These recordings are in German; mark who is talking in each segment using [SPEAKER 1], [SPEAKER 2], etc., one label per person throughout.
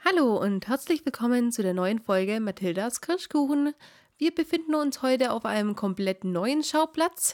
[SPEAKER 1] Hallo und herzlich willkommen zu der neuen Folge Mathildas Kirschkuchen. Wir befinden uns heute auf einem komplett neuen Schauplatz,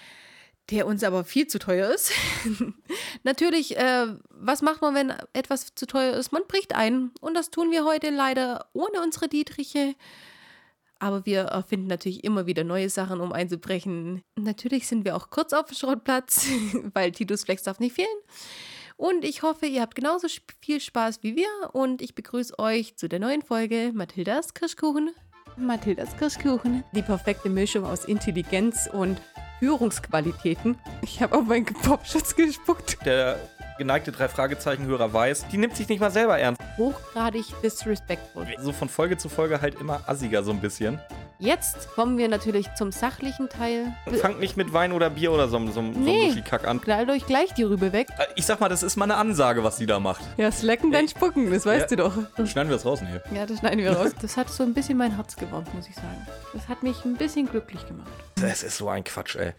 [SPEAKER 1] der uns aber viel zu teuer ist. Natürlich, was macht man, wenn etwas zu teuer ist? Man bricht ein und das tun wir heute leider ohne unsere Dietriche. Aber wir erfinden natürlich immer wieder neue Sachen, um einzubrechen. Natürlich sind wir auch kurz auf dem Schrottplatz, weil Titus Flex darf nicht fehlen. Und ich hoffe, ihr habt genauso viel Spaß wie wir und ich begrüße euch zu der neuen Folge Mathildas Kirschkuchen. Mathildas Kirschkuchen, die perfekte Mischung aus Intelligenz und Führungsqualitäten. Ich habe auf meinen Popschutz gespuckt.
[SPEAKER 2] Der geneigte 3-Fragezeichen-Hörer weiß, die nimmt sich nicht mal selber ernst.
[SPEAKER 1] Hochgradig disrespectful.
[SPEAKER 2] So von Folge zu Folge halt immer assiger so ein bisschen.
[SPEAKER 1] Jetzt kommen wir natürlich zum sachlichen Teil.
[SPEAKER 2] Fangt nicht mit Wein oder Bier oder so Muschi-Kack an.
[SPEAKER 1] Knallt euch gleich die Rübe weg.
[SPEAKER 2] Ich sag mal, das ist mal eine Ansage, was die da macht.
[SPEAKER 1] Ja, slacken, dann spucken, das weißt du doch.
[SPEAKER 2] Schneiden wir das raus, ne?
[SPEAKER 1] Ja, das schneiden wir raus. Das hat so ein bisschen mein Herz gewärmt, muss ich sagen. Das hat mich ein bisschen glücklich gemacht.
[SPEAKER 2] Das ist so ein Quatsch, ey.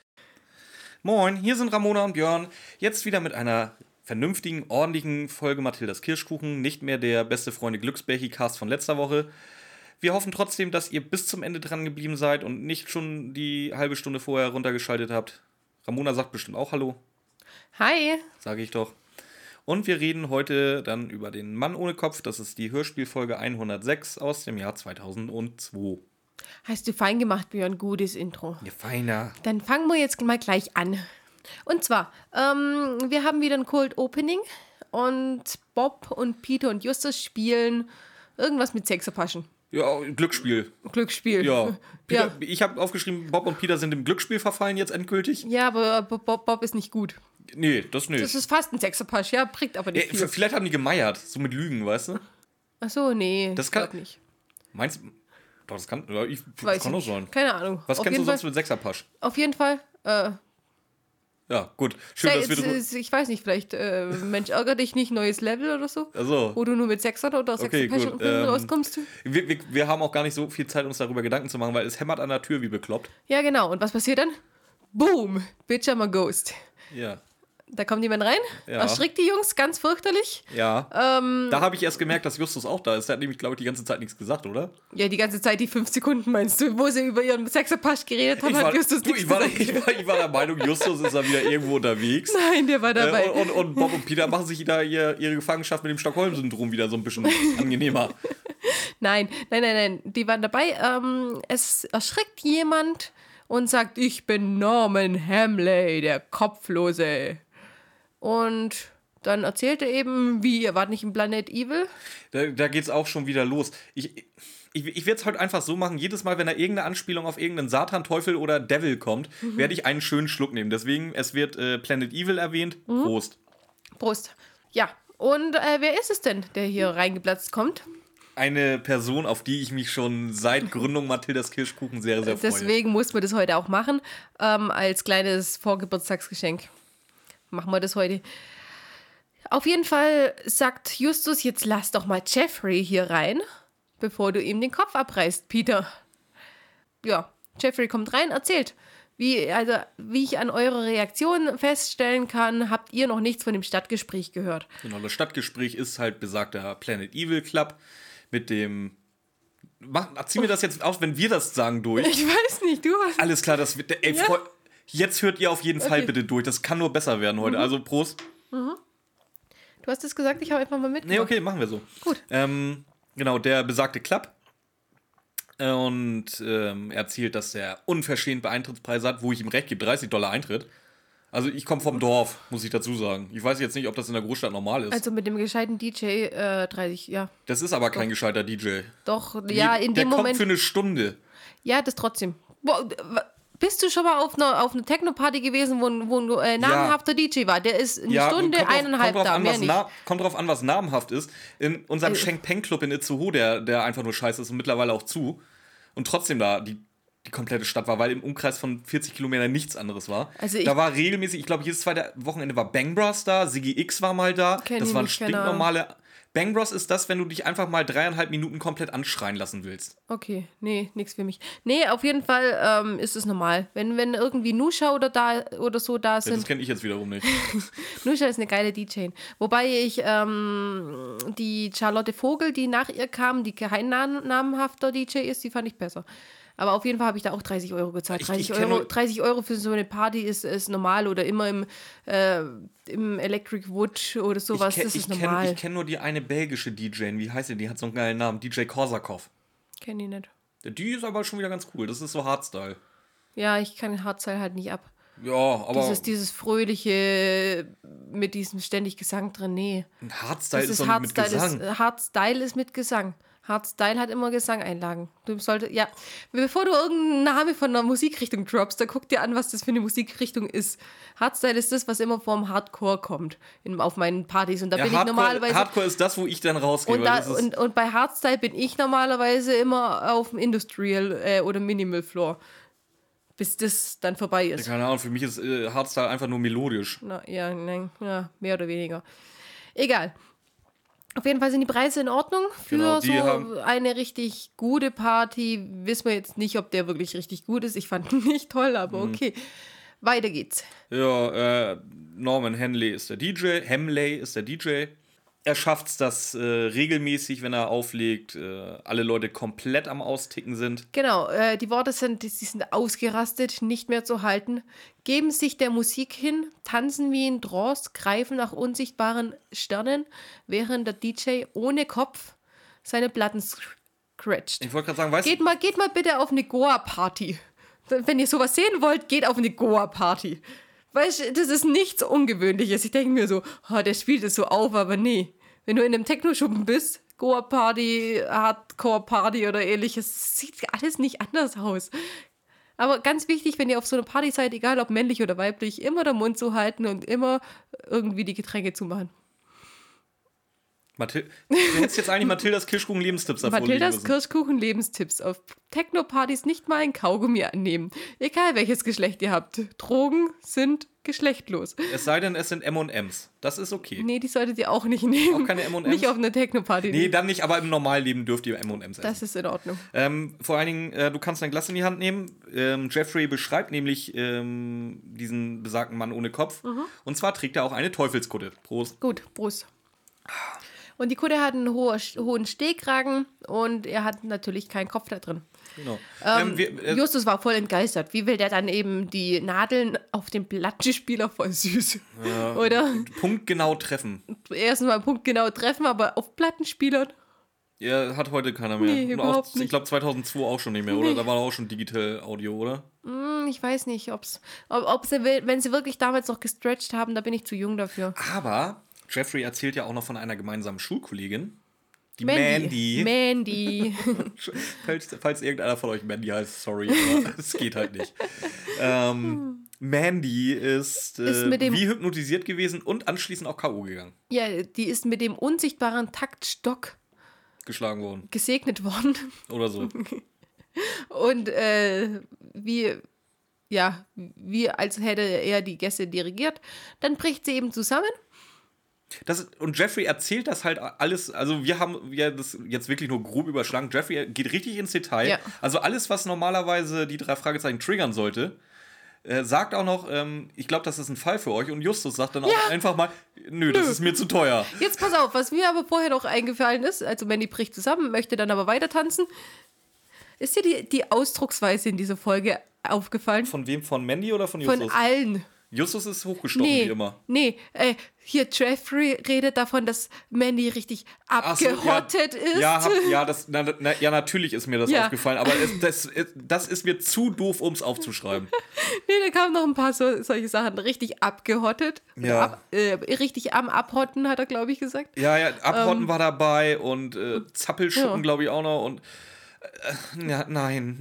[SPEAKER 2] Moin, hier sind Ramona und Björn. Jetzt wieder mit einer vernünftigen, ordentlichen Folge Mathildas Kirschkuchen. Nicht mehr der beste Freunde Glücksbärchi-Cast von letzter Woche. Wir hoffen trotzdem, dass ihr bis zum Ende dran geblieben seid und nicht schon die halbe Stunde vorher runtergeschaltet habt. Ramona sagt bestimmt auch Hallo.
[SPEAKER 1] Hi.
[SPEAKER 2] Sage ich doch. Und wir reden heute dann über den Mann ohne Kopf. Das ist die Hörspielfolge 106 aus dem Jahr 2002.
[SPEAKER 1] Hast du fein gemacht, Björn. Gutes Intro.
[SPEAKER 2] Ja, feiner.
[SPEAKER 1] Dann fangen wir jetzt mal gleich an. Und zwar, wir haben wieder ein Cold Opening und Bob und Peter und Justus spielen irgendwas mit Sechserpaschen.
[SPEAKER 2] Ja, Glücksspiel.
[SPEAKER 1] Glücksspiel.
[SPEAKER 2] Ja. Peter,
[SPEAKER 1] Ja.
[SPEAKER 2] Ich habe aufgeschrieben, Bob und Peter sind im Glücksspiel verfallen jetzt endgültig.
[SPEAKER 1] Ja, aber Bob ist nicht gut.
[SPEAKER 2] Nee, das nicht.
[SPEAKER 1] Das ist fast ein Sechserpasch, ja, bringt aber nicht viel.
[SPEAKER 2] Vielleicht haben die gemeiert, so mit Lügen, weißt du?
[SPEAKER 1] Ach so, nee,
[SPEAKER 2] Das kann-
[SPEAKER 1] glaub nicht.
[SPEAKER 2] Meinst du? Doch, das kann, ja,
[SPEAKER 1] Weiß
[SPEAKER 2] kann
[SPEAKER 1] ich
[SPEAKER 2] auch
[SPEAKER 1] nicht.
[SPEAKER 2] sein.
[SPEAKER 1] Keine Ahnung.
[SPEAKER 2] Was
[SPEAKER 1] Auf
[SPEAKER 2] kennst du
[SPEAKER 1] jeden
[SPEAKER 2] sonst
[SPEAKER 1] Fall,
[SPEAKER 2] mit Sechserpasch?
[SPEAKER 1] Auf jeden Fall,
[SPEAKER 2] Ja, gut. Schön, dass wir drüber...
[SPEAKER 1] ich weiß nicht, vielleicht, Mensch, ärger dich nicht, neues Level oder so.
[SPEAKER 2] Also,
[SPEAKER 1] Wo du nur mit Sechsern oder
[SPEAKER 2] Okay,
[SPEAKER 1] Sechserpaschen
[SPEAKER 2] gut,
[SPEAKER 1] rauskommst.
[SPEAKER 2] wir haben auch gar nicht so viel Zeit, uns darüber Gedanken zu machen, weil es hämmert an der Tür wie bekloppt.
[SPEAKER 1] Ja, genau. Und was passiert dann? Boom! Bitch, I'm a ghost.
[SPEAKER 2] Ja.
[SPEAKER 1] Da kommt jemand rein,
[SPEAKER 2] Ja.
[SPEAKER 1] erschrickt die Jungs ganz fürchterlich.
[SPEAKER 2] Ja. Da habe ich erst gemerkt, dass Justus auch da ist. Der hat nämlich, glaube ich, die ganze Zeit nichts gesagt, oder?
[SPEAKER 1] Ja, die ganze Zeit, die 5 Sekunden meinst du, wo sie über ihren Sechserpasch geredet haben, hat Justus nichts gesagt.
[SPEAKER 2] Ich war der Meinung, Justus ist da wieder irgendwo unterwegs.
[SPEAKER 1] Nein, der war dabei.
[SPEAKER 2] Und Bob und Peter machen sich da ihre Gefangenschaft mit dem Stockholm-Syndrom wieder so ein bisschen angenehmer.
[SPEAKER 1] Nein, die waren dabei. Es erschrickt jemand und sagt, ich bin Norman Hamley, der Kopflose. Und dann erzählt er eben, wie, ihr wart nicht im Planet Evil?
[SPEAKER 2] Da geht's auch schon wieder los. Ich werde es heute einfach so machen, jedes Mal, wenn da irgendeine Anspielung auf irgendeinen Satan, Teufel oder Devil kommt, werde ich einen schönen Schluck nehmen. Deswegen, es wird Planet Evil erwähnt. Prost.
[SPEAKER 1] Prost. Ja, und wer ist es denn, der hier reingeplatzt kommt?
[SPEAKER 2] Eine Person, auf die ich mich schon seit Gründung Mathildas Kirschkuchen sehr, sehr freue.
[SPEAKER 1] Deswegen mussten wir das heute auch machen, als kleines Vorgeburtstagsgeschenk. Machen wir das heute. Auf jeden Fall sagt Justus, jetzt lass doch mal Jeffrey hier rein, bevor du ihm den Kopf abreißt, Peter. Ja, Jeffrey kommt rein, erzählt. Wie ich an eurer Reaktion feststellen kann, habt ihr noch nichts von dem Stadtgespräch gehört.
[SPEAKER 2] Genau, das Stadtgespräch ist halt besagter Planet Evil Club mit dem... Zieh mir das jetzt aus, wenn wir das sagen, durch.
[SPEAKER 1] Ich weiß nicht, du hast...
[SPEAKER 2] Alles klar, das wird... Ey,
[SPEAKER 1] Ja.
[SPEAKER 2] Jetzt hört ihr auf jeden Fall bitte durch. Das kann nur besser werden heute. Also Prost.
[SPEAKER 1] Du hast es gesagt, ich habe einfach mal mitgemacht.
[SPEAKER 2] Nee, okay, machen wir so.
[SPEAKER 1] Gut.
[SPEAKER 2] Genau, der besagte Club. Und er erzählt, dass er unverschämte Eintrittspreise hat, wo ich ihm recht gebe, $30 Eintritt. Also ich komme vom Dorf, muss ich dazu sagen. Ich weiß jetzt nicht, ob das in der Großstadt normal ist.
[SPEAKER 1] Also mit dem gescheiten DJ 30, ja.
[SPEAKER 2] Das ist aber kein gescheiter DJ.
[SPEAKER 1] Doch, ja, in
[SPEAKER 2] der
[SPEAKER 1] dem
[SPEAKER 2] kommt
[SPEAKER 1] Moment...
[SPEAKER 2] für eine Stunde.
[SPEAKER 1] Ja, das trotzdem. Boah, bist du schon mal auf einer Techno-Party gewesen, wo ein namhafter DJ war? Der ist eine Stunde,
[SPEAKER 2] kommt
[SPEAKER 1] eineinhalb
[SPEAKER 2] drauf
[SPEAKER 1] da,
[SPEAKER 2] an,
[SPEAKER 1] mehr nicht.
[SPEAKER 2] Kommt drauf an, was namhaft ist. In unserem Schenk Peng Club in Itzehoe, der einfach nur scheiße ist und mittlerweile auch zu. Und trotzdem da die komplette Stadt war, weil im Umkreis von 40 Kilometern nichts anderes war.
[SPEAKER 1] Also
[SPEAKER 2] da war regelmäßig, ich glaube, jedes zweite Wochenende war Bang Bros da, Siggi X war mal da.
[SPEAKER 1] Kenn
[SPEAKER 2] Das
[SPEAKER 1] ich
[SPEAKER 2] waren
[SPEAKER 1] nicht, keine
[SPEAKER 2] stinknormale Bang Bros ist das, wenn du dich einfach mal 3,5 Minuten komplett anschreien lassen willst.
[SPEAKER 1] Okay, nee, nix für mich. Nee, auf jeden Fall ist es normal. Wenn irgendwie Nusha oder so da sind.
[SPEAKER 2] Das kenne ich jetzt wiederum nicht.
[SPEAKER 1] Nusha ist eine geile DJ. Wobei ich die Charlotte Vogel, die nach ihr kam, die kein namenhafter DJ ist, die fand ich besser. Aber auf jeden Fall habe ich da auch 30 Euro gezahlt. 30 Euro für so eine Party ist normal oder immer im Electric Wood oder sowas. Das ist normal.
[SPEAKER 2] Ich kenne nur die eine belgische DJ. Wie heißt die? Die hat so einen geilen Namen. DJ Korsakov.
[SPEAKER 1] Kenn die nicht.
[SPEAKER 2] Die ist aber schon wieder ganz cool. Das ist so Hardstyle.
[SPEAKER 1] Ja, ich kann Hardstyle halt nicht ab.
[SPEAKER 2] Ja, aber...
[SPEAKER 1] Dieses fröhliche mit diesem ständig Gesang drin, nee.
[SPEAKER 2] Hardstyle ist doch nicht mit Gesang.
[SPEAKER 1] Hardstyle ist mit Gesang. Hardstyle hat immer Gesangeinlagen. Bevor du irgendeinen Namen von einer Musikrichtung droppst, dann guck dir an, was das für eine Musikrichtung ist. Hardstyle ist das, was immer vorm Hardcore kommt auf meinen Partys. Und da bin ich normalerweise...
[SPEAKER 2] Hardcore ist das, wo ich dann rausgehe.
[SPEAKER 1] Und bei Hardstyle bin ich normalerweise immer auf dem Industrial oder Minimal Floor. Bis das dann vorbei ist.
[SPEAKER 2] Keine Ahnung, für mich ist Hardstyle einfach nur melodisch.
[SPEAKER 1] Ja, mehr oder weniger. Egal. Auf jeden Fall sind die Preise in Ordnung für eine richtig gute Party. Wissen wir jetzt nicht, ob der wirklich richtig gut ist. Ich fand ihn nicht toll, aber okay. Weiter geht's.
[SPEAKER 2] Ja, Norman Henley ist der DJ. Er schafft es, dass regelmäßig, wenn er auflegt, alle Leute komplett am Austicken sind.
[SPEAKER 1] Genau, die Worte sind ausgerastet, nicht mehr zu halten, geben sich der Musik hin, tanzen wie in Trance, greifen nach unsichtbaren Sternen, während der DJ ohne Kopf seine Platten scratcht.
[SPEAKER 2] Ich wollte gerade sagen, weißt du...
[SPEAKER 1] Geht mal bitte auf eine Goa-Party. Wenn ihr sowas sehen wollt, geht auf eine Goa-Party. Weißt du, das ist nichts Ungewöhnliches. Ich denke mir so, der spielt es so auf, aber nee. Wenn du in einem Techno-Schuppen bist, Goa-Party, Hardcore-Party oder ähnliches, sieht alles nicht anders aus. Aber ganz wichtig, wenn ihr auf so einer Party seid, egal ob männlich oder weiblich, immer den Mund zu halten und immer irgendwie die Getränke zu machen.
[SPEAKER 2] Du hättest jetzt eigentlich Mathildas Kirschkuchen-Lebenstipps davor
[SPEAKER 1] Mathildas Kirschkuchen-Lebenstipps. Auf Techno-Partys nicht mal ein Kaugummi annehmen. Egal welches Geschlecht ihr habt. Drogen sind geschlechtlos.
[SPEAKER 2] Es sei denn, es sind M&M's. Das ist okay.
[SPEAKER 1] Nee, die solltet ihr auch nicht nehmen.
[SPEAKER 2] Auch keine M&M's?
[SPEAKER 1] Nicht auf einer Techno-Party.
[SPEAKER 2] Nee, dann nicht, aber im Normalleben dürft ihr M&M's essen.
[SPEAKER 1] Das ist in Ordnung.
[SPEAKER 2] Vor allen Dingen, du kannst dein Glas in die Hand nehmen. Jeffrey beschreibt nämlich diesen besagten Mann ohne Kopf. Und zwar trägt er auch eine Teufelskutte. Prost.
[SPEAKER 1] Gut, Prost. Und die Kutte hat einen hohen Stehkragen und er hat natürlich keinen Kopf da drin.
[SPEAKER 2] Genau.
[SPEAKER 1] Justus war voll entgeistert. Wie will der dann eben die Nadeln auf den Plattenspieler? Voll süß.
[SPEAKER 2] Ja,
[SPEAKER 1] oder?
[SPEAKER 2] Punktgenau treffen.
[SPEAKER 1] Erstens mal punktgenau treffen, aber auf Plattenspielern?
[SPEAKER 2] Ja, hat heute keiner mehr.
[SPEAKER 1] Nee, überhaupt nicht.
[SPEAKER 2] Ich glaube 2002 auch schon nicht mehr, oder? Da war auch schon Digital Audio, oder?
[SPEAKER 1] Ich weiß nicht, ob sie, wenn sie wirklich damals noch gestretched haben, da bin ich zu jung dafür.
[SPEAKER 2] Aber Jeffrey erzählt ja auch noch von einer gemeinsamen Schulkollegin. Die Mandy. falls irgendeiner von euch Mandy heißt, sorry, aber es geht halt nicht. Mandy ist wie hypnotisiert gewesen und anschließend auch K.O. gegangen.
[SPEAKER 1] Ja, die ist mit dem unsichtbaren Taktstock
[SPEAKER 2] geschlagen worden.
[SPEAKER 1] Gesegnet worden.
[SPEAKER 2] Oder so.
[SPEAKER 1] Und wie als hätte er die Gäste dirigiert. Dann bricht sie eben zusammen.
[SPEAKER 2] Und Jeffrey erzählt das halt alles, also wir haben das jetzt wirklich nur grob überschlagen. Jeffrey geht richtig ins Detail. Ja. Also alles, was normalerweise die 3 Fragezeichen triggern sollte, sagt auch noch, ich glaube, das ist ein Fall für euch. Und Justus sagt dann auch einfach mal, nö, das ist mir zu teuer.
[SPEAKER 1] Jetzt pass auf, was mir aber vorher noch eingefallen ist, also Mandy bricht zusammen, möchte dann aber weiter tanzen. Ist dir die Ausdrucksweise in dieser Folge aufgefallen?
[SPEAKER 2] Von wem? Von Mandy oder von Justus?
[SPEAKER 1] Von allen.
[SPEAKER 2] Justus ist hochgestochen, wie immer.
[SPEAKER 1] Nee, hier Jeffrey redet davon, dass Mandy richtig abgehottet ist.
[SPEAKER 2] Ja, natürlich ist mir das aufgefallen, aber das ist mir zu doof, um es aufzuschreiben.
[SPEAKER 1] Nee, da kamen noch ein paar solche Sachen. Richtig abgehottet.
[SPEAKER 2] Ja.
[SPEAKER 1] Richtig am Abhotten, hat er, glaube ich, gesagt.
[SPEAKER 2] Ja, Abhotten war dabei und Zappelschuppen, glaube ich, auch noch und nein,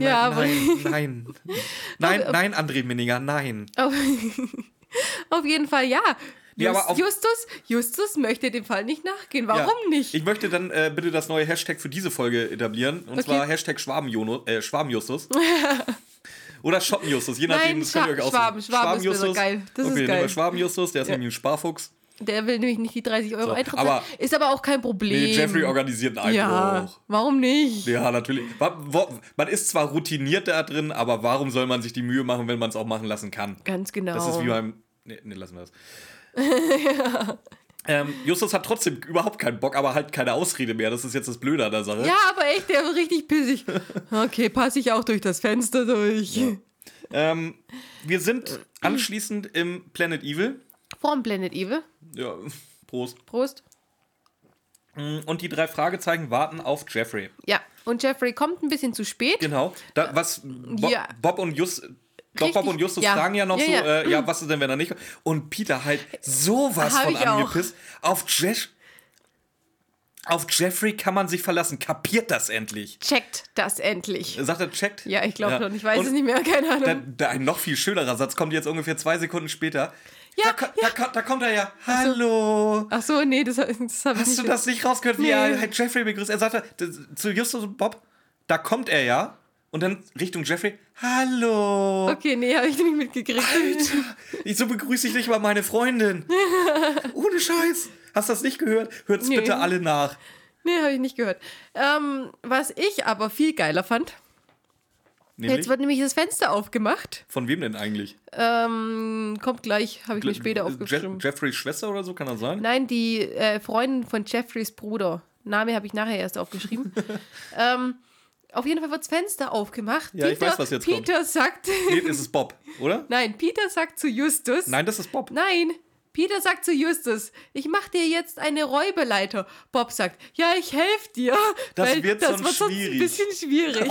[SPEAKER 2] André Minninger, nein.
[SPEAKER 1] Auf jeden Fall, ja.
[SPEAKER 2] Ja,
[SPEAKER 1] Justus möchte dem Fall nicht nachgehen. Warum nicht?
[SPEAKER 2] Ich möchte dann bitte das neue Hashtag für diese Folge etablieren. Und zwar Hashtag Schwabenjustus. Oder Schottenjustus, je nachdem, das könnt ihr euch aussuchen.
[SPEAKER 1] Schwaben ist geil. Das ist geil.
[SPEAKER 2] Schwabenjustus, der ist nämlich ein Sparfuchs.
[SPEAKER 1] Der will nämlich nicht die 30 Euro
[SPEAKER 2] So,
[SPEAKER 1] Eintritt
[SPEAKER 2] aber-
[SPEAKER 1] zahlen. Ist aber auch kein Problem.
[SPEAKER 2] Nee, Jeffrey organisiert einen
[SPEAKER 1] Ja,
[SPEAKER 2] Einbruch.
[SPEAKER 1] warum nicht?
[SPEAKER 2] Ja, natürlich. Man ist zwar routiniert da drin, aber warum soll man sich die Mühe machen, wenn man es auch machen lassen kann?
[SPEAKER 1] Ganz genau.
[SPEAKER 2] Das ist wie beim... Nee, lassen wir das. Justus hat trotzdem überhaupt keinen Bock, aber halt keine Ausrede mehr. Das ist jetzt das Blöde an der Sache.
[SPEAKER 1] Ja, aber echt, der war richtig pissig. Okay, passe ich auch durch das Fenster durch.
[SPEAKER 2] Ja. Wir sind anschließend im Planet Evil.
[SPEAKER 1] Vorm Planet Evil.
[SPEAKER 2] Ja, Prost.
[SPEAKER 1] Prost.
[SPEAKER 2] Und die 3 Fragezeichen warten auf Jeffrey.
[SPEAKER 1] Ja, und Jeffrey kommt ein bisschen zu spät.
[SPEAKER 2] Genau.
[SPEAKER 1] Ja.
[SPEAKER 2] Bob und Justus
[SPEAKER 1] ja.
[SPEAKER 2] fragen ja noch
[SPEAKER 1] Ja,
[SPEAKER 2] so, was ist denn, wenn er nicht kommt? Und Peter halt sowas
[SPEAKER 1] Hab
[SPEAKER 2] von
[SPEAKER 1] ich auch.
[SPEAKER 2] angepisst. Auf Jeffrey kann man sich verlassen. Kapiert das endlich?
[SPEAKER 1] Checkt das endlich.
[SPEAKER 2] Sagt er, checkt?
[SPEAKER 1] Ja, ich glaube schon. Ich weiß
[SPEAKER 2] Und
[SPEAKER 1] es nicht mehr, keine Ahnung.
[SPEAKER 2] Ein noch viel schönerer Satz kommt jetzt ungefähr 2 Sekunden später.
[SPEAKER 1] Ja,
[SPEAKER 2] Da kommt er ja. Hallo.
[SPEAKER 1] Ach so, nee, das habe ich
[SPEAKER 2] Hast
[SPEAKER 1] nicht.
[SPEAKER 2] du das nicht rausgehört, wie
[SPEAKER 1] Nee.
[SPEAKER 2] er halt Jeffrey begrüßt? Er sagte zu Justus und Bob, da kommt er ja. Und dann Richtung Jeffrey, hallo.
[SPEAKER 1] Okay, nee, habe ich nicht mitgekriegt.
[SPEAKER 2] Alter, so begrüße ich nicht mal meine Freundin. Ohne Scheiß. Hast du das nicht gehört? Hört's
[SPEAKER 1] Nee.
[SPEAKER 2] bitte alle nach.
[SPEAKER 1] Nee, habe ich nicht gehört. Was ich aber viel geiler fand,
[SPEAKER 2] Nämlich?
[SPEAKER 1] jetzt wird nämlich das Fenster aufgemacht.
[SPEAKER 2] Von wem denn eigentlich?
[SPEAKER 1] Kommt gleich, habe ich mir später aufgeschrieben.
[SPEAKER 2] Jeffreys Schwester oder so, kann das sein?
[SPEAKER 1] Nein, die Freundin von Jeffreys Bruder. Name habe ich nachher erst aufgeschrieben. Auf jeden Fall wird das Fenster aufgemacht.
[SPEAKER 2] Ja, ich weiß, was jetzt kommt.
[SPEAKER 1] Peter sagt...
[SPEAKER 2] Nee, ist es Bob, oder?
[SPEAKER 1] Nein, Peter sagt zu Justus...
[SPEAKER 2] Nein, das ist Bob.
[SPEAKER 1] Nein, Peter sagt zu Justus, ich mach dir jetzt eine Räuberleiter. Bob sagt, ja, ich helfe dir.
[SPEAKER 2] Das
[SPEAKER 1] weil
[SPEAKER 2] wird
[SPEAKER 1] das
[SPEAKER 2] sonst
[SPEAKER 1] wird
[SPEAKER 2] schwierig.
[SPEAKER 1] ein bisschen schwierig.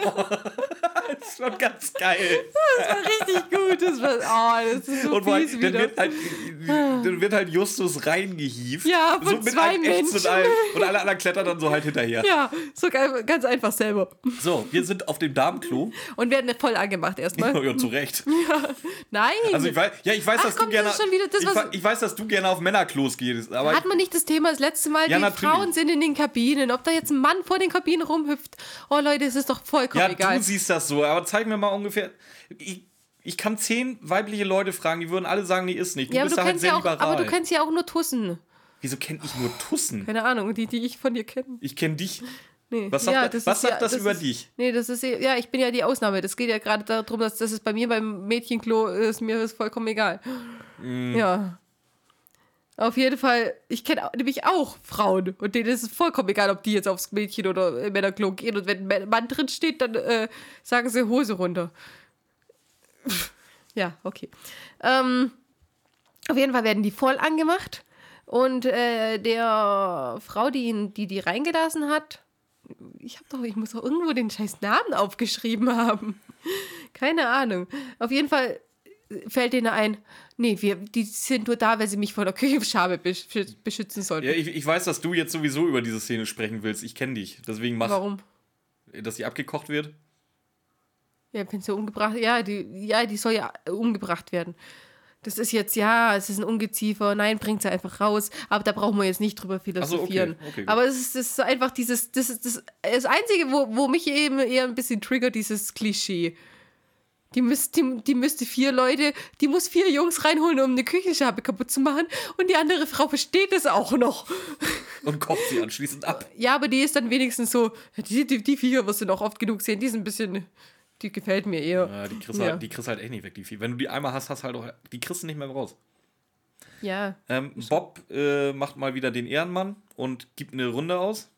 [SPEAKER 2] Das ist schon ganz geil.
[SPEAKER 1] Das war richtig gut. Das ist so
[SPEAKER 2] Und weil,
[SPEAKER 1] fies
[SPEAKER 2] dann
[SPEAKER 1] wieder.
[SPEAKER 2] wird halt Justus reingehievt.
[SPEAKER 1] Ja, von
[SPEAKER 2] mit
[SPEAKER 1] 2
[SPEAKER 2] einem Ächzen
[SPEAKER 1] Menschen.
[SPEAKER 2] Und, allem. Und alle anderen klettern dann so halt hinterher.
[SPEAKER 1] Ja, so ganz einfach selber.
[SPEAKER 2] So, wir sind auf dem Damenklo.
[SPEAKER 1] Und werden voll angemacht erstmal.
[SPEAKER 2] Ja, zu Recht.
[SPEAKER 1] Nein.
[SPEAKER 2] Also ich weiß, dass
[SPEAKER 1] komm,
[SPEAKER 2] du gerne.
[SPEAKER 1] das ist schon wieder das,
[SPEAKER 2] Ich weiß, dass du gerne auf Männerklos gehst. Aber
[SPEAKER 1] hat man nicht das Thema das letzte Mal,
[SPEAKER 2] Ja,
[SPEAKER 1] die
[SPEAKER 2] natürlich.
[SPEAKER 1] Frauen sind in den Kabinen. Ob da jetzt ein Mann vor den Kabinen rumhüpft. Oh Leute, es ist doch vollkommen
[SPEAKER 2] ja,
[SPEAKER 1] egal.
[SPEAKER 2] du siehst das so. Aber zeig mir mal ungefähr. Ich kann 10 weibliche Leute fragen, die würden alle sagen, nee, ist nicht. Du
[SPEAKER 1] Ja, aber
[SPEAKER 2] bist
[SPEAKER 1] du,
[SPEAKER 2] da halt
[SPEAKER 1] kennst
[SPEAKER 2] sehr
[SPEAKER 1] ja auch,
[SPEAKER 2] liberal.
[SPEAKER 1] aber du kennst ja auch nur Tussen.
[SPEAKER 2] Wieso kenn ich nur Tussen?
[SPEAKER 1] Keine Ahnung, die ich von dir kenne.
[SPEAKER 2] Ich kenne dich.
[SPEAKER 1] Nee.
[SPEAKER 2] Was sagt,
[SPEAKER 1] das
[SPEAKER 2] was
[SPEAKER 1] ist
[SPEAKER 2] sagt das
[SPEAKER 1] das
[SPEAKER 2] über
[SPEAKER 1] ist,
[SPEAKER 2] dich?
[SPEAKER 1] Nee, das ist ja, ich bin ja die Ausnahme. Das geht ja gerade darum, dass das ist bei mir beim Mädchenklo ist mir das vollkommen egal. Ja. Auf jeden Fall, ich kenne nämlich auch Frauen und denen ist es vollkommen egal, ob die jetzt aufs Mädchen- oder Männerklo gehen und wenn ein Mann drin steht, dann sagen sie Hose runter. Ja, okay. Auf jeden Fall werden die voll angemacht und der Frau, die reingelassen hat, ich muss doch irgendwo den scheiß Namen aufgeschrieben haben. Keine Ahnung. Auf jeden Fall fällt denen ein, nee, die sind nur da, weil sie mich vor der Küchenschabe beschützen sollten.
[SPEAKER 2] Ja, ich weiß, dass du jetzt sowieso über diese Szene sprechen willst. Ich kenne dich. Deswegen
[SPEAKER 1] Warum?
[SPEAKER 2] Dass sie abgekocht wird.
[SPEAKER 1] Ja, wenn sie umgebracht, die soll ja umgebracht werden. Das ist jetzt, es ist ein Ungeziefer, nein, bringt sie einfach raus. Aber da brauchen wir jetzt nicht drüber philosophieren.
[SPEAKER 2] Ach so, okay, gut.
[SPEAKER 1] Aber es ist einfach das Einzige, wo mich eben eher ein bisschen triggert, dieses Klischee. Die müsste 4 Leute, die muss 4 Jungs reinholen, um eine Küchenschabe kaputt zu machen. Und die andere Frau versteht das auch noch.
[SPEAKER 2] Und kocht sie anschließend ab.
[SPEAKER 1] Ja, aber die ist dann wenigstens so, die Viecher wirst du noch oft genug sehen, die sind ein bisschen, die gefällt mir eher.
[SPEAKER 2] Ja, die kriegst halt echt nicht weg, die Vieh. Wenn du die einmal hast halt auch, die kriegst du nicht mehr raus.
[SPEAKER 1] Ja.
[SPEAKER 2] Bob macht mal wieder den Ehrenmann und gibt eine Runde aus.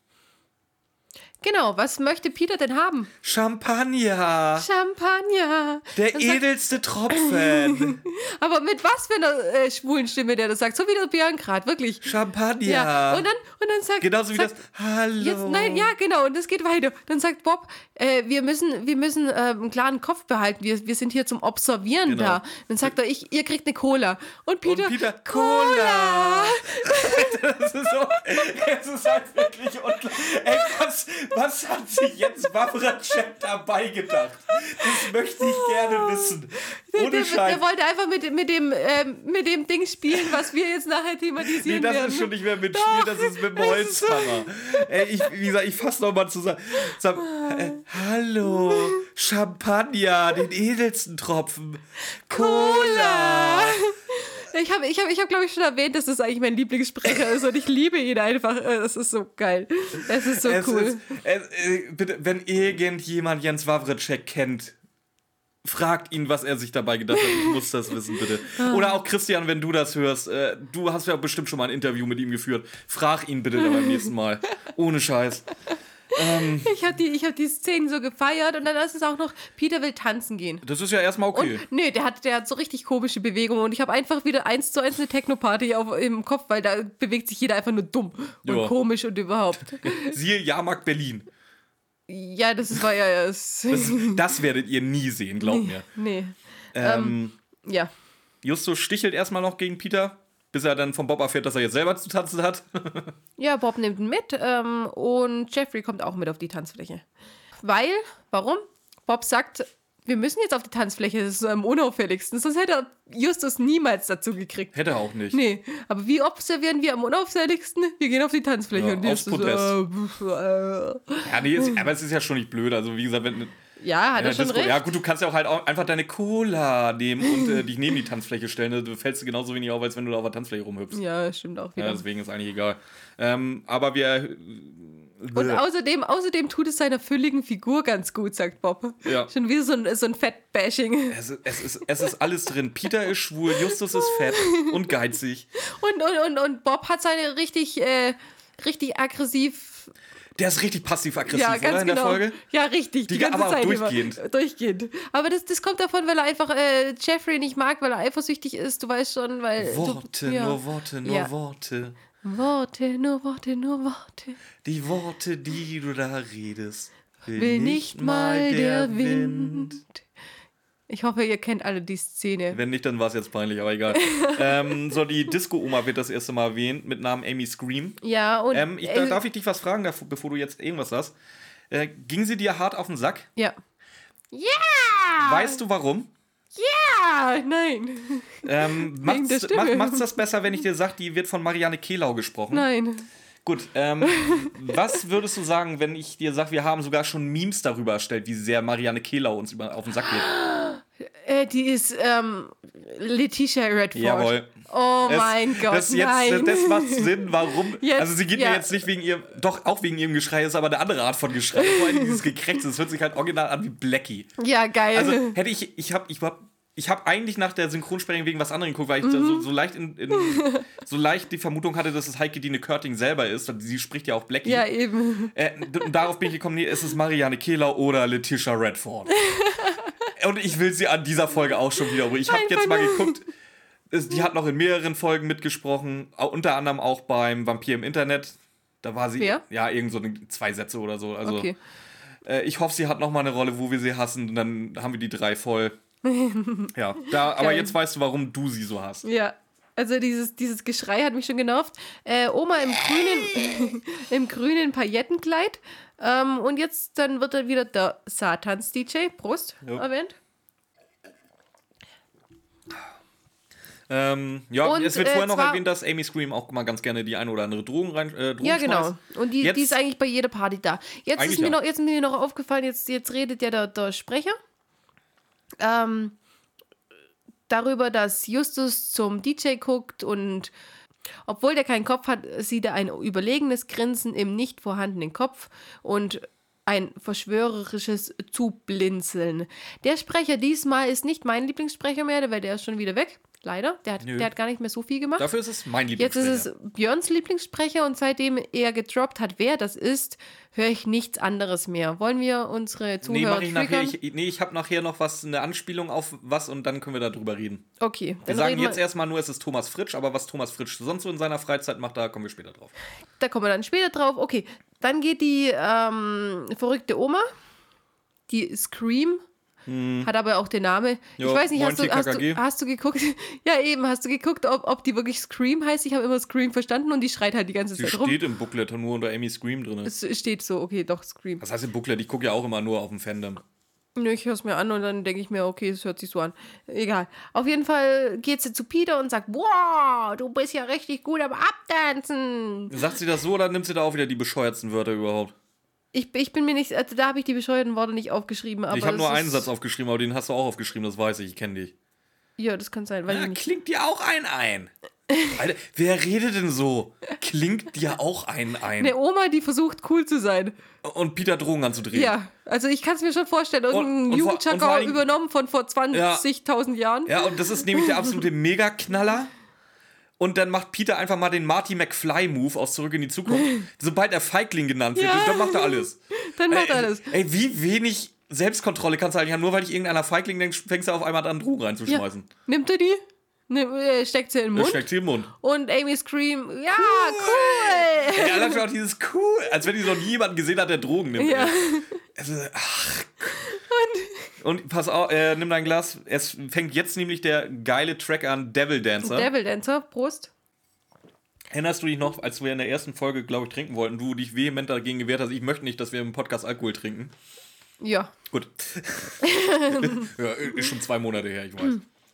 [SPEAKER 1] Genau, was möchte Peter denn haben?
[SPEAKER 2] Champagner!
[SPEAKER 1] Champagner!
[SPEAKER 2] Der edelste Tropfen!
[SPEAKER 1] Aber mit was für einer schwulen Stimme der das sagt? So wie der Björn gerade, wirklich.
[SPEAKER 2] Champagner!
[SPEAKER 1] Ja, und dann sagt...
[SPEAKER 2] Genauso wie
[SPEAKER 1] sagt,
[SPEAKER 2] das Hallo!
[SPEAKER 1] Jetzt, nein, ja, genau, und das geht weiter. Dann sagt Bob, wir müssen einen klaren Kopf behalten, wir sind hier zum Observieren
[SPEAKER 2] Genau.
[SPEAKER 1] da. Dann sagt er, ihr kriegt eine Cola. Und Peter
[SPEAKER 2] Cola! Das ist halt wirklich unglaublich. Ey, was hat sich jetzt Wawracek dabei gedacht? Das möchte ich gerne wissen. Ohne Scheiß.
[SPEAKER 1] Der wollte einfach mit dem Ding spielen, was wir jetzt nachher
[SPEAKER 2] Nee,
[SPEAKER 1] thematisieren
[SPEAKER 2] das
[SPEAKER 1] werden.
[SPEAKER 2] ist schon nicht mehr mit Spiel, das ist mit dem Holzhammer. Ey, wie gesagt, ich fasse nochmal zusammen. Hallo, Champagner, den edelsten Tropfen. Cola!
[SPEAKER 1] Ich hab, glaube ich, schon erwähnt, dass das eigentlich mein Lieblingssprecher ist und ich liebe ihn einfach. Es ist so geil. Es ist so cool.
[SPEAKER 2] Bitte, wenn irgendjemand Jens Wawrcek kennt, fragt ihn, was er sich dabei gedacht hat. Ich muss das wissen, bitte. Oder auch Christian, wenn du das hörst. Du hast ja bestimmt schon mal ein Interview mit ihm geführt. Frag ihn bitte dann beim nächsten Mal. Ohne Scheiß.
[SPEAKER 1] Ich hab die Szenen so gefeiert und dann ist es auch noch, Peter will tanzen gehen.
[SPEAKER 2] Das ist ja erstmal okay.
[SPEAKER 1] Und, nee, der hat so richtig komische Bewegungen und ich habe einfach wieder 1:1 eine Techno-Party im Kopf, weil da bewegt sich jeder einfach nur dumm und komisch und überhaupt.
[SPEAKER 2] Siehe Jahrmarkt Berlin.
[SPEAKER 1] Ja, das war ja...
[SPEAKER 2] Das werdet ihr nie sehen, glaubt mir.
[SPEAKER 1] Nee. Ja.
[SPEAKER 2] Justus stichelt erstmal noch gegen Peter, bis er dann vom Bob erfährt, dass er jetzt selber zu tanzen hat.
[SPEAKER 1] Ja, Bob nimmt ihn mit und Jeffrey kommt auch mit auf die Tanzfläche. Warum? Bob sagt, wir müssen jetzt auf die Tanzfläche, das ist so am unauffälligsten. Sonst hätte Justus niemals dazu gekriegt.
[SPEAKER 2] Hätte er auch nicht.
[SPEAKER 1] Nee, aber wie observieren wir am unauffälligsten? Wir gehen auf die Tanzfläche.
[SPEAKER 2] Ja,
[SPEAKER 1] und
[SPEAKER 2] aufs
[SPEAKER 1] Justus,
[SPEAKER 2] Ja, nee, aber es ist ja schon nicht blöd. Also wie gesagt, wenn...
[SPEAKER 1] Ja, hat er schon recht.
[SPEAKER 2] Ja gut, du kannst ja auch halt einfach deine Cola nehmen und dich neben die Tanzfläche stellen. Du fällst dir genauso wenig auf, als wenn du da auf der Tanzfläche rumhüpfst.
[SPEAKER 1] Ja, stimmt auch wieder.
[SPEAKER 2] Ja, deswegen ist eigentlich egal. Aber wir...
[SPEAKER 1] Und außerdem tut es seiner fülligen Figur ganz gut, sagt Bob.
[SPEAKER 2] Ja.
[SPEAKER 1] Schon wieder so ein Fett-Bashing.
[SPEAKER 2] Es ist alles drin. Peter ist schwul, Justus ist fett und geizig.
[SPEAKER 1] Und Bob hat seine richtig aggressiv...
[SPEAKER 2] Der ist richtig passiv-aggressiv,
[SPEAKER 1] ja, ganz
[SPEAKER 2] oder? In
[SPEAKER 1] genau.
[SPEAKER 2] der Folge?
[SPEAKER 1] Ja, richtig. Die ganze
[SPEAKER 2] aber
[SPEAKER 1] Zeit
[SPEAKER 2] durchgehend.
[SPEAKER 1] Durchgehend. Aber das kommt davon, weil er einfach Jeffrey nicht mag, weil er eifersüchtig ist. Du weißt schon, weil...
[SPEAKER 2] Nur Worte.
[SPEAKER 1] Worte, nur Worte, nur Worte.
[SPEAKER 2] Die Worte, die du da redest,
[SPEAKER 1] will nicht mal der Wind. Ich hoffe, ihr kennt alle die Szene.
[SPEAKER 2] Wenn nicht, dann war es jetzt peinlich, aber egal. So, die Disco-Oma wird das erste Mal erwähnt, mit Namen Amy Scream.
[SPEAKER 1] Ja, und...
[SPEAKER 2] darf ich dich was fragen, bevor du jetzt irgendwas sagst? Ging sie dir hart auf den Sack?
[SPEAKER 1] Ja. Ja!
[SPEAKER 2] Weißt du, warum?
[SPEAKER 1] Ja! Nein.
[SPEAKER 2] Macht's das besser, wenn ich dir sage, die wird von Marianne Kehlau gesprochen?
[SPEAKER 1] Nein.
[SPEAKER 2] Gut, was würdest du sagen, wenn ich dir sage, wir haben sogar schon Memes darüber erstellt, wie sehr Marianne Kehlau uns auf den Sack geht?
[SPEAKER 1] Die ist Letitia Redford.
[SPEAKER 2] Jawohl.
[SPEAKER 1] Oh mein Gott, nein.
[SPEAKER 2] Das macht Sinn, warum.
[SPEAKER 1] Jetzt,
[SPEAKER 2] also sie geht mir jetzt nicht wegen ihrem, doch auch wegen ihrem Geschrei, ist aber eine andereArt von Geschrei. Vor allem dieses Gekrächze, das hört sich halt original an wie Blackie.
[SPEAKER 1] Ja, geil.
[SPEAKER 2] Also hätte ich habe eigentlich nach der Synchronsprecherin wegen was anderem geguckt, weil ich so leicht die Vermutung hatte, dass es Heike Dine Körting selber ist, weil sie spricht ja auch Blackie.
[SPEAKER 1] Ja, eben.
[SPEAKER 2] Und darauf bin ich gekommen, nee, es ist Marianne Kehlau oder Letitia Redford. Und ich will sie an dieser Folge auch schon wieder. Ich habe jetzt mal geguckt, die hat noch in mehreren Folgen mitgesprochen, unter anderem auch beim Vampir im Internet. Da war sie, ja, irgend so 2 Sätze oder so. Also,
[SPEAKER 1] okay.
[SPEAKER 2] Ich hoffe, sie hat noch mal eine Rolle, wo wir sie hassen. Und dann haben wir die 3 voll. Ja, aber jetzt weißt du, warum du sie so hast.
[SPEAKER 1] Ja, also dieses Geschrei hat mich schon genervt. Oma im grünen Paillettenkleid. Und jetzt dann wird dann wieder der Satans-DJ, Prost, erwähnt.
[SPEAKER 2] Und es wird vorher noch erwähnt, dass Amy Scream auch mal ganz gerne die eine oder andere Drogen
[SPEAKER 1] ja, genau.
[SPEAKER 2] schmeißt.
[SPEAKER 1] Und die ist eigentlich bei jeder Party da. Jetzt ist mir noch aufgefallen, jetzt redet ja der Sprecher darüber, dass Justus zum DJ guckt und obwohl der keinen Kopf hat, sieht er ein überlegenes Grinsen im nicht vorhandenen Kopf und ein verschwörerisches Zublinzeln. Der Sprecher diesmal ist nicht mein Lieblingssprecher mehr, weil der ist schon wieder weg. Leider. Der hat gar nicht mehr so viel gemacht.
[SPEAKER 2] Dafür ist es mein Lieblingssprecher.
[SPEAKER 1] Jetzt ist es Björns Lieblingssprecher und seitdem er gedroppt hat, wer das ist, höre ich nichts anderes mehr. Wollen wir unsere Zuhörer triggern?
[SPEAKER 2] Ich habe nachher noch eine Anspielung auf was und dann können wir darüber reden.
[SPEAKER 1] Okay.
[SPEAKER 2] Wir sagen jetzt erstmal nur, es ist Thomas Fritsch, aber was Thomas Fritsch sonst so in seiner Freizeit macht, da kommen wir später drauf.
[SPEAKER 1] Da kommen wir dann später drauf. Okay, dann geht die verrückte Oma, die Scream, hat aber auch den Namen. Ich weiß nicht, hast du geguckt? Ja, eben, hast du geguckt, ob die wirklich Scream heißt? Ich habe immer Scream verstanden und die schreit halt die ganze Zeit rum.
[SPEAKER 2] Sie steht im Booklet nur unter Amy Scream drin.
[SPEAKER 1] Es steht so, okay, doch, Scream.
[SPEAKER 2] Was heißt im Booklet? Ich gucke ja auch immer nur auf dem Fandom.
[SPEAKER 1] Nö, ich höre es mir an und dann denke ich mir, okay, es hört sich so an. Egal. Auf jeden Fall geht sie zu Peter und sagt, wow, du bist ja richtig gut am Abtanzen.
[SPEAKER 2] Sagt sie das so oder nimmt sie da auch wieder die bescheuertsten Wörter überhaupt?
[SPEAKER 1] Ich bin mir nicht, also da habe ich die bescheuerten Worte nicht aufgeschrieben. Aber
[SPEAKER 2] ich habe nur einen Satz aufgeschrieben, aber den hast du auch aufgeschrieben, das weiß ich kenne dich.
[SPEAKER 1] Ja, das kann sein, weil
[SPEAKER 2] Ja,
[SPEAKER 1] ich nicht.
[SPEAKER 2] klingt dir auch einen ein. Alter, wer redet denn so? Klingt dir auch einen ein.
[SPEAKER 1] Eine Oma, die versucht, cool zu sein.
[SPEAKER 2] Und Peter Drogen anzudrehen.
[SPEAKER 1] Ja, also ich kann es mir schon vorstellen. Irgendein
[SPEAKER 2] Und vor
[SPEAKER 1] Jugendjacker
[SPEAKER 2] allen Dingen-
[SPEAKER 1] übernommen von vor 20.000 Jahren.
[SPEAKER 2] Ja, und das ist nämlich der absolute Megaknaller. Und dann macht Peter einfach mal den Marty McFly-Move aus Zurück in die Zukunft. Sobald er Feigling genannt wird,
[SPEAKER 1] Ja.
[SPEAKER 2] dann macht er alles.
[SPEAKER 1] Dann macht er alles.
[SPEAKER 2] Ey, wie wenig Selbstkontrolle kannst du eigentlich haben? Nur weil ich irgendeiner Feigling denke, fängst du auf einmal an, Drogen reinzuschmeißen.
[SPEAKER 1] Nimmt er die? Steckt sie in den
[SPEAKER 2] Das
[SPEAKER 1] Mund.
[SPEAKER 2] steckt sie im Mund.
[SPEAKER 1] Und Amy Scream, ja, cool.
[SPEAKER 2] Ja, dann auch dieses cool, als wenn die noch nie jemanden gesehen hat, der Drogen nimmt.
[SPEAKER 1] Ja.
[SPEAKER 2] Also, und pass auf, nimm dein Glas. Es fängt jetzt nämlich der geile Track an, Devil Dancer.
[SPEAKER 1] Devil Dancer, Prost.
[SPEAKER 2] Erinnerst du dich noch, als wir in der ersten Folge, glaube ich, trinken wollten, du dich vehement dagegen gewehrt hast, ich möchte nicht, dass wir im Podcast Alkohol trinken?
[SPEAKER 1] Ja.
[SPEAKER 2] Gut. Ja, ist schon 2 Monate her, ich weiß.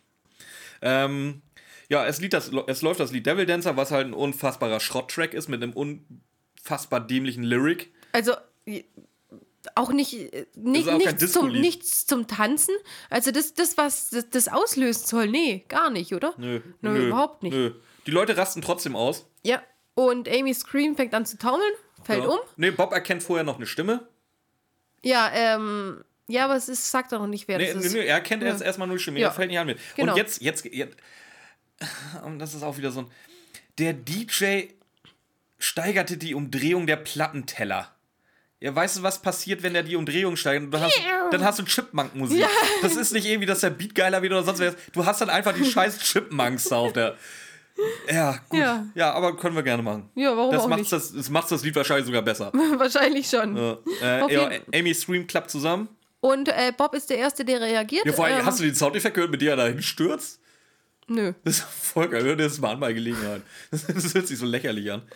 [SPEAKER 2] Ja, es läuft das Lied Devil Dancer, was halt ein unfassbarer Schrotttrack ist, mit einem unfassbar dämlichen Lyric.
[SPEAKER 1] Also auch nicht
[SPEAKER 2] auch kein Disco-Lied.
[SPEAKER 1] nichts zum Tanzen. Also das was das auslösen soll, nee, gar nicht, oder?
[SPEAKER 2] Nö,
[SPEAKER 1] überhaupt nicht.
[SPEAKER 2] Nö. Die Leute rasten trotzdem aus.
[SPEAKER 1] Ja. Und Amy Scream fängt an zu taumeln, fällt um.
[SPEAKER 2] Nee, Bob erkennt vorher noch eine Stimme.
[SPEAKER 1] Ja, aber sagt doch noch nicht, wer das ist.
[SPEAKER 2] Nee, er erkennt jetzt erstmal nur die Stimme,
[SPEAKER 1] Ja.
[SPEAKER 2] er fällt nicht an mit.
[SPEAKER 1] Genau.
[SPEAKER 2] Und jetzt, und das ist auch wieder so ein, der DJ steigerte die Umdrehung der Plattenteller. Ja, weißt du, was passiert, wenn der die Umdrehung steigert? Dann hast du Chipmunk-Musik. Ja. Das ist nicht irgendwie, dass der Beat geiler wird oder sonst was. Du hast dann einfach die scheiß Chipmunks da auf der... Ja, gut. Ja, aber können wir gerne machen.
[SPEAKER 1] Ja, warum
[SPEAKER 2] das
[SPEAKER 1] auch
[SPEAKER 2] macht's
[SPEAKER 1] nicht?
[SPEAKER 2] Das macht das Lied wahrscheinlich sogar besser.
[SPEAKER 1] Wahrscheinlich schon.
[SPEAKER 2] Ja, Amy Scream klappt zusammen.
[SPEAKER 1] Und Bob ist der Erste, der reagiert.
[SPEAKER 2] Ja, vor allem, hast du den Soundeffekt gehört, mit dem er dahin stürzt?
[SPEAKER 1] Nö.
[SPEAKER 2] Das ist voll geil, hör dir das mal an bei Gelegenheit. Das hört sich so lächerlich an.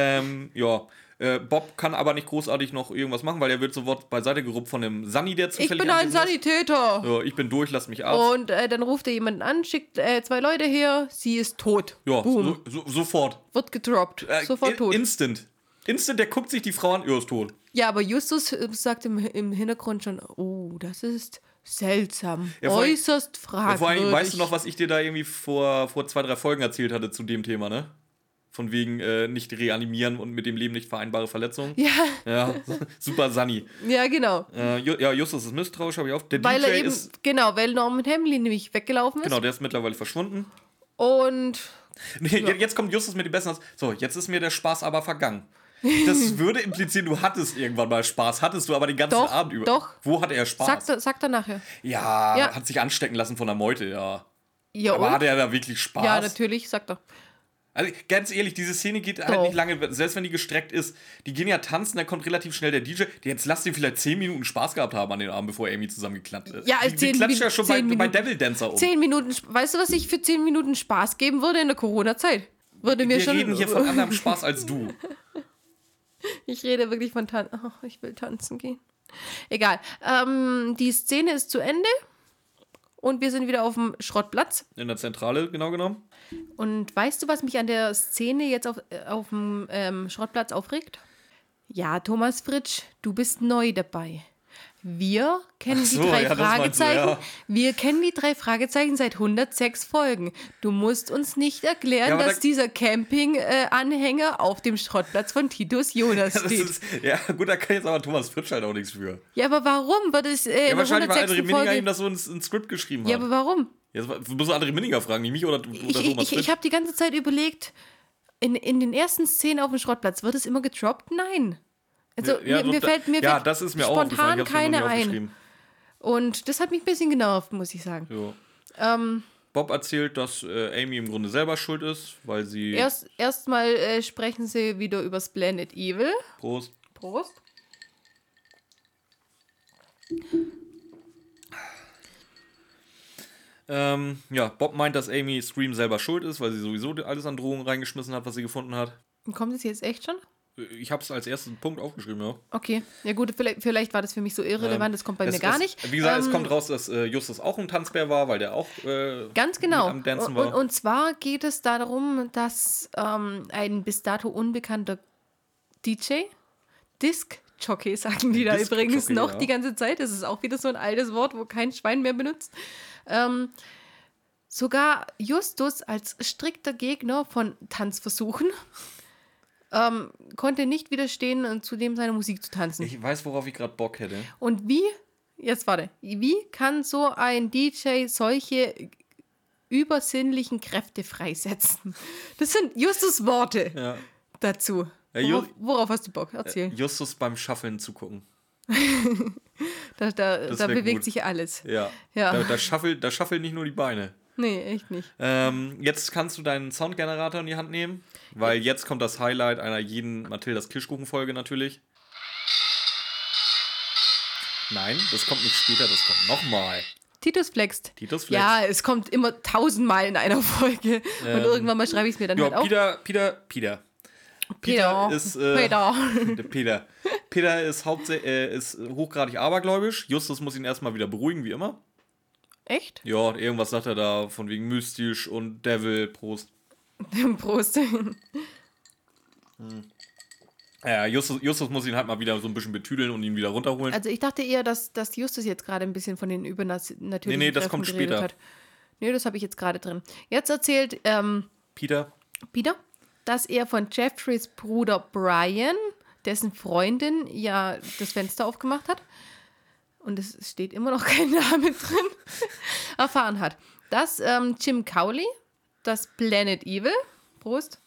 [SPEAKER 2] Bob kann aber nicht großartig noch irgendwas machen, weil er wird sofort beiseite geruppt von dem Sunny, der zufällig
[SPEAKER 1] Ich bin ein Sanitäter.
[SPEAKER 2] Ja, ich bin durch, lass mich ab.
[SPEAKER 1] Und dann ruft er jemanden an, schickt 2 Leute her, sie ist tot.
[SPEAKER 2] Ja,
[SPEAKER 1] Boom.
[SPEAKER 2] sofort.
[SPEAKER 1] Wird gedroppt. Sofort tot.
[SPEAKER 2] Instant, der guckt sich die Frau an, ist tot.
[SPEAKER 1] Ja, aber Justus sagt im Hintergrund schon, oh, das ist seltsam.
[SPEAKER 2] Ja,
[SPEAKER 1] Äußerst fragwürdig.
[SPEAKER 2] Ja, vor allem, weißt du noch, was ich dir da irgendwie vor 2, 3 Folgen erzählt hatte zu dem Thema, ne? Von wegen nicht reanimieren und mit dem Leben nicht vereinbare Verletzungen.
[SPEAKER 1] Ja.
[SPEAKER 2] Ja, super Sunny.
[SPEAKER 1] Ja, genau.
[SPEAKER 2] Ja, Justus ist misstrauisch, habe ich auf. Der
[SPEAKER 1] Weil
[SPEAKER 2] DJ
[SPEAKER 1] er eben,
[SPEAKER 2] ist...
[SPEAKER 1] genau, weil Norman Hamlin nämlich weggelaufen ist.
[SPEAKER 2] Genau, der ist mittlerweile verschwunden.
[SPEAKER 1] Und...
[SPEAKER 2] Nee, jetzt kommt Justus mit dem besten Satz. So, jetzt ist mir der Spaß aber vergangen. Das würde implizieren, du hattest irgendwann mal Spaß. Hattest du aber den ganzen Abend über.
[SPEAKER 1] Doch.
[SPEAKER 2] Wo hatte er Spaß?
[SPEAKER 1] Sagt er nachher.
[SPEAKER 2] Ja, hat sich anstecken lassen von der Meute, ja.
[SPEAKER 1] Ja,
[SPEAKER 2] aber
[SPEAKER 1] und?
[SPEAKER 2] hatte er da wirklich Spaß?
[SPEAKER 1] Ja, natürlich, sagt er.
[SPEAKER 2] Also ganz ehrlich, diese Szene geht halt nicht lange, selbst wenn die gestreckt ist. Die gehen ja tanzen, dann kommt relativ schnell der DJ. Jetzt lass den vielleicht 10 Minuten Spaß gehabt haben an den Abend, bevor Amy zusammengeklappt ist.
[SPEAKER 1] Ja,
[SPEAKER 2] die klatscht ja schon bei Devil Dancer um.
[SPEAKER 1] 10 Minuten, weißt du, was ich für 10 Minuten Spaß geben würde in der Corona-Zeit? Wir
[SPEAKER 2] reden hier von anderem Spaß als du.
[SPEAKER 1] Ich rede wirklich von Tanzen. Oh, ich will tanzen gehen. Egal. Die Szene ist zu Ende. Und wir sind wieder auf dem Schrottplatz.
[SPEAKER 2] In der Zentrale, genau genommen.
[SPEAKER 1] Und weißt du, was mich an der Szene jetzt auf dem Schrottplatz aufregt? Ja, Thomas Fritsch, du bist neu dabei. Wir kennen die 3 Fragezeichen. Wir kennen die 3 Fragezeichen seit 106 Folgen. Du musst uns nicht erklären, dass dieser Camping-Anhänger auf dem Schrottplatz von Titus Jonas steht.
[SPEAKER 2] Ja, gut, da kann jetzt aber Thomas Fritsch halt auch nichts für.
[SPEAKER 1] Ja, aber warum wird es
[SPEAKER 2] ja, wahrscheinlich, weil André Minninger ihm das so ins Skript geschrieben hat.
[SPEAKER 1] Ja, aber warum?
[SPEAKER 2] Jetzt musst du André Minninger fragen, nicht mich oder Thomas Fritsch.
[SPEAKER 1] Ich habe die ganze Zeit überlegt, in den ersten Szenen auf dem Schrottplatz, wird es immer gedroppt? Nein. Also mir fällt
[SPEAKER 2] das ist mir
[SPEAKER 1] spontan
[SPEAKER 2] auch
[SPEAKER 1] keine ein. Und das hat mich ein bisschen genervt, muss ich sagen.
[SPEAKER 2] Bob erzählt, dass Amy im Grunde selber schuld ist, weil sie...
[SPEAKER 1] Erstmal sprechen sie wieder über Splendid Evil.
[SPEAKER 2] Prost.
[SPEAKER 1] Prost.
[SPEAKER 2] Bob meint, dass Amy Scream selber schuld ist, weil sie sowieso alles an Drohungen reingeschmissen hat, was sie gefunden hat.
[SPEAKER 1] Und kommt es jetzt echt schon?
[SPEAKER 2] Ich habe es als ersten Punkt aufgeschrieben, ja.
[SPEAKER 1] Okay, ja gut, vielleicht war das für mich so irrelevant, das kommt bei mir gar nicht.
[SPEAKER 2] Wie gesagt, es kommt raus, dass Justus auch ein Tanzbär war, weil der auch
[SPEAKER 1] ganz genau.
[SPEAKER 2] am Dancen war.
[SPEAKER 1] Und zwar geht es darum, dass ein bis dato unbekannter DJ, Disc-Jockey sagen die da übrigens noch die ganze Zeit, das ist auch wieder so ein altes Wort, wo kein Schwein mehr benutzt, Sogar Justus als strikter Gegner von Tanzversuchen konnte nicht widerstehen und zudem seine Musik zu tanzen.
[SPEAKER 2] Ich weiß, worauf ich gerade Bock hätte.
[SPEAKER 1] Und wie kann so ein DJ solche übersinnlichen Kräfte freisetzen? Das sind Justus' Worte dazu. Worauf hast du Bock? Erzähl.
[SPEAKER 2] Justus beim Shuffeln zugucken.
[SPEAKER 1] Da bewegt sich alles.
[SPEAKER 2] Ja. Da shuffelt nicht nur die Beine.
[SPEAKER 1] Nee, echt nicht.
[SPEAKER 2] Jetzt kannst du deinen Soundgenerator in die Hand nehmen, weil jetzt kommt das Highlight einer jeden Mathildas Kirschkuchen-Folge natürlich. Nein, das kommt nicht später, das kommt nochmal.
[SPEAKER 1] Titus flext. Ja, es kommt immer 1000-mal in einer Folge. Und irgendwann mal schreibe ich es mir dann halt auf.
[SPEAKER 2] Peter ist ist hochgradig abergläubisch. Justus muss ihn erstmal wieder beruhigen, wie immer.
[SPEAKER 1] Echt?
[SPEAKER 2] Ja, irgendwas sagt er da, von wegen mystisch und Devil, Prost.
[SPEAKER 1] Prost.
[SPEAKER 2] Ja, Justus muss ihn halt mal wieder so ein bisschen betüdeln und ihn wieder runterholen.
[SPEAKER 1] Also ich dachte eher, dass Justus jetzt gerade ein bisschen von den übernatürlichen
[SPEAKER 2] Nee, das kommt später.
[SPEAKER 1] Hat. Nee, das habe ich jetzt gerade drin. Jetzt erzählt
[SPEAKER 2] Peter,
[SPEAKER 1] dass er von Jeffreys Bruder Brian, dessen Freundin ja das Fenster aufgemacht hat, und es steht immer noch kein Name drin, erfahren hat, dass Jim Cowley das Planet Evil, Prost,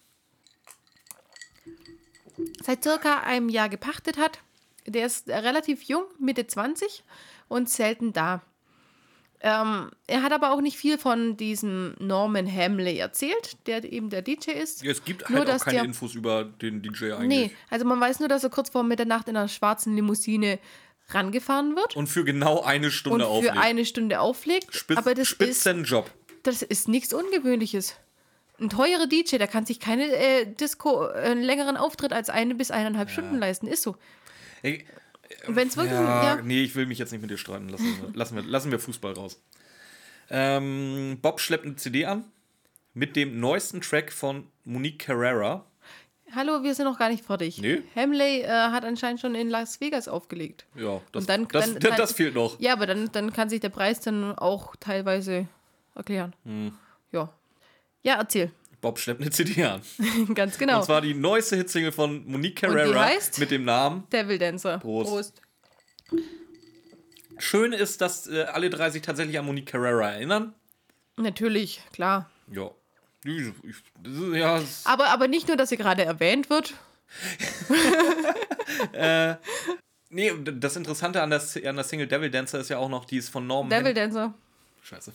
[SPEAKER 1] seit circa einem Jahr gepachtet hat. Der ist relativ jung, Mitte 20 und selten da. Er hat aber auch nicht viel von diesem Norman Hamley erzählt, der eben der DJ ist.
[SPEAKER 2] Ja, es gibt halt auch keine Infos über den DJ eigentlich. Nee,
[SPEAKER 1] also man weiß nur, dass er kurz vor Mitternacht in einer schwarzen Limousine rangefahren wird.
[SPEAKER 2] Und für genau eine Stunde auflegt.
[SPEAKER 1] Aber das
[SPEAKER 2] Spitzenjob.
[SPEAKER 1] Das ist nichts Ungewöhnliches. Ein teurer DJ, der kann sich keine Disco einen längeren Auftritt als 1 bis 1,5 Stunden leisten. Ist so. Wenn es wirklich.
[SPEAKER 2] Nee, ich will mich jetzt nicht mit dir streiten. Lassen wir Fußball raus. Bob schleppt eine CD an mit dem neuesten Track von Monique Carrera.
[SPEAKER 1] Hallo, wir sind noch gar nicht fertig.
[SPEAKER 2] Nee.
[SPEAKER 1] Hamley hat anscheinend schon in Las Vegas aufgelegt.
[SPEAKER 2] Ja, das fehlt noch.
[SPEAKER 1] Ja, aber dann kann sich der Preis dann auch teilweise erklären. Ja, erzähl.
[SPEAKER 2] Bob schleppt eine CD an.
[SPEAKER 1] Ganz genau.
[SPEAKER 2] Und zwar die neueste Hitsingle von Monique Carrera.
[SPEAKER 1] Und die heißt
[SPEAKER 2] mit dem Namen
[SPEAKER 1] Devil Dancer.
[SPEAKER 2] Prost. Schön ist, dass alle drei sich tatsächlich an Monique Carrera erinnern. Natürlich,
[SPEAKER 1] klar.
[SPEAKER 2] Ja.
[SPEAKER 1] Aber nicht nur, dass sie gerade erwähnt wird.
[SPEAKER 2] Nee, das Interessante an der Single Devil Dancer ist ja auch noch, die ist von Norman.
[SPEAKER 1] Devil Dancer.
[SPEAKER 2] Scheiße.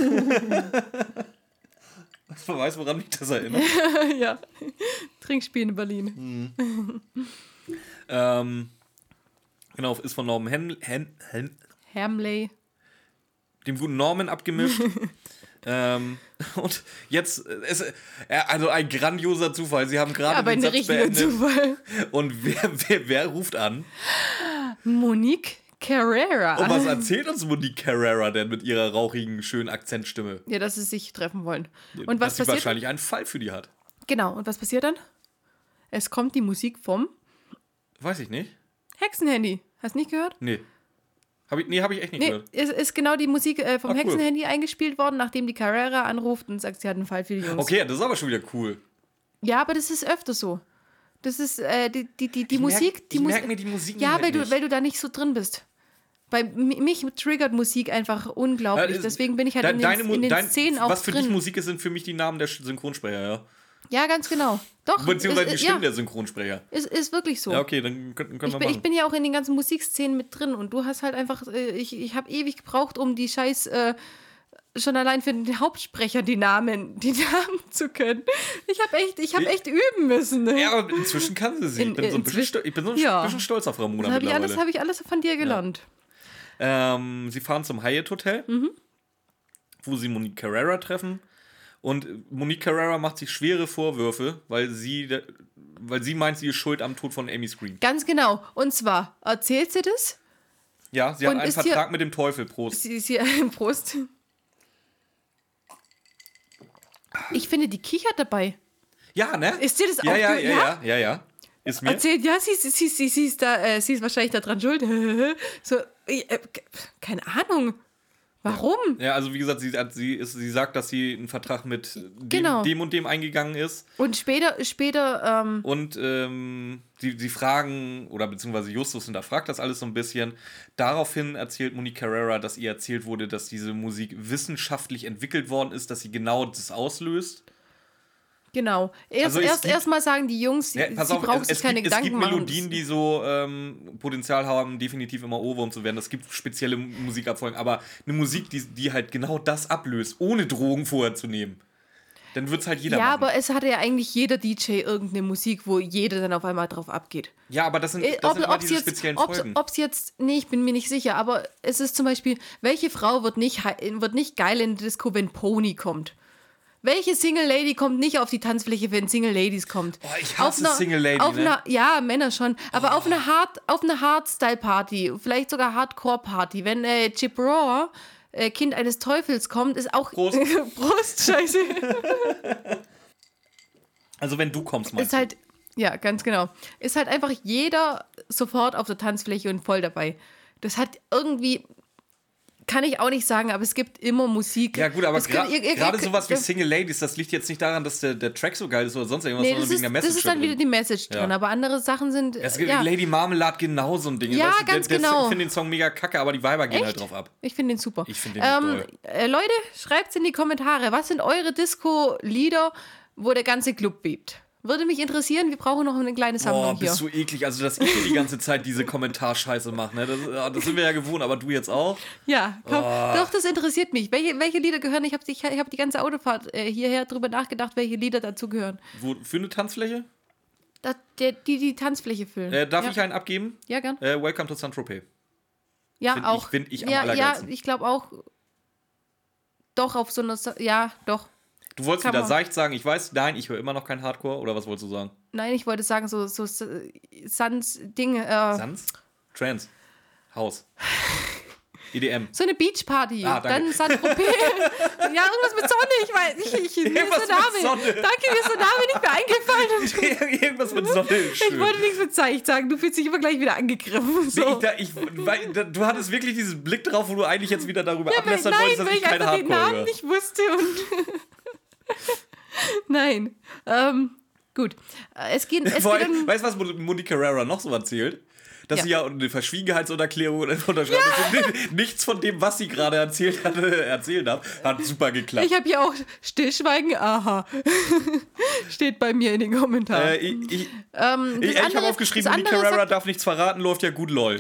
[SPEAKER 2] Man weiß, woran mich das erinnert.
[SPEAKER 1] Ja. Trinkspiel in Berlin.
[SPEAKER 2] Genau, ist von Norman
[SPEAKER 1] Hamley.
[SPEAKER 2] Dem guten Norman abgemischt. Und jetzt also ein grandioser Zufall. Sie haben gerade den Satz beendet. Zufall. Und wer ruft an?
[SPEAKER 1] Monique Carrera.
[SPEAKER 2] Und was erzählt uns Monique Carrera denn mit ihrer rauchigen, schönen Akzentstimme?
[SPEAKER 1] Ja, dass sie sich treffen wollen.
[SPEAKER 2] Und was passiert? Dass sie wahrscheinlich einen Fall für die hat.
[SPEAKER 1] Genau. Und was passiert dann? Es kommt die Musik vom...
[SPEAKER 2] Weiß ich nicht.
[SPEAKER 1] Hexenhandy. Hast du nicht gehört?
[SPEAKER 2] Nee. Hab ich echt nicht gehört.
[SPEAKER 1] Es ist genau die Musik vom Hexenhandy eingespielt worden, nachdem die Carrera anruft und sagt, sie hat einen Fall für die Jungs.
[SPEAKER 2] Okay, das ist aber schon wieder cool.
[SPEAKER 1] Ja, aber das ist öfter so. Das ist die Musik.
[SPEAKER 2] Ich merke mir die Musik
[SPEAKER 1] ja,
[SPEAKER 2] nicht.
[SPEAKER 1] weil du da nicht so drin bist. Bei mich triggert Musik einfach unglaublich. Deswegen bin ich halt in den Szenen auch drin.
[SPEAKER 2] Was für dich Musik ist, sind für mich die Namen der Synchronsprecher, ja.
[SPEAKER 1] Ja, ganz genau. Doch.
[SPEAKER 2] Beziehungsweise die Stimmen der Synchronsprecher.
[SPEAKER 1] Ist wirklich so.
[SPEAKER 2] Ja, okay, dann können wir machen.
[SPEAKER 1] Ich bin ja auch in den ganzen Musikszenen mit drin und du hast halt einfach, ich habe ewig gebraucht, um die scheiß, schon allein für den Hauptsprecher die Namen zu können. Ich habe echt üben müssen. Ne?
[SPEAKER 2] Ja, aber inzwischen kann sie. Ich bin so ein bisschen stolz auf Ramona mittlerweile.
[SPEAKER 1] Das habe ich alles von dir gelernt.
[SPEAKER 2] Ja. Sie fahren zum Hyatt Hotel, wo sie Monique Carrera treffen. Und Monique Carrera macht sich schwere Vorwürfe, weil sie meint, sie ist schuld am Tod von Amy Scream.
[SPEAKER 1] Ganz genau. Und zwar, erzählt sie das?
[SPEAKER 2] Ja, sie hat einen Vertrag mit dem Teufel. Prost.
[SPEAKER 1] Prost. Ich finde, die kichert dabei.
[SPEAKER 2] Ja, ne?
[SPEAKER 1] Ist dir das
[SPEAKER 2] auch Ja. Ist mir?
[SPEAKER 1] Erzählt, ja, sie ist wahrscheinlich daran schuld. So, keine Ahnung. Warum?
[SPEAKER 2] Ja, also wie gesagt, sie sagt, dass sie einen Vertrag mit
[SPEAKER 1] Genau.
[SPEAKER 2] dem und dem eingegangen ist.
[SPEAKER 1] Und später
[SPEAKER 2] Und sie fragen, oder beziehungsweise Justus hinterfragt das alles so ein bisschen. Daraufhin erzählt Monique Carrera, dass ihr erzählt wurde, dass diese Musik wissenschaftlich entwickelt worden ist, dass sie genau das auslöst.
[SPEAKER 1] Genau. Erstmal sagen die Jungs, sie brauchen sich keine Gedanken machen.
[SPEAKER 2] Es gibt Melodien, die so Potenzial haben, definitiv immer Ohrwurm zu werden. Es gibt spezielle Musikabfolgen, aber eine Musik, die halt genau das ablöst, ohne Drogen vorher zu nehmen. Dann wird es halt jeder machen.
[SPEAKER 1] Ja, aber es hatte ja eigentlich jeder DJ irgendeine Musik, wo jeder dann auf einmal drauf abgeht.
[SPEAKER 2] Ja, aber das sind immer diese speziellen Folgen.
[SPEAKER 1] Nee, ich bin mir nicht sicher, aber es ist zum Beispiel, welche Frau wird nicht geil in die Disco, wenn Pony kommt? Welche Single Lady kommt nicht auf die Tanzfläche, wenn Single Ladies kommt?
[SPEAKER 2] Boah, ich hasse Single Lady, ne?
[SPEAKER 1] Ja, Männer schon. Aber auf eine Hardstyle-Party, vielleicht sogar Hardcore-Party, wenn Chip Raw, Kind eines Teufels kommt, ist auch...
[SPEAKER 2] Prost.
[SPEAKER 1] Prost, scheiße.
[SPEAKER 2] Also wenn du kommst, meinst du?
[SPEAKER 1] Halt, ja, ganz genau. Ist halt einfach jeder sofort auf der Tanzfläche und voll dabei. Das hat irgendwie... Kann ich auch nicht sagen, aber es gibt immer Musik.
[SPEAKER 2] Ja gut, aber gerade sowas wie Single Ladies, das liegt jetzt nicht daran, dass der Track so geil ist oder sonst irgendwas, sondern wegen der Message.
[SPEAKER 1] Das ist dann wieder die Message drin, aber andere Sachen sind...
[SPEAKER 2] Es gibt Lady Marmalade genau so ein Ding.
[SPEAKER 1] Ja, ganz genau.
[SPEAKER 2] Ich finde den Song mega kacke, aber die Weiber gehen halt drauf ab.
[SPEAKER 1] Ich finde den super.
[SPEAKER 2] Ich finde den toll.
[SPEAKER 1] Leute, schreibt's in die Kommentare. Was sind eure Disco-Lieder, wo der ganze Club bebt? Würde mich interessieren, wir brauchen noch eine kleine Sammlung hier.
[SPEAKER 2] Bist du eklig, also dass ich hier die ganze Zeit diese Kommentarscheiße mache, ne? Das sind wir ja gewohnt, aber du jetzt auch?
[SPEAKER 1] Ja, komm, doch, das interessiert mich. Welche Lieder gehören? Ich hab die ganze Autofahrt hierher drüber nachgedacht, welche Lieder dazu gehören.
[SPEAKER 2] Für eine Tanzfläche?
[SPEAKER 1] Die Tanzfläche füllen.
[SPEAKER 2] Darf ich einen abgeben?
[SPEAKER 1] Ja, gern.
[SPEAKER 2] Welcome to Saint-Tropez.
[SPEAKER 1] Ja, auch.
[SPEAKER 2] Finde ich am allergeilsten.
[SPEAKER 1] Ja, ich glaube auch. Doch, auf so einer... Ja, doch.
[SPEAKER 2] Du wolltest wieder seicht sagen, ich weiß, nein, ich höre immer noch kein Hardcore, oder was wolltest du sagen?
[SPEAKER 1] Nein, ich wollte sagen, so Sans-Ding.
[SPEAKER 2] Sans? Trance. Haus. EDM.
[SPEAKER 1] So eine Beachparty.
[SPEAKER 2] Danke.
[SPEAKER 1] Dann Saint-Tropez. Ja, irgendwas mit Sonne. Ich weiß nicht. Mir ist der Name. Danke, mir ist der Name nicht mehr eingefallen.
[SPEAKER 2] Irgendwas mit Sonne ist schön.
[SPEAKER 1] Ich wollte nichts mit Seicht sagen. Du fühlst dich immer gleich wieder angegriffen. So.
[SPEAKER 2] Du hattest wirklich diesen Blick drauf, wo du eigentlich jetzt wieder darüber ablästern wolltest, dass ich kein Hardcore
[SPEAKER 1] den Namen nicht wusste und... Nein. Gut. Weißt du,
[SPEAKER 2] was Monique Carrera noch so erzählt? Dass sie ja eine Verschwiegenheitsunterklärung unterschreibt. Nichts von dem, was sie gerade erzählt hat, hat super geklappt.
[SPEAKER 1] Ich habe hier auch Stillschweigen, aha. Steht bei mir in den Kommentaren.
[SPEAKER 2] Ich habe aufgeschrieben, Monique Carrera darf nichts verraten, läuft ja gut, lol.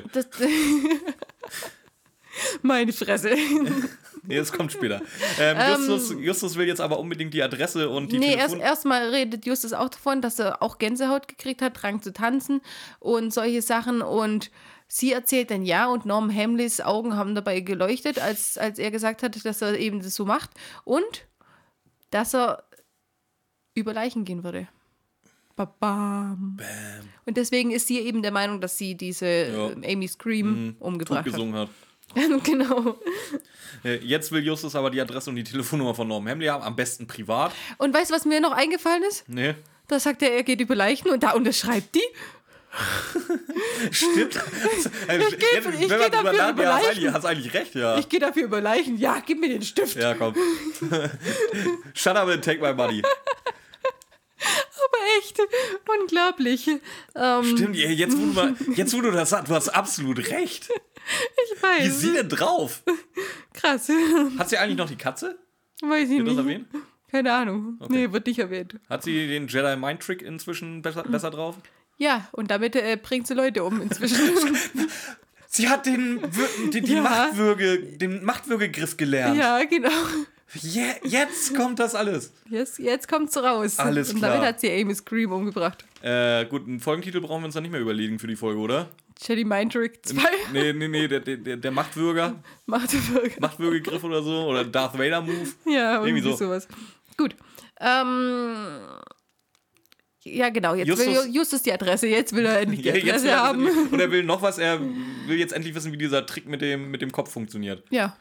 [SPEAKER 1] Meine Fresse.
[SPEAKER 2] Nee, das kommt später. Justus will jetzt aber unbedingt die Adresse und die
[SPEAKER 1] Telefon... Nee, erstmal redet Justus auch davon, dass er auch Gänsehaut gekriegt hat, Drang zu tanzen und solche Sachen. Und sie erzählt dann ja, und Norman Hamleys Augen haben dabei geleuchtet, als er gesagt hat, dass er eben das so macht. Und dass er über Leichen gehen würde. Babam. Bam. Und deswegen ist sie eben der Meinung, dass sie diese Amy Scream umgebracht hat.
[SPEAKER 2] Gesungen hat.
[SPEAKER 1] Genau.
[SPEAKER 2] Jetzt will Justus aber die Adresse und die Telefonnummer von Norman Hamley haben, am besten privat.
[SPEAKER 1] Und weißt du, was mir noch eingefallen ist?
[SPEAKER 2] Nee.
[SPEAKER 1] Da sagt er geht über Leichen und da unterschreibt die.
[SPEAKER 2] Stimmt.
[SPEAKER 1] Ich gehe dafür über Leichen.
[SPEAKER 2] Hast eigentlich recht, ja.
[SPEAKER 1] Ich gehe dafür über Leichen. Ja, gib mir den Stift.
[SPEAKER 2] Ja, komm. Shut up and take my money.
[SPEAKER 1] Aber echt unglaublich.
[SPEAKER 2] Stimmt, jetzt wo du das sagst, du hast absolut recht.
[SPEAKER 1] Ich weiß.
[SPEAKER 2] Wie ist sie denn drauf?
[SPEAKER 1] Krass.
[SPEAKER 2] Hat sie eigentlich noch die Katze?
[SPEAKER 1] Weiß ich
[SPEAKER 2] Wird
[SPEAKER 1] nicht.
[SPEAKER 2] das erwähnt?
[SPEAKER 1] Keine Ahnung. Okay. Nee, wird nicht erwähnt.
[SPEAKER 2] Hat sie den Jedi-Mind-Trick inzwischen besser drauf?
[SPEAKER 1] Ja, und damit bringt sie Leute um inzwischen.
[SPEAKER 2] Sie hat den Machtwürgegriff gelernt.
[SPEAKER 1] Ja, genau.
[SPEAKER 2] Jetzt kommt das alles.
[SPEAKER 1] Jetzt kommt's raus.
[SPEAKER 2] Alles klar.
[SPEAKER 1] Und damit hat sie Amy Scream umgebracht.
[SPEAKER 2] Gut, einen Folgentitel brauchen wir uns dann nicht mehr überlegen für die Folge, oder?
[SPEAKER 1] Jedi Mind Trick 2.
[SPEAKER 2] Nee, der Machtwürger. Machtwürgegriff oder so. Oder Darth Vader Move.
[SPEAKER 1] Ja, irgendwie sowas. Gut. Ja, genau. Jetzt will Justus die Adresse. Jetzt will er endlich die Adresse haben.
[SPEAKER 2] Und er will noch was. Er will jetzt endlich wissen, wie dieser Trick mit dem Kopf funktioniert.
[SPEAKER 1] Ja.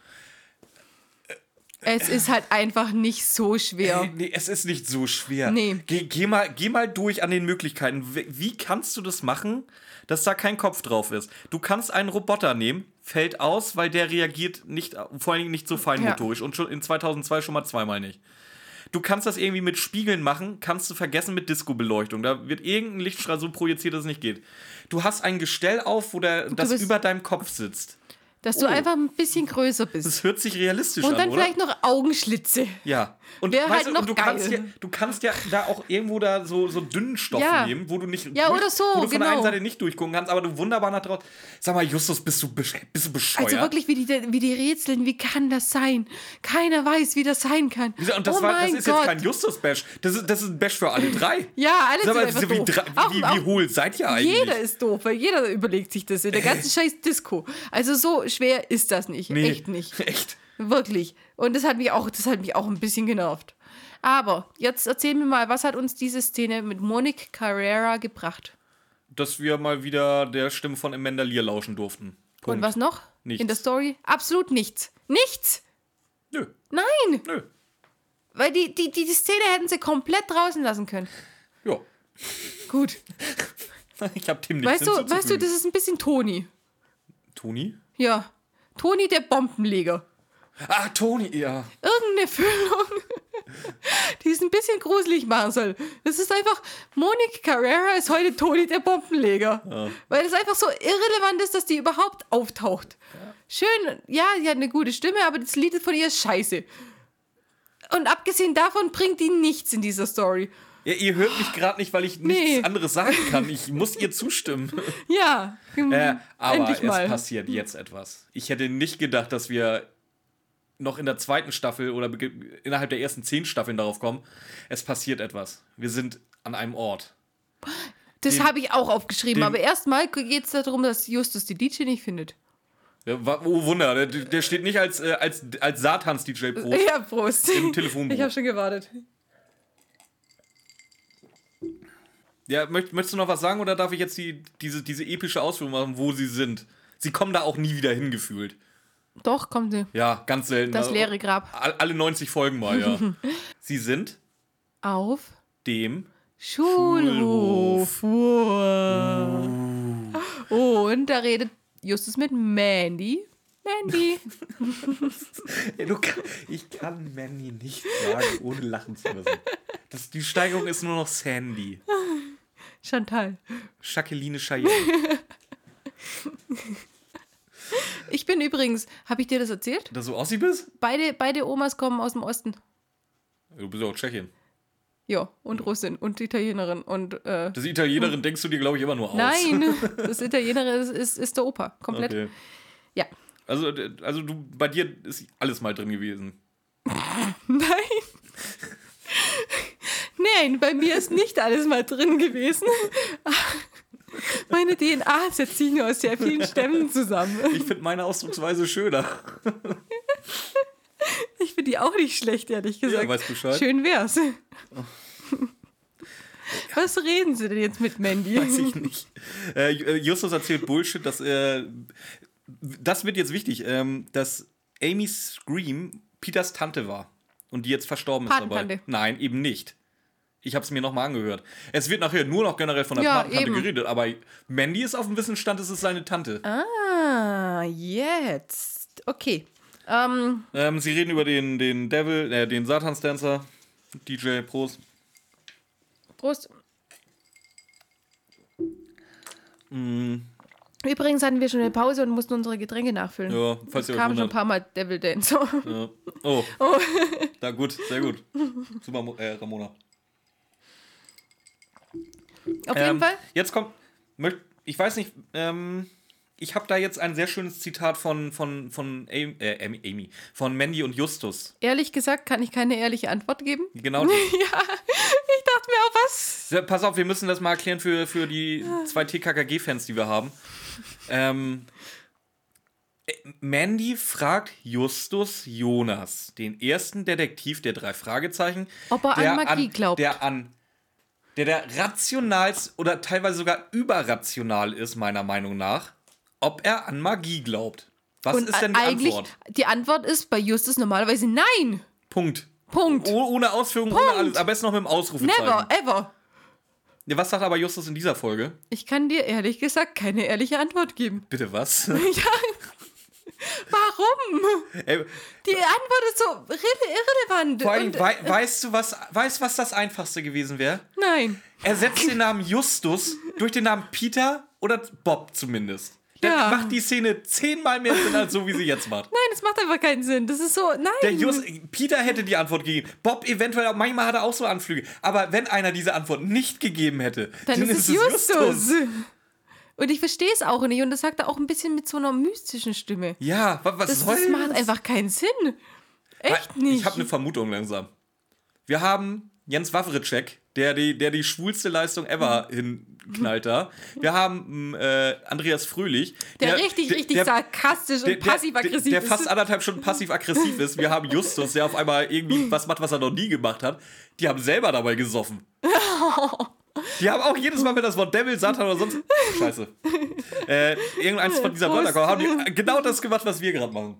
[SPEAKER 1] Es ist halt einfach nicht so schwer.
[SPEAKER 2] Nee, es ist nicht so schwer.
[SPEAKER 1] Nee.
[SPEAKER 2] Geh mal durch an den Möglichkeiten. Wie kannst du das machen, dass da kein Kopf drauf ist? Du kannst einen Roboter nehmen, fällt aus, weil der reagiert nicht, vor allen Dingen nicht so feinmotorisch und schon in 2002 schon mal zweimal nicht. Du kannst das irgendwie mit Spiegeln machen, kannst du vergessen mit Disco-Beleuchtung. Da wird irgendein Lichtstrahl so projiziert, dass es nicht geht. Du hast ein Gestell auf, wo das über deinem Kopf sitzt.
[SPEAKER 1] Dass du einfach ein bisschen größer bist.
[SPEAKER 2] Das hört sich realistisch an,
[SPEAKER 1] oder?
[SPEAKER 2] Und
[SPEAKER 1] dann vielleicht noch Augenschlitze.
[SPEAKER 2] Ja. Und,
[SPEAKER 1] halt noch
[SPEAKER 2] du kannst ja da auch irgendwo da so dünnen Stoff nehmen, wo du nicht
[SPEAKER 1] oder so,
[SPEAKER 2] wo du von der einen Seite nicht durchgucken kannst, aber du wunderbar nach draußen. Sag mal, Justus, bist du bescheuert?
[SPEAKER 1] Also wirklich, wie die rätseln, wie kann das sein? Keiner weiß, wie das sein kann.
[SPEAKER 2] Und das ist jetzt kein Justus-Bash. Das ist ein Bash für alle drei.
[SPEAKER 1] Ja, alle sind einfach
[SPEAKER 2] doof. Wie hohl seid ihr eigentlich?
[SPEAKER 1] Jeder ist doof, weil jeder überlegt sich das in der ganzen scheiß Disco. Also so schwer ist das nicht. Nee, echt nicht.
[SPEAKER 2] Echt.
[SPEAKER 1] Wirklich. Und das hat mich auch ein bisschen genervt. Aber jetzt erzähl mir mal, was hat uns diese Szene mit Monique Carrera gebracht?
[SPEAKER 2] Dass wir mal wieder der Stimme von Amanda Lear lauschen durften. Punkt.
[SPEAKER 1] Und was noch?
[SPEAKER 2] Nichts.
[SPEAKER 1] In der Story? Absolut nichts. Nichts!
[SPEAKER 2] Nö.
[SPEAKER 1] Nein!
[SPEAKER 2] Nö.
[SPEAKER 1] Weil die Szene hätten sie komplett draußen lassen können.
[SPEAKER 2] Ja.
[SPEAKER 1] Gut.
[SPEAKER 2] Ich hab dem nichts
[SPEAKER 1] hinzuzufügen. Weißt du, das ist ein bisschen Toni.
[SPEAKER 2] Toni?
[SPEAKER 1] Ja. Toni, der Bombenleger.
[SPEAKER 2] Ah, Toni, ja.
[SPEAKER 1] Irgendeine Füllung, die es ein bisschen gruselig machen soll. Das ist einfach, Monique Carrera ist heute Toni, der Bombenleger. Ja. Weil es einfach so irrelevant ist, dass die überhaupt auftaucht. Ja. Schön, ja, die hat eine gute Stimme, aber das Lied von ihr ist scheiße. Und abgesehen davon bringt die nichts in dieser Story.
[SPEAKER 2] Ja, ihr hört mich gerade nicht, weil ich nichts anderes sagen kann. Ich muss ihr zustimmen.
[SPEAKER 1] Ja,
[SPEAKER 2] aber es passiert jetzt etwas. Ich hätte nicht gedacht, dass wir noch in der zweiten Staffel oder innerhalb der ersten 10 Staffeln darauf kommen. Es passiert etwas. Wir sind an einem Ort.
[SPEAKER 1] Das habe ich auch aufgeschrieben. Aber erstmal geht es darum, dass Justus die DJ nicht findet.
[SPEAKER 2] Ja, oh Wunder, der steht nicht als Satans-DJ Prost.
[SPEAKER 1] Ja, Prost.
[SPEAKER 2] Im Telefonbuch.
[SPEAKER 1] Ich habe schon gewartet.
[SPEAKER 2] Ja, möchtest du noch was sagen oder darf ich jetzt diese epische Ausführung machen, wo sie sind? Sie kommen da auch nie wieder hingefühlt.
[SPEAKER 1] Doch, kommen sie.
[SPEAKER 2] Ja, ganz selten.
[SPEAKER 1] Das leere Grab.
[SPEAKER 2] Alle 90 Folgen mal, ja. Sie sind
[SPEAKER 1] auf
[SPEAKER 2] dem
[SPEAKER 1] Schulhof. Und da redet Justus mit Mandy. Mandy.
[SPEAKER 2] Ich kann Mandy nicht sagen, ohne lachen zu müssen. Die Steigerung ist nur noch Sandy.
[SPEAKER 1] Chantal.
[SPEAKER 2] Jacqueline Cheyenne.
[SPEAKER 1] Ich bin übrigens, habe ich dir das erzählt?
[SPEAKER 2] Dass du Ossi bist?
[SPEAKER 1] Beide Omas kommen aus dem Osten.
[SPEAKER 2] Du bist ja auch Tschechin.
[SPEAKER 1] Ja, und Russin und Italienerin. Und,
[SPEAKER 2] das Italienerin denkst du dir, glaube ich, immer nur aus.
[SPEAKER 1] Nein, das Italienerin ist der Opa. Komplett. Okay. Ja.
[SPEAKER 2] Also bei dir ist alles mal drin gewesen.
[SPEAKER 1] Nein. Nein, bei mir ist nicht alles mal drin gewesen. Meine DNA setzt sich nur aus sehr vielen Stämmen zusammen.
[SPEAKER 2] Ich finde meine Ausdrucksweise schöner.
[SPEAKER 1] Ich finde die auch nicht schlecht, ehrlich gesagt.
[SPEAKER 2] Ja, weißt Bescheid.
[SPEAKER 1] Schön wär's. Was reden sie denn jetzt mit Mandy?
[SPEAKER 2] Weiß ich nicht. Justus erzählt Bullshit, dass das wird jetzt wichtig, dass Amy Scream Peters Tante war und die jetzt verstorben ist dabei. Nein, eben nicht. Ich habe es mir nochmal angehört. Es wird nachher nur noch generell von der Patentante geredet, aber Mandy ist auf dem Wissensstand, es ist seine Tante.
[SPEAKER 1] Ah, jetzt. Okay.
[SPEAKER 2] Sie reden über den Devil, den Satansdancer, DJ, Prost.
[SPEAKER 1] Prost. Übrigens hatten wir schon eine Pause und mussten unsere Getränke nachfüllen.
[SPEAKER 2] Ja, falls ihr
[SPEAKER 1] euch kamen schon ein paar Mal Devil Dancer.
[SPEAKER 2] Ja. Oh. Na gut, sehr gut. Super, Ramona.
[SPEAKER 1] Auf jeden Fall.
[SPEAKER 2] Jetzt kommt, ich weiß nicht, ich habe da jetzt ein sehr schönes Zitat von Amy, von Mandy und Justus.
[SPEAKER 1] Ehrlich gesagt kann ich keine ehrliche Antwort geben.
[SPEAKER 2] Genau.
[SPEAKER 1] Ja, ich dachte mir auch was.
[SPEAKER 2] Ja, pass auf, wir müssen das mal erklären für die 2 TKKG-Fans, die wir haben. Mandy fragt Justus Jonas, den ersten Detektiv der 3 Fragezeichen,
[SPEAKER 1] ob er an Magie glaubt.
[SPEAKER 2] Der rational oder teilweise sogar überrational ist, meiner Meinung nach, ob er an Magie glaubt. Was ist denn die Antwort?
[SPEAKER 1] Die Antwort ist bei Justus normalerweise nein.
[SPEAKER 2] Punkt.
[SPEAKER 1] Ohne
[SPEAKER 2] Ausführung, ohne alles. Am besten noch mit dem Ausrufezeichen.
[SPEAKER 1] Never, ever.
[SPEAKER 2] Ja, was sagt aber Justus in dieser Folge?
[SPEAKER 1] Ich kann dir ehrlich gesagt keine ehrliche Antwort geben.
[SPEAKER 2] Bitte was?
[SPEAKER 1] Ja. Warum? Die Antwort ist so irrelevant.
[SPEAKER 2] Vor allem, weißt du, was das Einfachste gewesen wäre?
[SPEAKER 1] Nein.
[SPEAKER 2] Ersetzt den Namen Justus durch den Namen Peter oder Bob zumindest. Dann
[SPEAKER 1] Ja.
[SPEAKER 2] macht die Szene 10-mal mehr Sinn, als so, wie sie jetzt macht.
[SPEAKER 1] Nein, das macht einfach keinen Sinn. Das ist so, nein.
[SPEAKER 2] Peter hätte die Antwort gegeben. Bob eventuell, manchmal hat er auch so Anflüge. Aber wenn einer diese Antwort nicht gegeben hätte,
[SPEAKER 1] dann ist es Justus. Und ich verstehe es auch nicht. Und das sagt er auch ein bisschen mit so einer mystischen Stimme.
[SPEAKER 2] Ja, was soll
[SPEAKER 1] Das macht einfach keinen Sinn. Echt nicht.
[SPEAKER 2] Ich habe eine Vermutung langsam. Wir haben Jens Wawritschek, der die schwulste Leistung ever hinknallt da. Wir haben Andreas Fröhlich.
[SPEAKER 1] Der richtig sarkastisch und passiv-aggressiv ist.
[SPEAKER 2] Der fast 1,5 Stunden passiv-aggressiv ist. Wir haben Justus, der auf einmal irgendwie was macht, was er noch nie gemacht hat. Die haben selber dabei gesoffen. Die haben auch jedes Mal, wenn das Wort Devil, Satan oder sonst... Scheiße. Irgendeins von dieser Wörter haben die genau das gemacht, was wir gerade machen.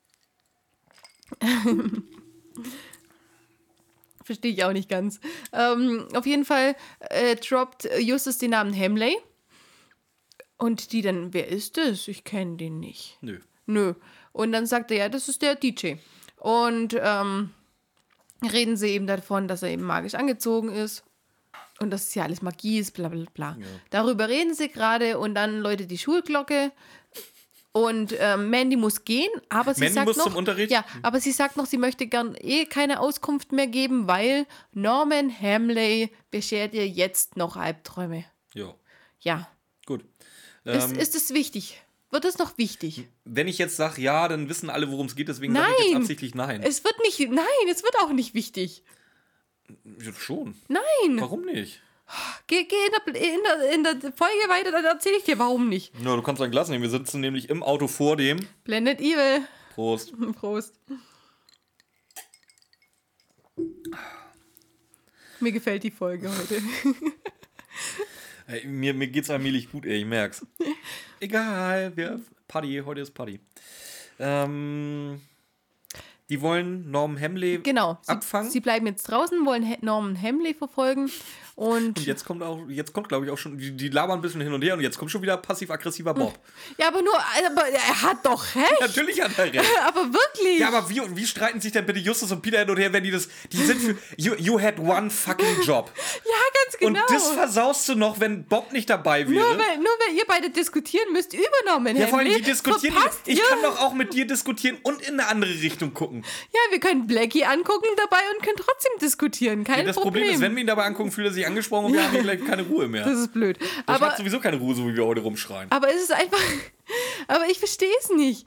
[SPEAKER 1] Verstehe ich auch nicht ganz. Auf jeden Fall droppt Justus den Namen Hamley. Und die dann, wer ist das? Ich kenne den nicht. Nö. Und dann sagt er, ja, das ist der DJ. Und reden sie eben davon, dass er eben magisch angezogen ist. Und dass es ja alles Magie ist, bla bla bla. Ja. Darüber reden sie gerade und dann läutet die Schulglocke. Und Mandy muss gehen, aber sie sagt noch,
[SPEAKER 2] zum Unterricht?
[SPEAKER 1] Ja, aber sie sagt noch, sie möchte gern keine Auskunft mehr geben, weil Norman Hamley beschert ihr jetzt noch Albträume.
[SPEAKER 2] Jo.
[SPEAKER 1] Ja.
[SPEAKER 2] Gut.
[SPEAKER 1] Ist es wichtig? Wird es noch wichtig?
[SPEAKER 2] Wenn ich jetzt sage ja, dann wissen alle, worum es geht, deswegen sage ich jetzt absichtlich nein.
[SPEAKER 1] Es wird auch nicht wichtig.
[SPEAKER 2] Ja, schon.
[SPEAKER 1] Nein.
[SPEAKER 2] Warum nicht?
[SPEAKER 1] Geh in der Folge weiter, dann erzähle ich dir, warum nicht.
[SPEAKER 2] Ja, du kannst ein Glas nehmen. Wir sitzen nämlich im Auto vor dem.
[SPEAKER 1] Blended Evil.
[SPEAKER 2] Prost.
[SPEAKER 1] Prost. Mir gefällt die Folge heute.
[SPEAKER 2] Hey, mir geht's allmählich gut, ey, ich merk's. Egal, heute ist Party. Die wollen Norman Hamley abfangen.
[SPEAKER 1] Sie bleiben jetzt draußen, wollen Norman Hamley verfolgen. Und
[SPEAKER 2] jetzt kommt, glaube ich, auch schon, die labern ein bisschen hin und her und jetzt kommt schon wieder passiv-aggressiver Bob.
[SPEAKER 1] Ja, aber er hat doch recht.
[SPEAKER 2] Natürlich hat er recht.
[SPEAKER 1] Aber wirklich.
[SPEAKER 2] Ja, aber wie streiten sich denn bitte Justus und Peter hin und her, wenn die sind für, you had one fucking job.
[SPEAKER 1] Ja, ganz genau.
[SPEAKER 2] Und das versaust du noch, wenn Bob nicht dabei wäre.
[SPEAKER 1] Nur weil ihr beide diskutieren müsst über Norman Hamley.
[SPEAKER 2] Ja, vor allem, die diskutieren. Ich kann doch auch mit dir diskutieren und in eine andere Richtung gucken.
[SPEAKER 1] Ja, wir können Blackie angucken dabei und können trotzdem diskutieren. Kein Problem.
[SPEAKER 2] Das Problem ist, wenn wir ihn dabei angucken, fühlt er sich angesprochen und wir haben hier gleich keine Ruhe mehr.
[SPEAKER 1] Das ist blöd.
[SPEAKER 2] Der hat sowieso keine Ruhe, so wie wir heute rumschreien.
[SPEAKER 1] Aber es ist einfach... Aber ich verstehe es nicht.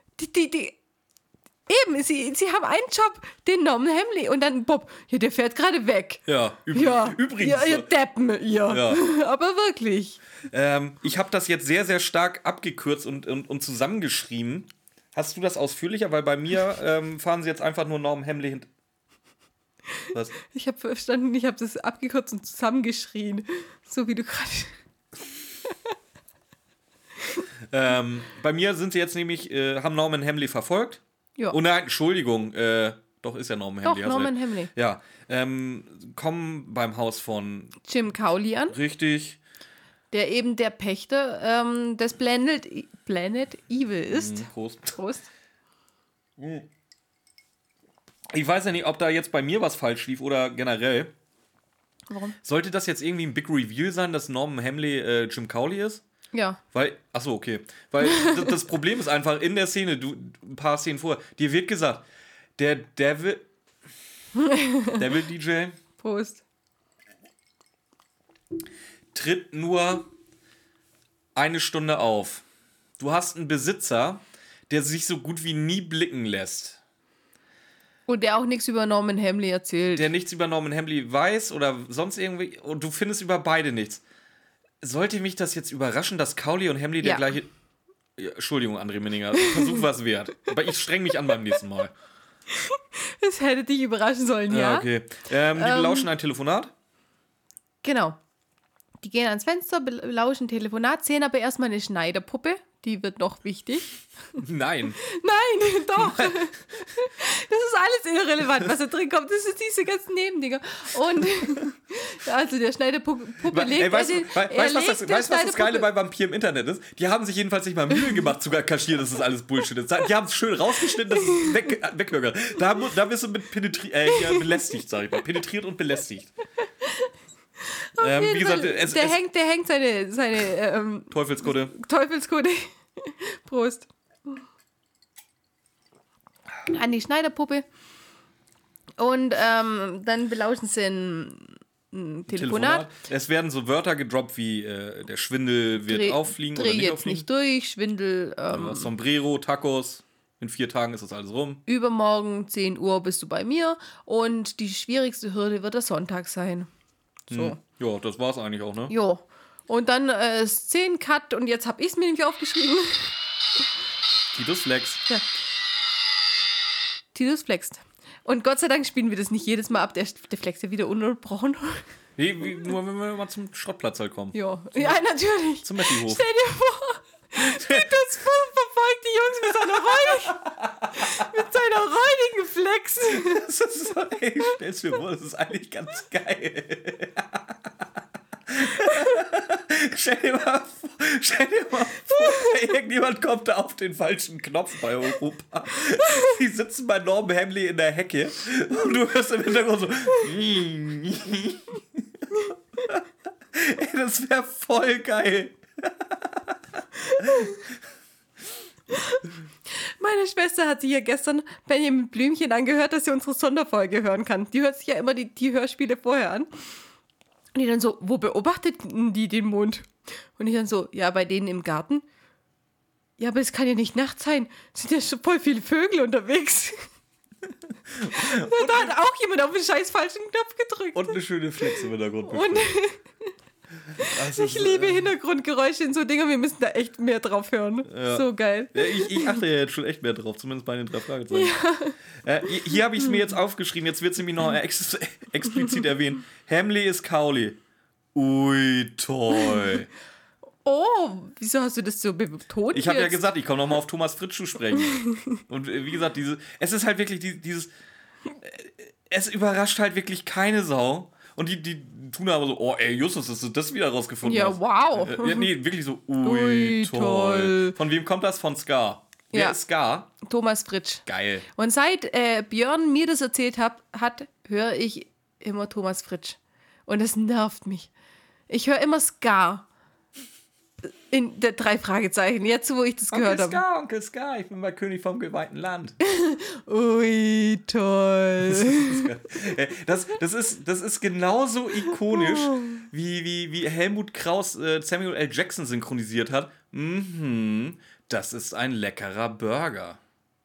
[SPEAKER 1] Eben, sie haben einen Job, den Norman Hamley. Und dann Bob, ja, der fährt gerade weg.
[SPEAKER 2] Ja, übrigens.
[SPEAKER 1] Ja, ihr Deppen, ja. Aber wirklich.
[SPEAKER 2] Ich habe das jetzt sehr, sehr stark abgekürzt und zusammengeschrieben. Hast du das ausführlicher? Weil bei mir fahren sie jetzt einfach nur Norman Hamley hinter. Was?
[SPEAKER 1] Ich habe verstanden, ich habe das abgekürzt und zusammengeschrien. So wie du gerade...
[SPEAKER 2] Bei mir sind sie jetzt nämlich, haben Norman Hamley verfolgt.
[SPEAKER 1] Ja.
[SPEAKER 2] Oh nein, Entschuldigung. Doch, ist ja Norman Hamley.
[SPEAKER 1] Doch, Norman Hamley.
[SPEAKER 2] Ja. Kommen beim Haus von
[SPEAKER 1] Jim Cowley an.
[SPEAKER 2] Richtig.
[SPEAKER 1] Der eben der Pächter des Blended Evil ist. Prost.
[SPEAKER 2] Ich weiß ja nicht, ob da jetzt bei mir was falsch lief oder generell.
[SPEAKER 1] Warum?
[SPEAKER 2] Sollte das jetzt irgendwie ein Big Reveal sein, dass Norman Hamley Jim Cowley ist?
[SPEAKER 1] Ja.
[SPEAKER 2] Achso, okay. Weil das Problem ist einfach, in der Szene, ein paar Szenen vorher, dir wird gesagt, der Devil DJ
[SPEAKER 1] Prost.
[SPEAKER 2] tritt nur eine Stunde auf. Du hast einen Besitzer, der sich so gut wie nie blicken lässt.
[SPEAKER 1] Und der auch nichts über Norman Hamley erzählt.
[SPEAKER 2] Der nichts über Norman Hamley weiß oder sonst irgendwie. Und du findest über beide nichts. Sollte mich das jetzt überraschen, dass Cowley und Hamley der gleiche... Ja, Entschuldigung, André Minninger. Versuch was wert. Aber ich streng mich an beim nächsten Mal.
[SPEAKER 1] Das hätte dich überraschen sollen, ja?
[SPEAKER 2] Okay. Die lauschen ein Telefonat.
[SPEAKER 1] Genau. Die gehen ans Fenster, belauschen Telefonat, sehen aber erstmal eine Schneiderpuppe. Die wird noch wichtig.
[SPEAKER 2] Nein.
[SPEAKER 1] Nein, doch. Das ist alles irrelevant, was da drin kommt. Das sind diese ganzen Nebendinger. Und also der Schneiderpuppe legt...
[SPEAKER 2] Weißt du, was das Geile bei Vampir im Internet ist? Die haben sich jedenfalls nicht mal Mühe gemacht, sogar kaschieren, dass das alles Bullshit ist. Die haben es schön rausgeschnitten, dass es weghören. Da wirst du mit belästigt, sag ich mal. Penetriert und belästigt. Wie gesagt,
[SPEAKER 1] der hängt seine
[SPEAKER 2] Teufelskutte.
[SPEAKER 1] Prost. An die Schneiderpuppe. Und dann belauschen sie ein Telefonat.
[SPEAKER 2] Es werden so Wörter gedroppt wie der Schwindel wird auffliegen oder nicht
[SPEAKER 1] jetzt
[SPEAKER 2] auffliegen.
[SPEAKER 1] nicht durch, Schwindel.
[SPEAKER 2] Sombrero, Tacos. In 4 Tagen ist das alles rum.
[SPEAKER 1] Übermorgen 10 Uhr bist du bei mir. Und die schwierigste Hürde wird der Sonntag sein. So.
[SPEAKER 2] Ja, das war's eigentlich auch, ne?
[SPEAKER 1] Jo. Und dann Szenen-Cut und jetzt habe ich es mir nämlich aufgeschrieben.
[SPEAKER 2] Titus Flex.
[SPEAKER 1] Ja. Titus flext. Und Gott sei Dank spielen wir das nicht jedes Mal ab. Der flext ja wieder ununterbrochen.
[SPEAKER 2] Nur wenn wir mal zum Schrottplatz halt kommen.
[SPEAKER 1] Ja, natürlich.
[SPEAKER 2] Zum Messi-Hof.
[SPEAKER 1] Stell dir vor, Titus verfolgt die Jungs mit seiner räudigen Flex.
[SPEAKER 2] Das ist so, stell's mir vor, das ist eigentlich ganz geil. Stell dir mal vor, irgendjemand kommt da auf den falschen Knopf bei Europa. Die sitzen bei Norm Hamley in der Hecke und du hörst im Hintergrund so. Ey, das wäre voll geil.
[SPEAKER 1] Meine Schwester hat sich ja gestern Benjamin Blümchen angehört, dass sie unsere Sonderfolge hören kann. Die hört sich ja immer die Hörspiele vorher an. Und die dann so, wo beobachteten die den Mond? Und ich dann so, ja, bei denen im Garten. Ja, aber es kann ja nicht nachts sein. Es sind ja schon voll viele Vögel unterwegs. Und da hat auch jemand auf den scheiß falschen Knopf gedrückt.
[SPEAKER 2] Und eine schöne Flex im Hintergrund.
[SPEAKER 1] Und ich liebe Hintergrundgeräusche in so Dingen. Wir müssen da echt mehr drauf hören. Ja. So geil.
[SPEAKER 2] Ja, ich achte ja jetzt schon echt mehr drauf, zumindest bei den 3 Fragezeichen. Ja. Hier habe ich es mir jetzt aufgeschrieben, jetzt wird es nämlich noch explizit erwähnt. Hamley ist Cowley. Ui, toll.
[SPEAKER 1] Oh, wieso hast du das so betont?
[SPEAKER 2] Ich habe ja gesagt, ich komme nochmal auf Thomas Fritsch zu sprechen. Und wie gesagt, es ist halt wirklich dieses... Es überrascht halt wirklich keine Sau. Und die tun aber so, oh ey, Justus, dass du das wieder rausgefunden hast.
[SPEAKER 1] Ja, wow.
[SPEAKER 2] Nee, wirklich so, ui, toll. Von wem kommt das? Von Scar. Wer ist Scar?
[SPEAKER 1] Thomas Fritsch.
[SPEAKER 2] Geil.
[SPEAKER 1] Und seit Björn mir das erzählt hat, höre ich immer Thomas Fritsch. Und das nervt mich. Ich höre immer Scar. In der 3 Fragezeichen, jetzt wo ich das gehört habe.
[SPEAKER 2] Onkel Scar, ich bin mal König vom geweihten Land.
[SPEAKER 1] Ui, toll.
[SPEAKER 2] Das ist genauso ikonisch, wie Helmut Kraus Samuel L. Jackson synchronisiert hat. Das ist ein leckerer Burger.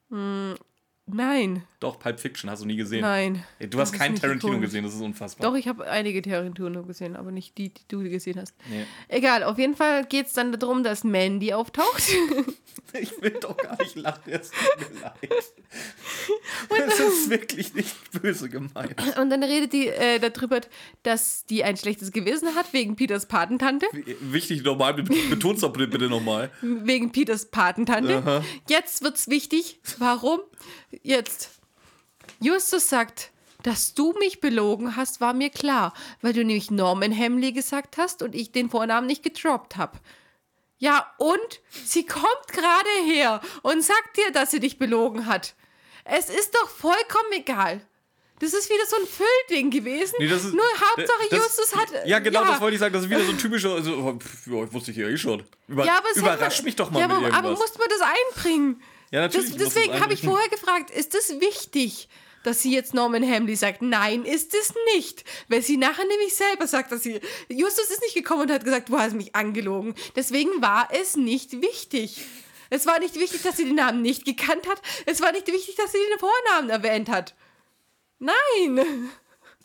[SPEAKER 1] Nein.
[SPEAKER 2] Doch, Pulp Fiction hast du nie gesehen.
[SPEAKER 1] Nein.
[SPEAKER 2] Du hast keinen Tarantino gesehen, das ist unfassbar.
[SPEAKER 1] Doch, ich habe einige Tarantino gesehen, aber nicht die du gesehen hast.
[SPEAKER 2] Nee.
[SPEAKER 1] Egal, auf jeden Fall geht es dann darum, dass Mandy auftaucht.
[SPEAKER 2] Ich will doch gar nicht lachen, es tut mir leid. Das ist wirklich nicht böse gemeint.
[SPEAKER 1] Und dann redet die darüber, dass die ein schlechtes Gewissen hat wegen Peters Patentante.
[SPEAKER 2] Wichtig nochmal, beton's doch bitte nochmal.
[SPEAKER 1] Wegen Peters Patentante.
[SPEAKER 2] Aha.
[SPEAKER 1] Jetzt wird's wichtig. Warum? Jetzt. Justus sagt, dass du mich belogen hast, war mir klar, weil du nämlich Norman Hamley gesagt hast und ich den Vornamen nicht gedroppt habe. Ja, und sie kommt gerade her und sagt dir, dass sie dich belogen hat. Es ist doch vollkommen egal. Das ist wieder so ein Füllding gewesen. Nee, nur Hauptsache Justus hat...
[SPEAKER 2] Ja, genau, das wollte ich sagen. Das ist wieder so ein typischer... Also, ich wusste ich ja eh schon. Überrasch mich doch mal mit irgendwas.
[SPEAKER 1] Aber musste man das einbringen?
[SPEAKER 2] Ja, natürlich.
[SPEAKER 1] Deswegen habe ich vorher gefragt, ist das wichtig, dass sie jetzt Norman Hamley sagt? Nein, ist es nicht. Weil sie nachher nämlich selber sagt, dass sie... Justus ist nicht gekommen und hat gesagt, du hast mich angelogen. Deswegen war es nicht wichtig. Es war nicht wichtig, dass sie den Namen nicht gekannt hat. Es war nicht wichtig, dass sie den Vornamen erwähnt hat. Nein.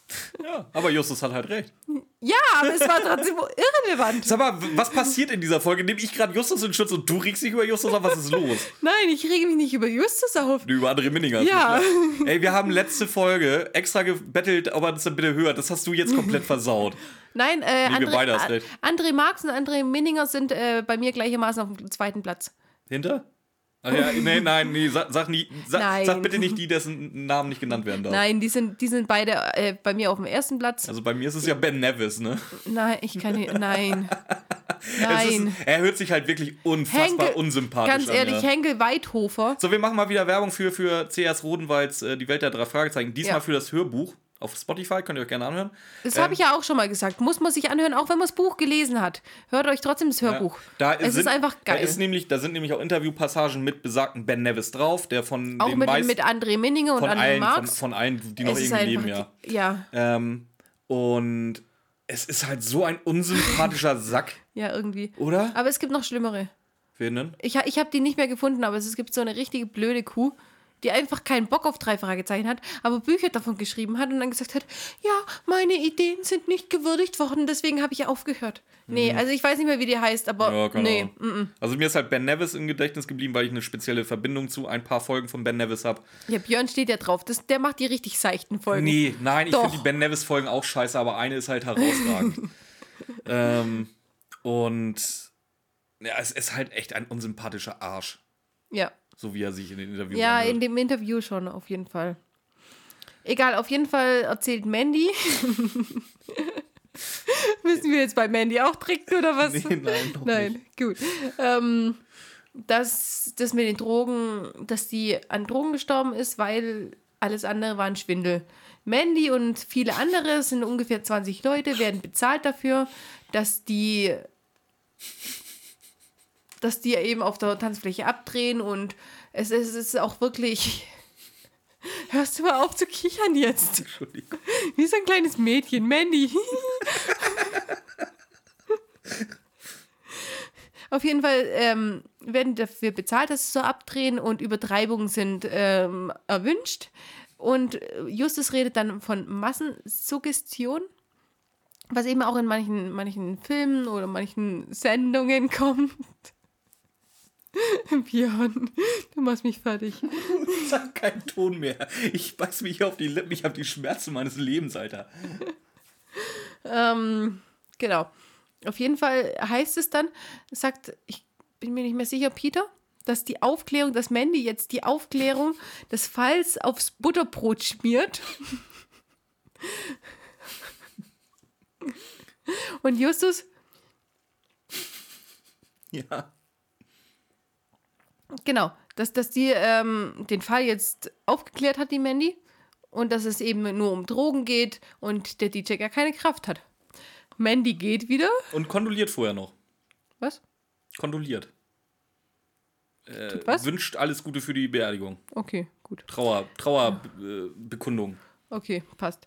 [SPEAKER 2] Ja, aber Justus hat halt recht.
[SPEAKER 1] Ja, aber es war trotzdem irrelevant.
[SPEAKER 2] Sag mal, was passiert in dieser Folge? Nehme ich gerade Justus in Schutz und du regst dich über Justus auf? Was ist los?
[SPEAKER 1] Nein, ich rege mich nicht über Justus auf.
[SPEAKER 2] Über andere Minninger.
[SPEAKER 1] Ja.
[SPEAKER 2] Ey, wir haben letzte Folge extra gebettelt, ob er das dann bitte hört. Das hast du jetzt komplett versaut.
[SPEAKER 1] Nein,
[SPEAKER 2] wir beide hast recht.
[SPEAKER 1] André Marx und André Minninger sind bei mir gleichermaßen auf dem zweiten Platz.
[SPEAKER 2] Hinter? Ach ja, nee, sag bitte nicht die, dessen Namen nicht genannt werden darf.
[SPEAKER 1] Nein, die sind beide bei mir auf dem ersten Platz.
[SPEAKER 2] Also bei mir ist es ja Ben Nevis, ne?
[SPEAKER 1] Nein, ich kann nicht, nein.
[SPEAKER 2] Er hört sich halt wirklich unfassbar unsympathisch an.
[SPEAKER 1] Ganz ehrlich, ja. Henkel Weidhofer.
[SPEAKER 2] So, wir machen mal wieder Werbung für C.S. Rodenwalds Die Welt der drei Fragezeichen. Diesmal für das Hörbuch. Auf Spotify, könnt ihr euch gerne anhören.
[SPEAKER 1] Das habe ich ja auch schon mal gesagt. Muss man sich anhören, auch wenn man das Buch gelesen hat. Hört euch trotzdem das Hörbuch.
[SPEAKER 2] Ja,
[SPEAKER 1] es ist einfach geil.
[SPEAKER 2] Da sind nämlich auch Interviewpassagen mit besagten Ben Nevis drauf, der von
[SPEAKER 1] auch
[SPEAKER 2] den
[SPEAKER 1] mit André Minninger und André Marx.
[SPEAKER 2] Von allen, die noch irgendwie leben, ja. Und es ist halt so ein unsympathischer Sack.
[SPEAKER 1] Ja, irgendwie.
[SPEAKER 2] Oder?
[SPEAKER 1] Aber es gibt noch schlimmere.
[SPEAKER 2] Wen denn?
[SPEAKER 1] Ich habe die nicht mehr gefunden, aber es gibt so eine richtige blöde Kuh, die einfach keinen Bock auf 3 Fragezeichen hat, aber Bücher davon geschrieben hat und dann gesagt hat, ja, meine Ideen sind nicht gewürdigt worden, deswegen habe ich aufgehört. Nee, also ich weiß nicht mehr, wie die heißt, aber
[SPEAKER 2] ja,
[SPEAKER 1] nee.
[SPEAKER 2] Also mir ist halt Ben Nevis im Gedächtnis geblieben, weil ich eine spezielle Verbindung zu ein paar Folgen von Ben Nevis habe. Ja,
[SPEAKER 1] Björn steht ja drauf, der macht die richtig seichten Folgen.
[SPEAKER 2] Nein, ich finde die Ben Nevis Folgen auch scheiße, aber eine ist halt herausragend. Und ja, es ist halt echt ein unsympathischer Arsch.
[SPEAKER 1] Ja.
[SPEAKER 2] So wie er sich in den Interviews
[SPEAKER 1] anhört. In dem Interview schon, auf jeden Fall. Egal, auf jeden Fall erzählt Mandy. Müssen wir jetzt bei Mandy auch trinken, oder was?
[SPEAKER 2] Nee, nein, noch nicht.
[SPEAKER 1] Gut. Dass das mit den Drogen, dass die an Drogen gestorben ist, weil alles andere war ein Schwindel. Mandy und viele andere, es sind ungefähr 20 Leute, werden bezahlt dafür, dass die eben auf der Tanzfläche abdrehen und es ist auch wirklich... Hörst du mal auf zu kichern jetzt?
[SPEAKER 2] Entschuldigung.
[SPEAKER 1] Wie so ein kleines Mädchen, Mandy. Auf jeden Fall werden dafür bezahlt, dass sie so abdrehen und Übertreibungen sind erwünscht. Und Justus redet dann von Massensuggestion, was eben auch in manchen Filmen oder manchen Sendungen kommt. Björn, du machst mich fertig.
[SPEAKER 2] Ich sag keinen Ton mehr. Ich beiß mich auf die Lippen. Ich habe die Schmerzen meines Lebens, Alter.
[SPEAKER 1] Genau. Auf jeden Fall heißt es dann, ich bin mir nicht mehr sicher, Peter, dass dass Mandy jetzt die Aufklärung des Falls aufs Butterbrot schmiert. Und Justus?
[SPEAKER 2] Ja.
[SPEAKER 1] Genau, dass die den Fall jetzt aufgeklärt hat, die Mandy, und dass es eben nur um Drogen geht und der DJ gar keine Kraft hat. Mandy geht wieder.
[SPEAKER 2] Und kondoliert vorher noch.
[SPEAKER 1] Was?
[SPEAKER 2] Kondoliert.
[SPEAKER 1] Was?
[SPEAKER 2] Wünscht alles Gute für die Beerdigung.
[SPEAKER 1] Okay, gut.
[SPEAKER 2] Trauerbekundung.
[SPEAKER 1] Okay, passt.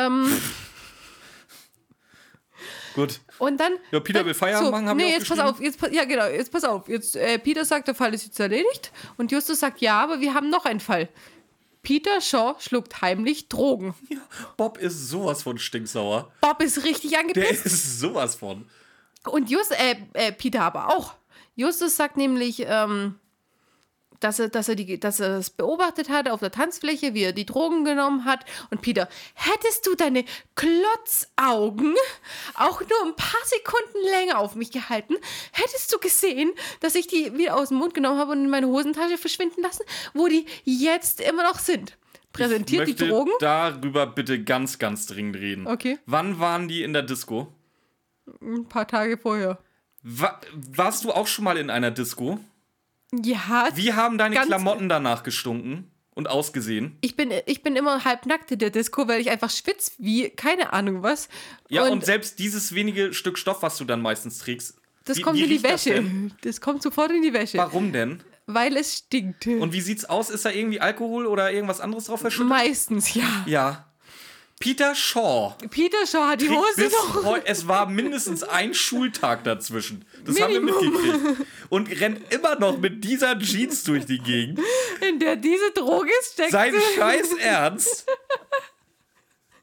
[SPEAKER 2] Gut.
[SPEAKER 1] Und dann...
[SPEAKER 2] Ja, Peter will Feierabend machen, haben wir
[SPEAKER 1] jetzt pass auf. Jetzt pass auf. Peter sagt, der Fall ist jetzt erledigt. Und Justus sagt, ja, aber wir haben noch einen Fall. Peter Shaw schluckt heimlich Drogen.
[SPEAKER 2] Ja, Bob ist sowas von stinksauer.
[SPEAKER 1] Bob ist richtig angepisst.
[SPEAKER 2] Der ist sowas von.
[SPEAKER 1] Und Peter aber auch. Justus sagt nämlich, dass er es beobachtet hat auf der Tanzfläche, wie er die Drogen genommen hat. Und Peter, hättest du deine Klotzaugen auch nur ein paar Sekunden länger auf mich gehalten, hättest du gesehen, dass ich die wieder aus dem Mund genommen habe und in meine Hosentasche verschwinden lassen, wo die jetzt immer noch sind. Präsentiert die Drogen.
[SPEAKER 2] Ich möchte darüber bitte ganz, ganz dringend reden.
[SPEAKER 1] Okay.
[SPEAKER 2] Wann waren die in der Disco?
[SPEAKER 1] Ein paar Tage vorher.
[SPEAKER 2] Warst du auch schon mal in einer Disco?
[SPEAKER 1] Ja.
[SPEAKER 2] Wie haben deine Klamotten danach gestunken und ausgesehen?
[SPEAKER 1] Ich bin immer halbnackt in der Disco, weil ich einfach schwitze wie keine Ahnung was.
[SPEAKER 2] Ja, und selbst dieses wenige Stück Stoff, was du dann meistens trägst,
[SPEAKER 1] das kommt in die Wäsche. Das kommt sofort in die Wäsche.
[SPEAKER 2] Warum denn?
[SPEAKER 1] Weil es stinkt.
[SPEAKER 2] Und wie sieht's aus? Ist da irgendwie Alkohol oder irgendwas anderes drauf verschüttet?
[SPEAKER 1] Meistens, ja.
[SPEAKER 2] Ja. Peter Shaw
[SPEAKER 1] hat die Hose noch.
[SPEAKER 2] Es war mindestens ein Schultag dazwischen. Das haben wir mitgekriegt. Und rennt immer noch mit dieser Jeans durch die Gegend.
[SPEAKER 1] In der diese Droge steckt.
[SPEAKER 2] Sein Scheiß Ernst.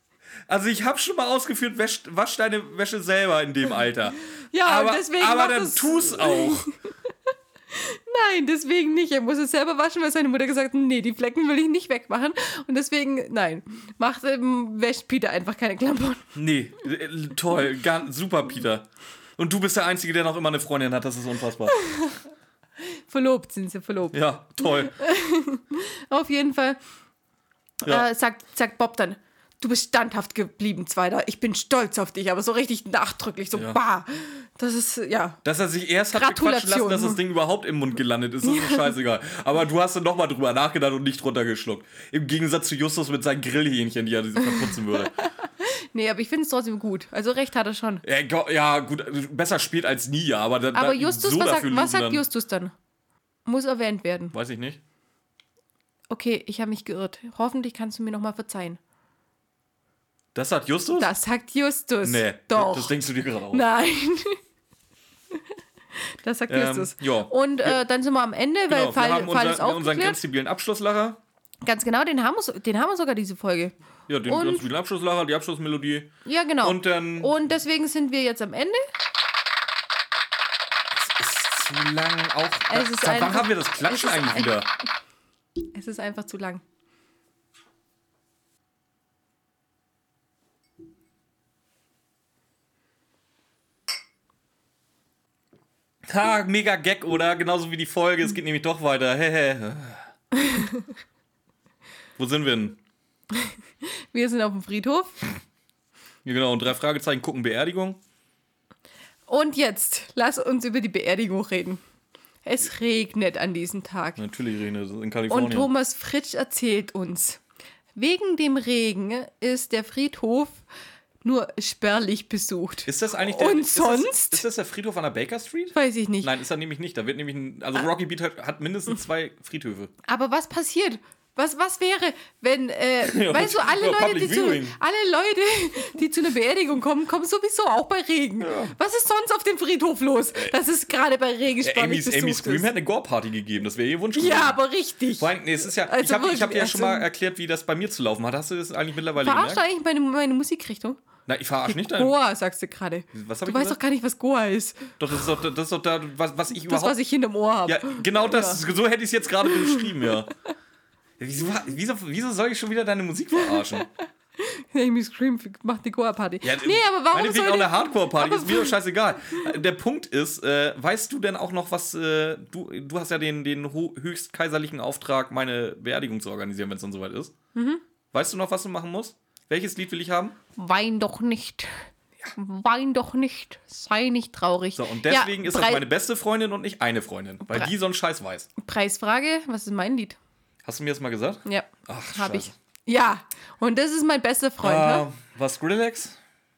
[SPEAKER 2] Also ich habe schon mal ausgeführt, wasch deine Wäsche selber in dem Alter.
[SPEAKER 1] Ja,
[SPEAKER 2] aber,
[SPEAKER 1] und deswegen
[SPEAKER 2] aber dann tu's auch.
[SPEAKER 1] Nein, deswegen nicht. Er muss es selber waschen, weil seine Mutter gesagt hat, nee, die Flecken will ich nicht wegmachen. Und deswegen, nein, wäscht Peter einfach keine Klamotten.
[SPEAKER 2] Nee, toll, super, Peter. Und du bist der Einzige, der noch immer eine Freundin hat, das ist unfassbar.
[SPEAKER 1] Verlobt sind sie, verlobt.
[SPEAKER 2] Ja, toll.
[SPEAKER 1] Auf jeden Fall
[SPEAKER 2] Ja.
[SPEAKER 1] sagt Bob dann, du bist standhaft geblieben, Zweiter. Ich bin stolz auf dich, aber so richtig nachdrücklich, so
[SPEAKER 2] Ja.
[SPEAKER 1] bah. Das ist, ja.
[SPEAKER 2] Dass er sich erst hat bequatschen lassen, dass das Ding überhaupt im Mund gelandet ist, ist mir scheißegal. Aber du hast dann nochmal drüber nachgedacht und nicht runtergeschluckt. Im Gegensatz zu Justus mit seinen Grillhähnchen, die er verputzen würde.
[SPEAKER 1] Nee, aber ich finde es trotzdem gut. Also recht hat er schon.
[SPEAKER 2] Ja, gut, besser spät als nie, ja. Aber
[SPEAKER 1] Justus,
[SPEAKER 2] so
[SPEAKER 1] was sagt Justus dann? Muss erwähnt werden.
[SPEAKER 2] Weiß ich nicht.
[SPEAKER 1] Okay, ich habe mich geirrt. Hoffentlich kannst du mir nochmal verzeihen.
[SPEAKER 2] Das sagt Justus?
[SPEAKER 1] Das sagt Justus.
[SPEAKER 2] Nee,
[SPEAKER 1] Doch.
[SPEAKER 2] das denkst du dir gerade aus.
[SPEAKER 1] Nein. Das sagt Justus.
[SPEAKER 2] Ja.
[SPEAKER 1] Und dann sind wir am Ende, weil
[SPEAKER 2] Genau, wir haben
[SPEAKER 1] Fall ist
[SPEAKER 2] unseren
[SPEAKER 1] aufgeklärt.
[SPEAKER 2] ganz zivilen Abschlusslacher.
[SPEAKER 1] Ganz genau, den haben wir sogar, diese Folge.
[SPEAKER 2] Ja, den ganz zivilen Abschlusslacher, die Abschlussmelodie.
[SPEAKER 1] Ja, genau.
[SPEAKER 2] Und
[SPEAKER 1] deswegen sind wir jetzt am Ende.
[SPEAKER 2] Es ist zu lang auch.
[SPEAKER 1] Es ist
[SPEAKER 2] Wann
[SPEAKER 1] einfach-
[SPEAKER 2] haben wir das Klatschen
[SPEAKER 1] es ist
[SPEAKER 2] eigentlich wieder?
[SPEAKER 1] Es ist einfach zu lang.
[SPEAKER 2] Ha, mega Gag, oder? Genauso wie die Folge. Es geht nämlich doch weiter. Hehe. Wo sind wir denn?
[SPEAKER 1] Wir sind auf dem Friedhof.
[SPEAKER 2] Ja, genau. Und 3 Fragezeichen gucken Beerdigung.
[SPEAKER 1] Und jetzt, lass uns über die Beerdigung reden. Es regnet an diesem Tag.
[SPEAKER 2] Natürlich, Rene, das ist in
[SPEAKER 1] Und
[SPEAKER 2] Kalifornien.
[SPEAKER 1] Thomas Fritsch erzählt uns, wegen dem Regen ist der Friedhof nur spärlich besucht.
[SPEAKER 2] Ist das eigentlich
[SPEAKER 1] Und
[SPEAKER 2] ist
[SPEAKER 1] sonst?
[SPEAKER 2] Ist das der Friedhof an der Baker Street?
[SPEAKER 1] Weiß ich nicht.
[SPEAKER 2] Nein, ist er nämlich nicht. Da wird nämlich also Rocky Beach hat mindestens 2 Friedhöfe.
[SPEAKER 1] Aber was passiert? Was wäre, wenn, weißt du, alle
[SPEAKER 2] Public Viewing.
[SPEAKER 1] Leute, die zu einer Beerdigung kommen sowieso auch bei Regen. Was ist sonst auf dem Friedhof los? Das ist gerade bei Regen spannend
[SPEAKER 2] Amy Scream hat eine Gore-Party gegeben. Das wäre ihr Wunsch gewesen.
[SPEAKER 1] Ja, aber richtig.
[SPEAKER 2] Vor allem, nee, es ist ja,
[SPEAKER 1] Also
[SPEAKER 2] ich hab dir ja
[SPEAKER 1] wirklich,
[SPEAKER 2] schon mal erklärt, wie das bei mir zu laufen hat. Hast du das eigentlich mittlerweile
[SPEAKER 1] Verarscht
[SPEAKER 2] gemerkt?
[SPEAKER 1] eigentlich meine Musikrichtung?
[SPEAKER 2] Nein, ich verarsche nicht deine.
[SPEAKER 1] Goa, sagst du gerade.
[SPEAKER 2] Was hab
[SPEAKER 1] Du
[SPEAKER 2] ich
[SPEAKER 1] weißt
[SPEAKER 2] gesagt?
[SPEAKER 1] doch gar nicht, was Goa ist.
[SPEAKER 2] Doch, das ist doch da, was ich
[SPEAKER 1] Das,
[SPEAKER 2] überhaupt...
[SPEAKER 1] was ich hinterm Ohr habe.
[SPEAKER 2] Ja, genau das. So hätte ich es jetzt gerade beschrieben, ja. Wieso soll ich schon wieder deine Musik verarschen?
[SPEAKER 1] Amy Scream macht die Goa-Party.
[SPEAKER 2] Ja,
[SPEAKER 1] nee, aber warum
[SPEAKER 2] meinetwegen
[SPEAKER 1] soll
[SPEAKER 2] auch
[SPEAKER 1] die...
[SPEAKER 2] eine Hardcore-Party,
[SPEAKER 1] aber-
[SPEAKER 2] ist mir doch scheißegal. Der Punkt ist, weißt du denn auch noch, was, du hast ja den höchst kaiserlichen Auftrag, meine Beerdigung zu organisieren, wenn es dann soweit ist. Mhm. Weißt du noch, was du machen musst? Welches Lied will ich haben?
[SPEAKER 1] Wein doch nicht. Wein doch nicht. Sei nicht traurig.
[SPEAKER 2] So, und deswegen ist das meine beste Freundin und nicht eine Freundin, weil die so einen Scheiß weiß.
[SPEAKER 1] Preisfrage, was ist mein Lied?
[SPEAKER 2] Hast du mir das mal gesagt?
[SPEAKER 1] Ja,
[SPEAKER 2] Ach,
[SPEAKER 1] habe ich.
[SPEAKER 2] scheiße.
[SPEAKER 1] Ja, und das ist mein bester Freund.
[SPEAKER 2] Was, Skrillex?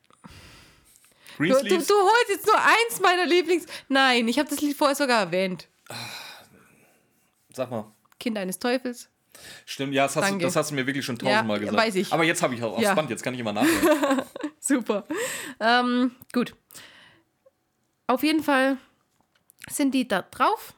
[SPEAKER 1] Du
[SPEAKER 2] Greensleeves?
[SPEAKER 1] holst jetzt nur eins meiner Lieblings... Nein, ich habe das Lied vorher sogar erwähnt.
[SPEAKER 2] Sag mal.
[SPEAKER 1] Kind eines Teufels.
[SPEAKER 2] Stimmt, ja, das hast du mir wirklich schon 1000-mal gesagt.
[SPEAKER 1] weiß ich.
[SPEAKER 2] Aber jetzt habe ich auch aufs
[SPEAKER 1] Ja.
[SPEAKER 2] Band, jetzt kann ich immer nachhören.
[SPEAKER 1] Super. Gut. Auf jeden Fall sind die da drauf.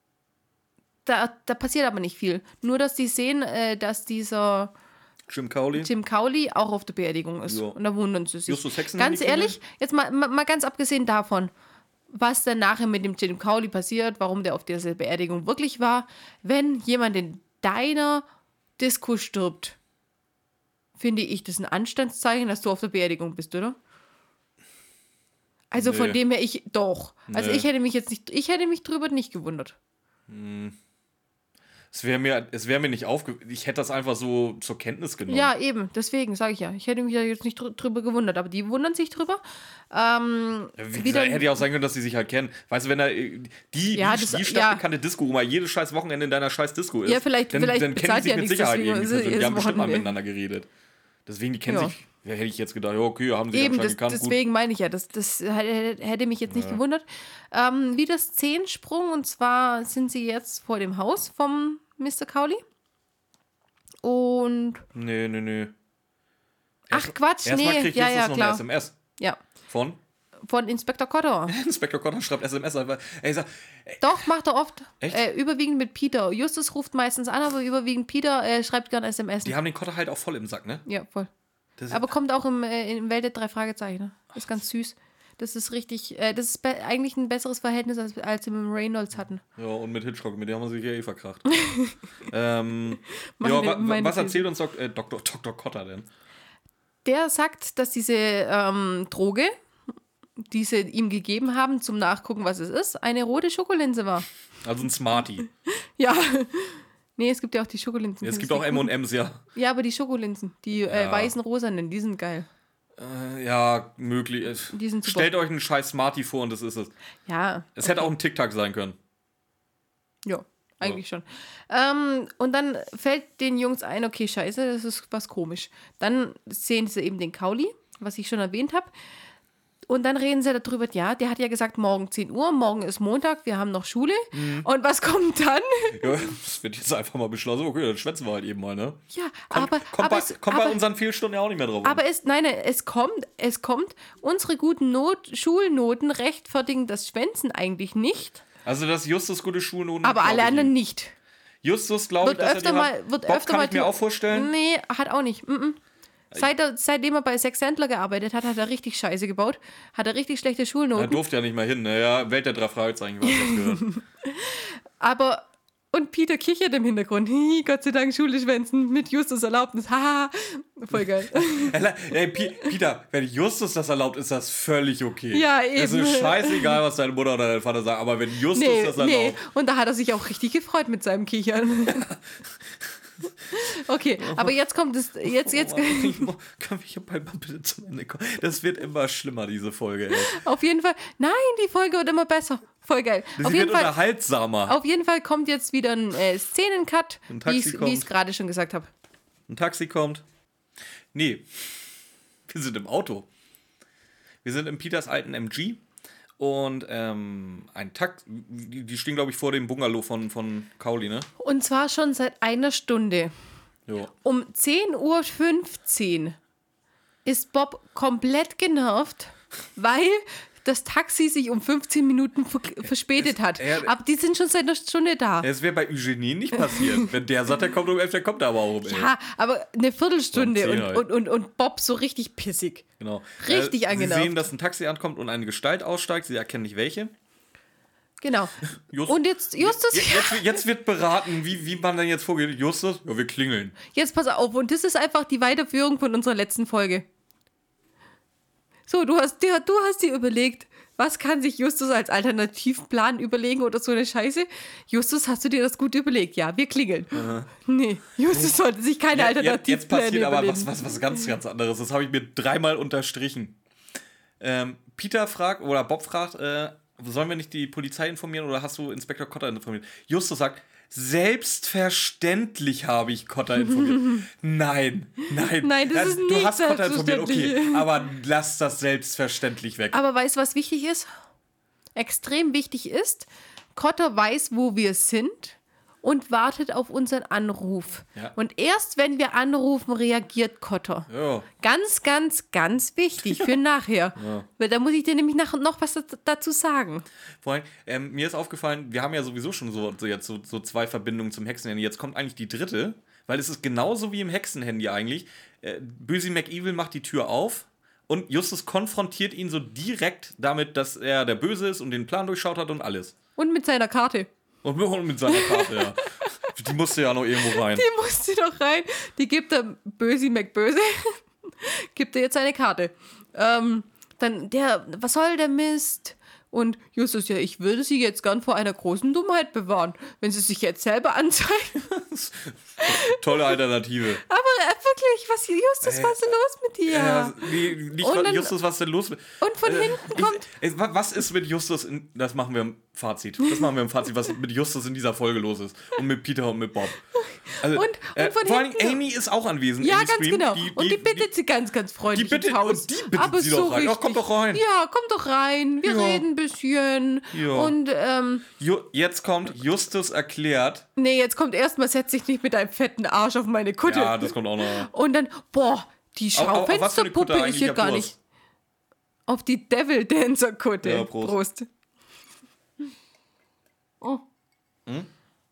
[SPEAKER 1] Da passiert aber nicht viel. Nur, dass die sehen, dass dieser
[SPEAKER 2] Jim Cowley.
[SPEAKER 1] Jim Cowley auch auf der Beerdigung ist.
[SPEAKER 2] Ja.
[SPEAKER 1] Und da wundern sie sich.
[SPEAKER 2] Justus Hexen
[SPEAKER 1] Ganz
[SPEAKER 2] die Kinder?
[SPEAKER 1] ehrlich, jetzt mal ganz abgesehen davon, was dann nachher mit dem Jim Cowley passiert, warum der auf dieser Beerdigung wirklich war, wenn jemand in deiner Disco stirbt, finde ich das ein Anstandszeichen, dass du auf der Beerdigung bist, oder? Also von
[SPEAKER 2] Nee.
[SPEAKER 1] dem her, doch. Also
[SPEAKER 2] Nee.
[SPEAKER 1] ich hätte mich drüber nicht gewundert.
[SPEAKER 2] Es wäre mir nicht ich hätte das einfach so zur Kenntnis genommen.
[SPEAKER 1] Ja, eben, deswegen sage ich ja. Ich hätte mich ja jetzt nicht drüber gewundert, aber die wundern sich drüber.
[SPEAKER 2] Wie gesagt, hätte ja auch sein können, dass die sich halt kennen. Weißt du, wenn da die stadtbekannte Disco-Oma jedes scheiß Wochenende in deiner scheiß Disco ist,
[SPEAKER 1] Ja, vielleicht
[SPEAKER 2] dann kennen die
[SPEAKER 1] bezahlt
[SPEAKER 2] sich
[SPEAKER 1] ja
[SPEAKER 2] mit
[SPEAKER 1] nichts,
[SPEAKER 2] Sicherheit
[SPEAKER 1] deswegen
[SPEAKER 2] irgendwie.
[SPEAKER 1] ist
[SPEAKER 2] persönlich. Die haben bestimmt mal
[SPEAKER 1] Wochenende.
[SPEAKER 2] miteinander geredet. Deswegen, die kennen
[SPEAKER 1] Ja.
[SPEAKER 2] sich. Ja, hätte ich jetzt gedacht, ja, okay, haben sie
[SPEAKER 1] Eben,
[SPEAKER 2] anscheinend gekannt. Gut.
[SPEAKER 1] deswegen meine ich ja, das hätte mich jetzt nicht gewundert. Wieder Szenensprung, und zwar sind sie jetzt vor dem Haus vom Mr. Cowley. Und.
[SPEAKER 2] Nee.
[SPEAKER 1] Ach Quatsch,
[SPEAKER 2] Erstmal
[SPEAKER 1] nee,
[SPEAKER 2] kriegt
[SPEAKER 1] ja,
[SPEAKER 2] Justus
[SPEAKER 1] ja,
[SPEAKER 2] noch
[SPEAKER 1] klar.
[SPEAKER 2] eine SMS
[SPEAKER 1] Ja,
[SPEAKER 2] von
[SPEAKER 1] von Inspektor Cotter.
[SPEAKER 2] Inspektor Cotton schreibt SMS einfach.
[SPEAKER 1] Doch, macht er oft.
[SPEAKER 2] Echt?
[SPEAKER 1] Überwiegend mit Peter. Justus ruft meistens an, aber überwiegend Peter schreibt gern SMS.
[SPEAKER 2] Die haben den Cotter halt auch voll im Sack, ne?
[SPEAKER 1] Ja, voll. Aber kommt auch in Welt der 3 Fragezeichen. Ist ganz süß. Das ist richtig, das ist eigentlich ein besseres Verhältnis, als wir mit Reynolds hatten.
[SPEAKER 2] Ja, und mit Hitchcock, mit dem haben wir sich ja verkracht. Was erzählt uns Dr. Cotter denn?
[SPEAKER 1] Der sagt, dass diese Droge, die sie ihm gegeben haben, zum Nachgucken, was es ist, eine rote Schokolinse war.
[SPEAKER 2] Also ein Smartie.
[SPEAKER 1] Ja. Nee, es gibt ja auch die Schokolinsen.
[SPEAKER 2] Es gibt auch M&M's, ja.
[SPEAKER 1] Ja, aber die Schokolinsen, die weißen rosanen, die sind geil.
[SPEAKER 2] Ja, möglich.
[SPEAKER 1] Die sind super.
[SPEAKER 2] Stellt euch einen scheiß Smartie vor und das ist es.
[SPEAKER 1] Ja.
[SPEAKER 2] Es hätte auch ein Tic-Tac sein können.
[SPEAKER 1] Ja, eigentlich schon. Und dann fällt den Jungs ein, okay, scheiße, das ist was komisch. Dann sehen sie eben den Kauli, was ich schon erwähnt habe. Und dann reden sie darüber, ja, der hat ja gesagt, morgen 10 Uhr, morgen ist Montag, wir haben noch Schule. Und was kommt dann?
[SPEAKER 2] Ja, das wird jetzt einfach mal beschlossen, okay, dann schwätzen wir halt eben mal, ne?
[SPEAKER 1] Ja,
[SPEAKER 2] Kommt bei unseren Fehlstunden ja auch nicht mehr drauf.
[SPEAKER 1] Aber es kommt, unsere guten Schulnoten rechtfertigen das Schwänzen eigentlich nicht.
[SPEAKER 2] Also, dass Justus gute Schulnoten
[SPEAKER 1] aber alle anderen nicht.
[SPEAKER 2] Justus, glaube ich, dass Bob kann ich mir auch vorstellen.
[SPEAKER 1] Nee, hat auch nicht. Seitdem er bei Sex Sandler gearbeitet hat er richtig Scheiße gebaut. Hat er richtig schlechte Schulnoten.
[SPEAKER 2] Er durfte ja nicht mal hin. Naja, Welt der 3 Fragezeichen, was das gehört.
[SPEAKER 1] Aber, und Peter kichert im Hintergrund. Gott sei Dank Schule schwänzen mit Justus Erlaubnis. Haha, voll geil.
[SPEAKER 2] Hey, Peter, wenn Justus das erlaubt, ist das völlig okay.
[SPEAKER 1] Ja, eben.
[SPEAKER 2] Es ist scheißegal, was deine Mutter oder dein Vater sagt, aber wenn Justus das erlaubt. Nee,
[SPEAKER 1] und da hat er sich auch richtig gefreut mit seinem Kichern. Okay, aber jetzt kommt es. Jetzt.
[SPEAKER 2] Können wir hier bald mal bitte zum Ende kommen? Das wird immer schlimmer, diese Folge. Ey.
[SPEAKER 1] Auf jeden Fall. Nein, die Folge wird immer besser. Voll geil.
[SPEAKER 2] Sie wird unterhaltsamer.
[SPEAKER 1] Auf jeden Fall kommt jetzt wieder ein Szenencut, wie ich es gerade schon gesagt habe.
[SPEAKER 2] Ein Taxi kommt. Nee, wir sind im Auto. Wir sind in Peters alten MG. Und ein Taxi, die stehen, glaube ich, vor dem Bungalow von Kauli, ne?
[SPEAKER 1] Und zwar schon seit einer Stunde.
[SPEAKER 2] Jo.
[SPEAKER 1] Um 10:15 Uhr ist Bob komplett genervt, weil das Taxi sich um 15 Minuten verspätet hat. Aber die sind schon seit einer Stunde da.
[SPEAKER 2] Es wäre bei Eugenie nicht passiert. Wenn der sagt, er kommt um 11, dann kommt er aber auch um 11.
[SPEAKER 1] Ja, aber eine Viertelstunde und Bob so richtig pissig.
[SPEAKER 2] Genau.
[SPEAKER 1] Richtig angenervt.
[SPEAKER 2] Sie sehen, dass ein Taxi ankommt und eine Gestalt aussteigt. Sie erkennen nicht welche.
[SPEAKER 1] Genau. Und jetzt Justus...
[SPEAKER 2] Jetzt wird beraten, wie man denn jetzt vorgeht. Justus, ja, wir klingeln.
[SPEAKER 1] Jetzt pass auf, und das ist einfach die Weiterführung von unserer letzten Folge. So, du hast dir überlegt, was kann sich Justus als Alternativplan überlegen oder so eine Scheiße? Justus, hast du dir das gut überlegt? Ja, wir klingeln. Nee, Justus sollte sich keine Alternativpläne
[SPEAKER 2] Jetzt passiert
[SPEAKER 1] überlegen.
[SPEAKER 2] aber was ganz, ganz anderes. Das habe ich mir 3-mal unterstrichen. Bob fragt, sollen wir nicht die Polizei informieren oder hast du Inspektor Cotter informiert? Justus sagt, selbstverständlich habe ich Cotter informiert. Nein,
[SPEAKER 1] das ist nicht
[SPEAKER 2] du hast Cotter informiert,
[SPEAKER 1] selbstverständlich.
[SPEAKER 2] okay, aber lass das selbstverständlich weg.
[SPEAKER 1] Aber weißt du, was wichtig ist? Extrem wichtig ist, Cotter weiß, wo wir sind und wartet auf unseren Anruf.
[SPEAKER 2] Ja.
[SPEAKER 1] Und erst wenn wir anrufen, reagiert Cotter.
[SPEAKER 2] Ja.
[SPEAKER 1] Ganz, ganz, ganz wichtig für nachher. Ja. Weil da muss ich dir nämlich noch was dazu sagen.
[SPEAKER 2] Vor allem, mir ist aufgefallen, wir haben ja sowieso schon so 2 Verbindungen zum Hexenhandy. Jetzt kommt eigentlich die 3, weil es ist genauso wie im Hexenhandy eigentlich. Böse McEvil macht die Tür auf und Justus konfrontiert ihn so direkt damit, dass er der Böse ist und den Plan durchschaut hat und alles.
[SPEAKER 1] Und mit seiner Karte.
[SPEAKER 2] Und mit seiner Karte, ja. Die musste ja noch irgendwo rein.
[SPEAKER 1] Die musste doch rein. Die gibt der Bösi McBöse. Gibt er jetzt eine Karte. Dann was soll der Mist? Und Justus, ja, ich würde sie jetzt gern vor einer großen Dummheit bewahren, wenn sie sich jetzt selber anzeigen.
[SPEAKER 2] Tolle Alternative.
[SPEAKER 1] Aber wirklich, Justus, was ist denn los mit dir?
[SPEAKER 2] Justus, was ist denn los mit...
[SPEAKER 1] Und von hinten kommt...
[SPEAKER 2] Was ist mit Justus, das machen wir im Fazit. Was mit Justus in dieser Folge los ist. Und mit Peter und mit Bob. Also,
[SPEAKER 1] und von
[SPEAKER 2] vor allem Amy ist auch anwesend.
[SPEAKER 1] Ja, ganz genau. Und die bittet sie ganz, ganz freundlich ins Haus.
[SPEAKER 2] Und die bittet sie doch rein. Ach, komm doch rein.
[SPEAKER 1] Ja, komm doch rein. Wir reden ein bisschen.
[SPEAKER 2] Ja.
[SPEAKER 1] Und,
[SPEAKER 2] jetzt kommt Justus erklärt.
[SPEAKER 1] Nee, jetzt kommt erstmal, setz dich nicht mit deinem fetten Arsch auf meine Kutte.
[SPEAKER 2] Ja, das kommt auch noch.
[SPEAKER 1] Und dann, die Schaufensterpuppe ist hier gar nicht. Auf die Devil Dancer Kutte.
[SPEAKER 2] Ja, Prost.
[SPEAKER 1] Oh.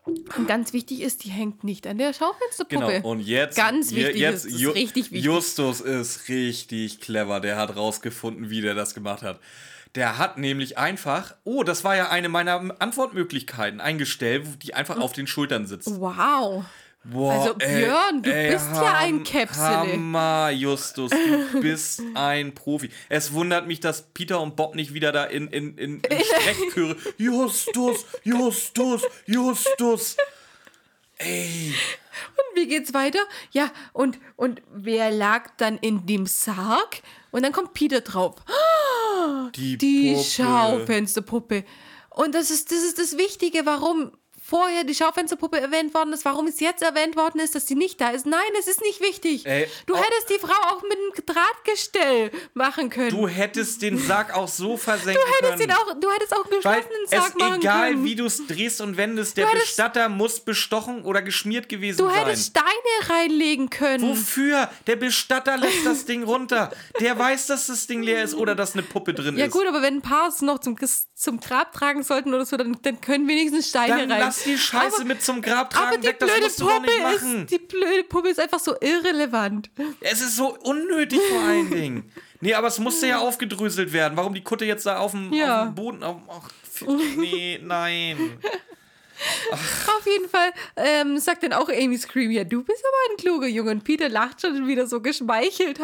[SPEAKER 1] Und ganz wichtig ist, die hängt nicht an der Schaufensterpuppe.
[SPEAKER 2] Genau, und jetzt,
[SPEAKER 1] ganz wichtig
[SPEAKER 2] jetzt
[SPEAKER 1] ist richtig wichtig.
[SPEAKER 2] Justus ist richtig clever. Der hat rausgefunden, wie der das gemacht hat. Der hat nämlich einfach, das war ja eine meiner Antwortmöglichkeiten, ein Gestell, die einfach auf den Schultern sitzt.
[SPEAKER 1] Wow.
[SPEAKER 2] Boah,
[SPEAKER 1] Also Björn, du bist ja ein Käpsele.
[SPEAKER 2] Hammer, Justus, du bist ein Profi. Es wundert mich, dass Peter und Bob nicht wieder da in Sprechchöre Justus, Justus, Justus. Ey.
[SPEAKER 1] Und wie geht's weiter? Ja, und wer lag dann in dem Sarg? Und dann kommt Peter drauf. Die
[SPEAKER 2] Puppe.
[SPEAKER 1] Schaufensterpuppe. Und das ist das Wichtige, warum vorher die Schaufensterpuppe erwähnt worden ist, warum es jetzt erwähnt worden ist, dass sie nicht da ist. Nein, es ist nicht wichtig. Du hättest die Frau auch mit einem Drahtgestell machen können.
[SPEAKER 2] Du hättest den Sarg auch so versenken können.
[SPEAKER 1] Du hättest auch einen geschlossenen Sarg machen können.
[SPEAKER 2] Egal wie du es drehst und wendest, der Bestatter muss bestochen oder geschmiert gewesen sein.
[SPEAKER 1] Du hättest Steine reinlegen können.
[SPEAKER 2] Wofür? Der Bestatter lässt das Ding runter. Der weiß, dass das Ding leer ist oder dass eine Puppe drin ist.
[SPEAKER 1] Ja gut, aber wenn ein paar es noch zum Grab tragen sollten oder so, dann können wenigstens Steine rein.
[SPEAKER 2] Dann lass die Scheiße mit zum Grab tragen weg, das musst du doch nicht machen.
[SPEAKER 1] Die blöde Puppe ist einfach so irrelevant.
[SPEAKER 2] Es ist so unnötig vor allen Dingen. Nee, aber es musste ja aufgedröselt werden. Warum die Kutte jetzt da auf dem Boden... nein.
[SPEAKER 1] Auf jeden Fall sagt dann auch Amy Scream, ja, du bist aber ein kluger Junge. Und Peter lacht schon wieder so geschmeichelt.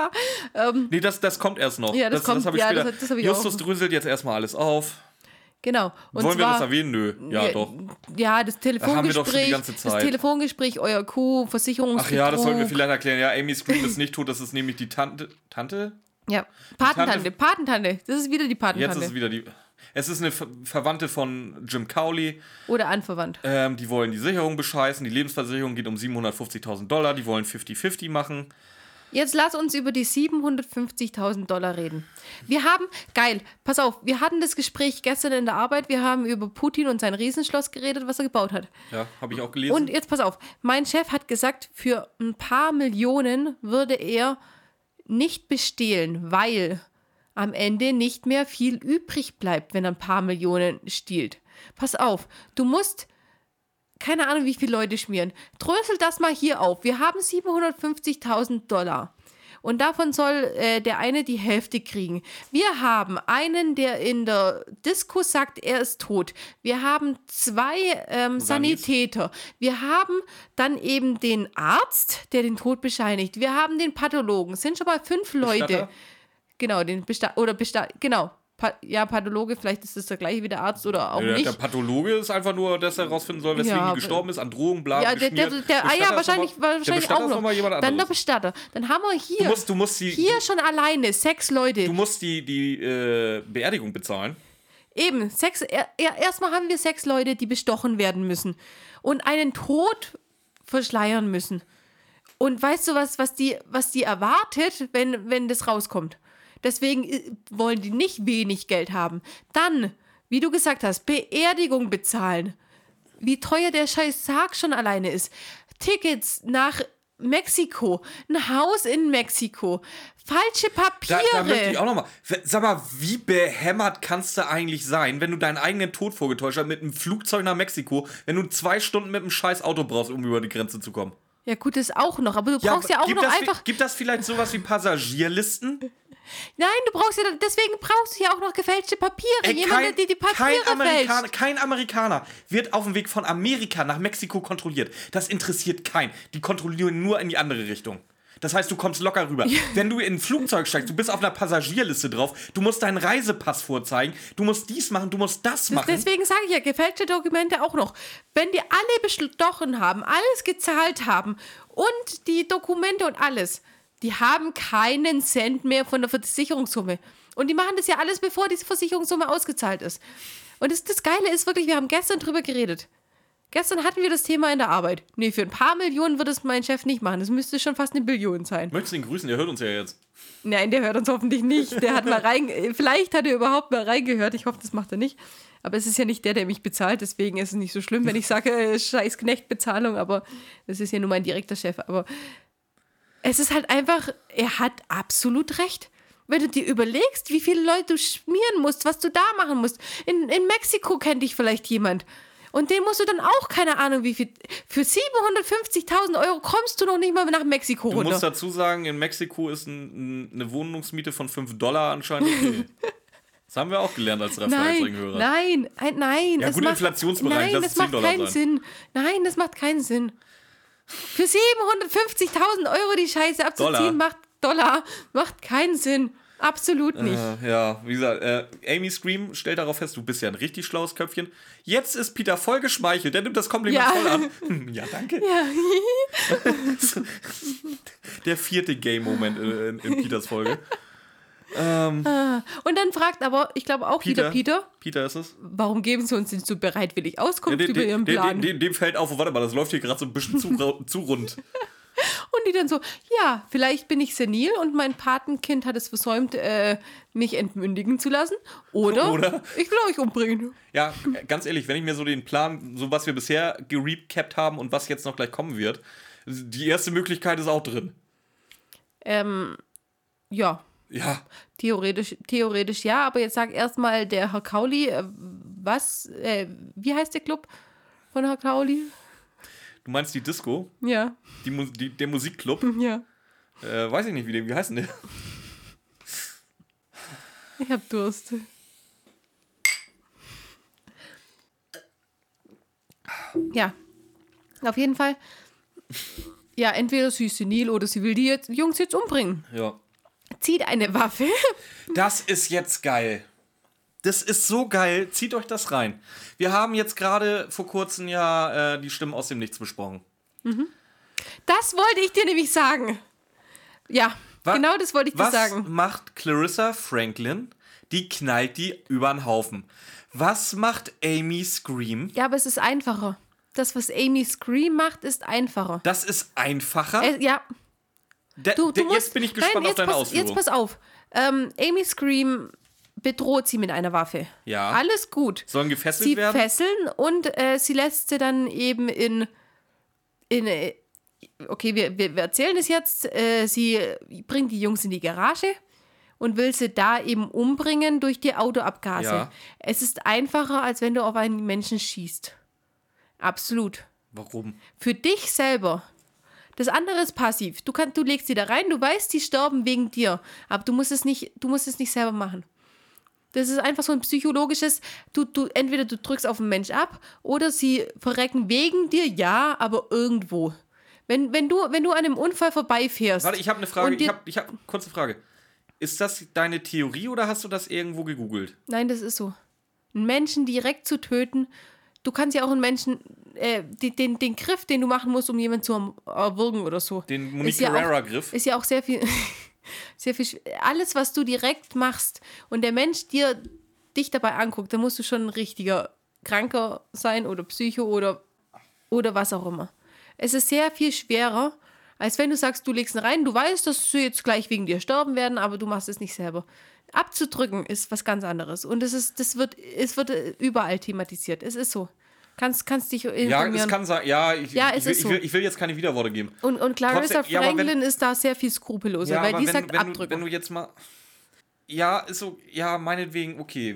[SPEAKER 2] Nee, das kommt erst noch.
[SPEAKER 1] Ja, das habe ich später. Das hab ich
[SPEAKER 2] Justus
[SPEAKER 1] auch.
[SPEAKER 2] dröselt jetzt erstmal alles auf.
[SPEAKER 1] Genau. Und
[SPEAKER 2] wollen wir das erwähnen? Nö. Ja, doch.
[SPEAKER 1] Ja, das Telefongespräch.
[SPEAKER 2] Haben wir doch schon die ganze Zeit.
[SPEAKER 1] Das Telefongespräch, euer Kuh, Versicherungsbetrug.
[SPEAKER 2] Ach ja, das sollten wir vielleicht erklären. Ja, Amy Scream ist nicht tot, das ist nämlich die Tante?
[SPEAKER 1] Ja, Patentante. Das ist wieder die Patentante.
[SPEAKER 2] Jetzt ist es wieder die... Es ist eine Verwandte von Jim Cowley.
[SPEAKER 1] Oder anverwandt.
[SPEAKER 2] Die wollen die Sicherung bescheißen. Die Lebensversicherung geht um $750.000. Die wollen 50-50 machen.
[SPEAKER 1] Jetzt lass uns über die $750.000 reden. Wir haben, pass auf, wir hatten das Gespräch gestern in der Arbeit, wir haben über Putin und sein Riesenschloss geredet, was er gebaut hat.
[SPEAKER 2] Ja, habe ich auch gelesen.
[SPEAKER 1] Und jetzt pass auf, mein Chef hat gesagt, für ein paar Millionen würde er nicht bestehlen, weil am Ende nicht mehr viel übrig bleibt, wenn er ein paar Millionen stiehlt. Pass auf, du musst... keine Ahnung, wie viele Leute schmieren. Drösel das mal hier auf. Wir haben $750.000. Und davon soll der eine die Hälfte kriegen. Wir haben einen, der in der Disco sagt, er ist tot. Wir haben 2 Sanitäter. Wir haben dann eben den Arzt, der den Tod bescheinigt. Wir haben den Pathologen. Es sind schon mal 5 Leute.
[SPEAKER 2] Bestatter?
[SPEAKER 1] Genau, genau. Pathologe, vielleicht ist das der gleiche wie der Arzt oder auch nicht.
[SPEAKER 2] Der Pathologe ist einfach nur, dass er herausfinden soll, weswegen die gestorben ist, an Drogen, bla,
[SPEAKER 1] ja, wahrscheinlich auch noch. Dann der Bestatter. Dann haben wir hier,
[SPEAKER 2] du musst
[SPEAKER 1] hier schon alleine 6 Leute.
[SPEAKER 2] Du musst die Beerdigung bezahlen.
[SPEAKER 1] Eben, erstmal haben wir 6 Leute, die bestochen werden müssen und einen Tod verschleiern müssen. Und weißt du, was die erwartet, wenn das rauskommt? Deswegen wollen die nicht wenig Geld haben. Dann, wie du gesagt hast, Beerdigung bezahlen. Wie teuer der scheiß Sarg schon alleine ist. Tickets nach Mexiko. Ein Haus in Mexiko. Falsche Papiere.
[SPEAKER 2] Da möchte ich auch nochmal. Sag mal, wie behämmert kannst du eigentlich sein, wenn du deinen eigenen Tod vorgetäuscht hast mit einem Flugzeug nach Mexiko, wenn du 2 Stunden mit einem scheiß Auto brauchst, um über die Grenze zu kommen?
[SPEAKER 1] Ja gut, das auch noch. Aber du brauchst ja auch noch einfach...
[SPEAKER 2] Gibt das vielleicht sowas wie Passagierlisten?
[SPEAKER 1] Nein, deswegen brauchst du ja auch noch gefälschte Papiere. Jemand, der die Papiere fälscht.
[SPEAKER 2] Kein Amerikaner wird auf dem Weg von Amerika nach Mexiko kontrolliert. Das interessiert keinen. Die kontrollieren nur in die andere Richtung. Das heißt, du kommst locker rüber. Ja. Wenn du in ein Flugzeug steigst, du bist auf einer Passagierliste drauf, du musst deinen Reisepass vorzeigen, du musst dies machen, du musst das machen.
[SPEAKER 1] Deswegen sage ich ja, gefälschte Dokumente auch noch. Wenn die alle bestochen haben, alles gezahlt haben und die Dokumente und alles, die haben keinen Cent mehr von der Versicherungssumme. Und die machen das ja alles, bevor diese Versicherungssumme ausgezahlt ist. Und das Geile ist wirklich, wir haben gestern drüber geredet. Gestern hatten wir das Thema in der Arbeit. Nee, für ein paar Millionen wird es mein Chef nicht machen. Das müsste schon fast 1 Billion sein.
[SPEAKER 2] Möchtest du ihn grüßen? Der hört uns ja jetzt.
[SPEAKER 1] Nein, der hört uns hoffentlich nicht. Der hat mal vielleicht hat er überhaupt mal reingehört. Ich hoffe, das macht er nicht. Aber es ist ja nicht der mich bezahlt. Deswegen ist es nicht so schlimm, wenn ich sage, scheiß Knechtbezahlung. Aber das ist ja nur mein direkter Chef. Aber es ist halt einfach, er hat absolut recht. Wenn du dir überlegst, wie viele Leute du schmieren musst, was du da machen musst. In Mexiko kennt dich vielleicht jemand. Und den musst du dann auch, keine Ahnung wie viel, für 750.000 Euro kommst du noch nicht mal nach Mexiko
[SPEAKER 2] Du
[SPEAKER 1] runter.
[SPEAKER 2] musst dazu sagen, in Mexiko ist eine Wohnungsmiete von $5 anscheinend okay. Das haben wir auch gelernt als Referenzring-Hörer.
[SPEAKER 1] Nein.
[SPEAKER 2] Ja, gut, Inflationsbereich,
[SPEAKER 1] nein,
[SPEAKER 2] lass es
[SPEAKER 1] das macht
[SPEAKER 2] $10
[SPEAKER 1] keinen
[SPEAKER 2] sein.
[SPEAKER 1] Sinn. Nein, das macht keinen Sinn. Für 750.000 Euro die Scheiße abzuziehen, macht keinen Sinn. Absolut nicht.
[SPEAKER 2] Ja, wie gesagt, Amy Scream stellt darauf fest, du bist ja ein richtig schlaues Köpfchen. Jetzt ist Peter voll geschmeichelt, der nimmt das Kompliment
[SPEAKER 1] Ja.
[SPEAKER 2] voll an. Ja, danke.
[SPEAKER 1] Ja.
[SPEAKER 2] Der 4. Gay-Moment in Peters Folge.
[SPEAKER 1] Und dann fragt aber, ich glaube auch Peter,
[SPEAKER 2] Peter ist es.
[SPEAKER 1] warum geben sie uns denn so bereitwillig
[SPEAKER 2] Ja,
[SPEAKER 1] Auskunft über ihren Plan?
[SPEAKER 2] dem fällt auf, warte mal, das läuft hier gerade so ein bisschen zu rund.
[SPEAKER 1] Und die dann so, ja, vielleicht bin ich senil und mein Patenkind hat es versäumt, mich entmündigen zu lassen. Oder ich will euch umbringen.
[SPEAKER 2] Ja, ganz ehrlich, wenn ich mir so den Plan, so was wir bisher gerecapt haben und was jetzt noch gleich kommen wird, die erste Möglichkeit ist auch drin.
[SPEAKER 1] Ja,
[SPEAKER 2] Ja,
[SPEAKER 1] theoretisch ja, aber jetzt sag erstmal der Herr Kauli, wie heißt der Club von Herr Kauli?
[SPEAKER 2] du meinst die Disco,
[SPEAKER 1] Ja,
[SPEAKER 2] der Musikclub,
[SPEAKER 1] ja,
[SPEAKER 2] weiß ich nicht, wie heißt denn der?
[SPEAKER 1] ich hab Durst. Ja, auf jeden Fall. Ja, entweder sie ist senil oder sie will die Jungs jetzt umbringen.
[SPEAKER 2] Ja.
[SPEAKER 1] Zieht eine Waffe.
[SPEAKER 2] Das ist jetzt geil. Das ist so geil. Zieht euch das rein. Wir haben jetzt gerade vor kurzem ja die Stimmen aus dem Nichts besprochen.
[SPEAKER 1] Das wollte ich dir nämlich sagen. Ja, genau das wollte ich dir sagen.
[SPEAKER 2] Was macht Clarissa Franklin? Die knallt die über den Haufen. Was macht Amy Scream?
[SPEAKER 1] Ja, aber es ist einfacher. Das, was Amy Scream macht, ist einfacher.
[SPEAKER 2] Das ist einfacher.
[SPEAKER 1] Ja.
[SPEAKER 2] Jetzt bin ich gespannt auf deine Ausführung.
[SPEAKER 1] Jetzt pass auf. Amy Scream bedroht sie mit einer Waffe.
[SPEAKER 2] Ja.
[SPEAKER 1] Alles gut.
[SPEAKER 2] Sollen gefesselt
[SPEAKER 1] Sie
[SPEAKER 2] werden?
[SPEAKER 1] fesseln und sie lässt sie dann eben okay, wir erzählen es jetzt. Sie bringt die Jungs in die Garage und will sie da eben umbringen durch die Autoabgase.
[SPEAKER 2] Ja.
[SPEAKER 1] Es ist einfacher, als wenn du auf einen Menschen schießt. Absolut.
[SPEAKER 2] Warum?
[SPEAKER 1] Für dich selber. Das andere ist passiv. Du legst sie da rein, du weißt, die sterben wegen dir. Aber du musst es nicht selber machen. Das ist einfach so ein psychologisches, entweder du drückst auf einen Mensch ab oder sie verrecken wegen dir, ja, aber irgendwo. Wenn du an einem Unfall vorbeifährst.
[SPEAKER 2] Warte, ich habe eine Frage.
[SPEAKER 1] und
[SPEAKER 2] Ich hab eine kurze Frage. Ist das deine Theorie oder hast du das irgendwo gegoogelt?
[SPEAKER 1] Nein, das ist so. Einen Menschen direkt zu töten, du kannst ja auch einen Menschen, den Griff, den du machen musst, um jemanden zu erwürgen oder so.
[SPEAKER 2] Den Monique Carrera-Griff?
[SPEAKER 1] Ist ja auch sehr viel, alles, was du direkt machst und der Mensch dich dabei anguckt, dann musst du schon ein richtiger Kranker sein oder Psycho oder was auch immer. Es ist sehr viel schwerer, als wenn du sagst, du legst ihn rein, du weißt, dass sie jetzt gleich wegen dir sterben werden, aber du machst es nicht selber. Abzudrücken ist was ganz anderes. Und es wird überall thematisiert. Es ist so. Kannst dich informieren.
[SPEAKER 2] Ja, es kann sein. Ja, ich
[SPEAKER 1] so.
[SPEAKER 2] will jetzt keine Widerworte geben.
[SPEAKER 1] Und Clarissa
[SPEAKER 2] Trotzdem,
[SPEAKER 1] Franklin ist da sehr viel skrupelloser, weil die sagt abdrücken.
[SPEAKER 2] Wenn du jetzt mal... Ja, ist so... Ja, meinetwegen, okay.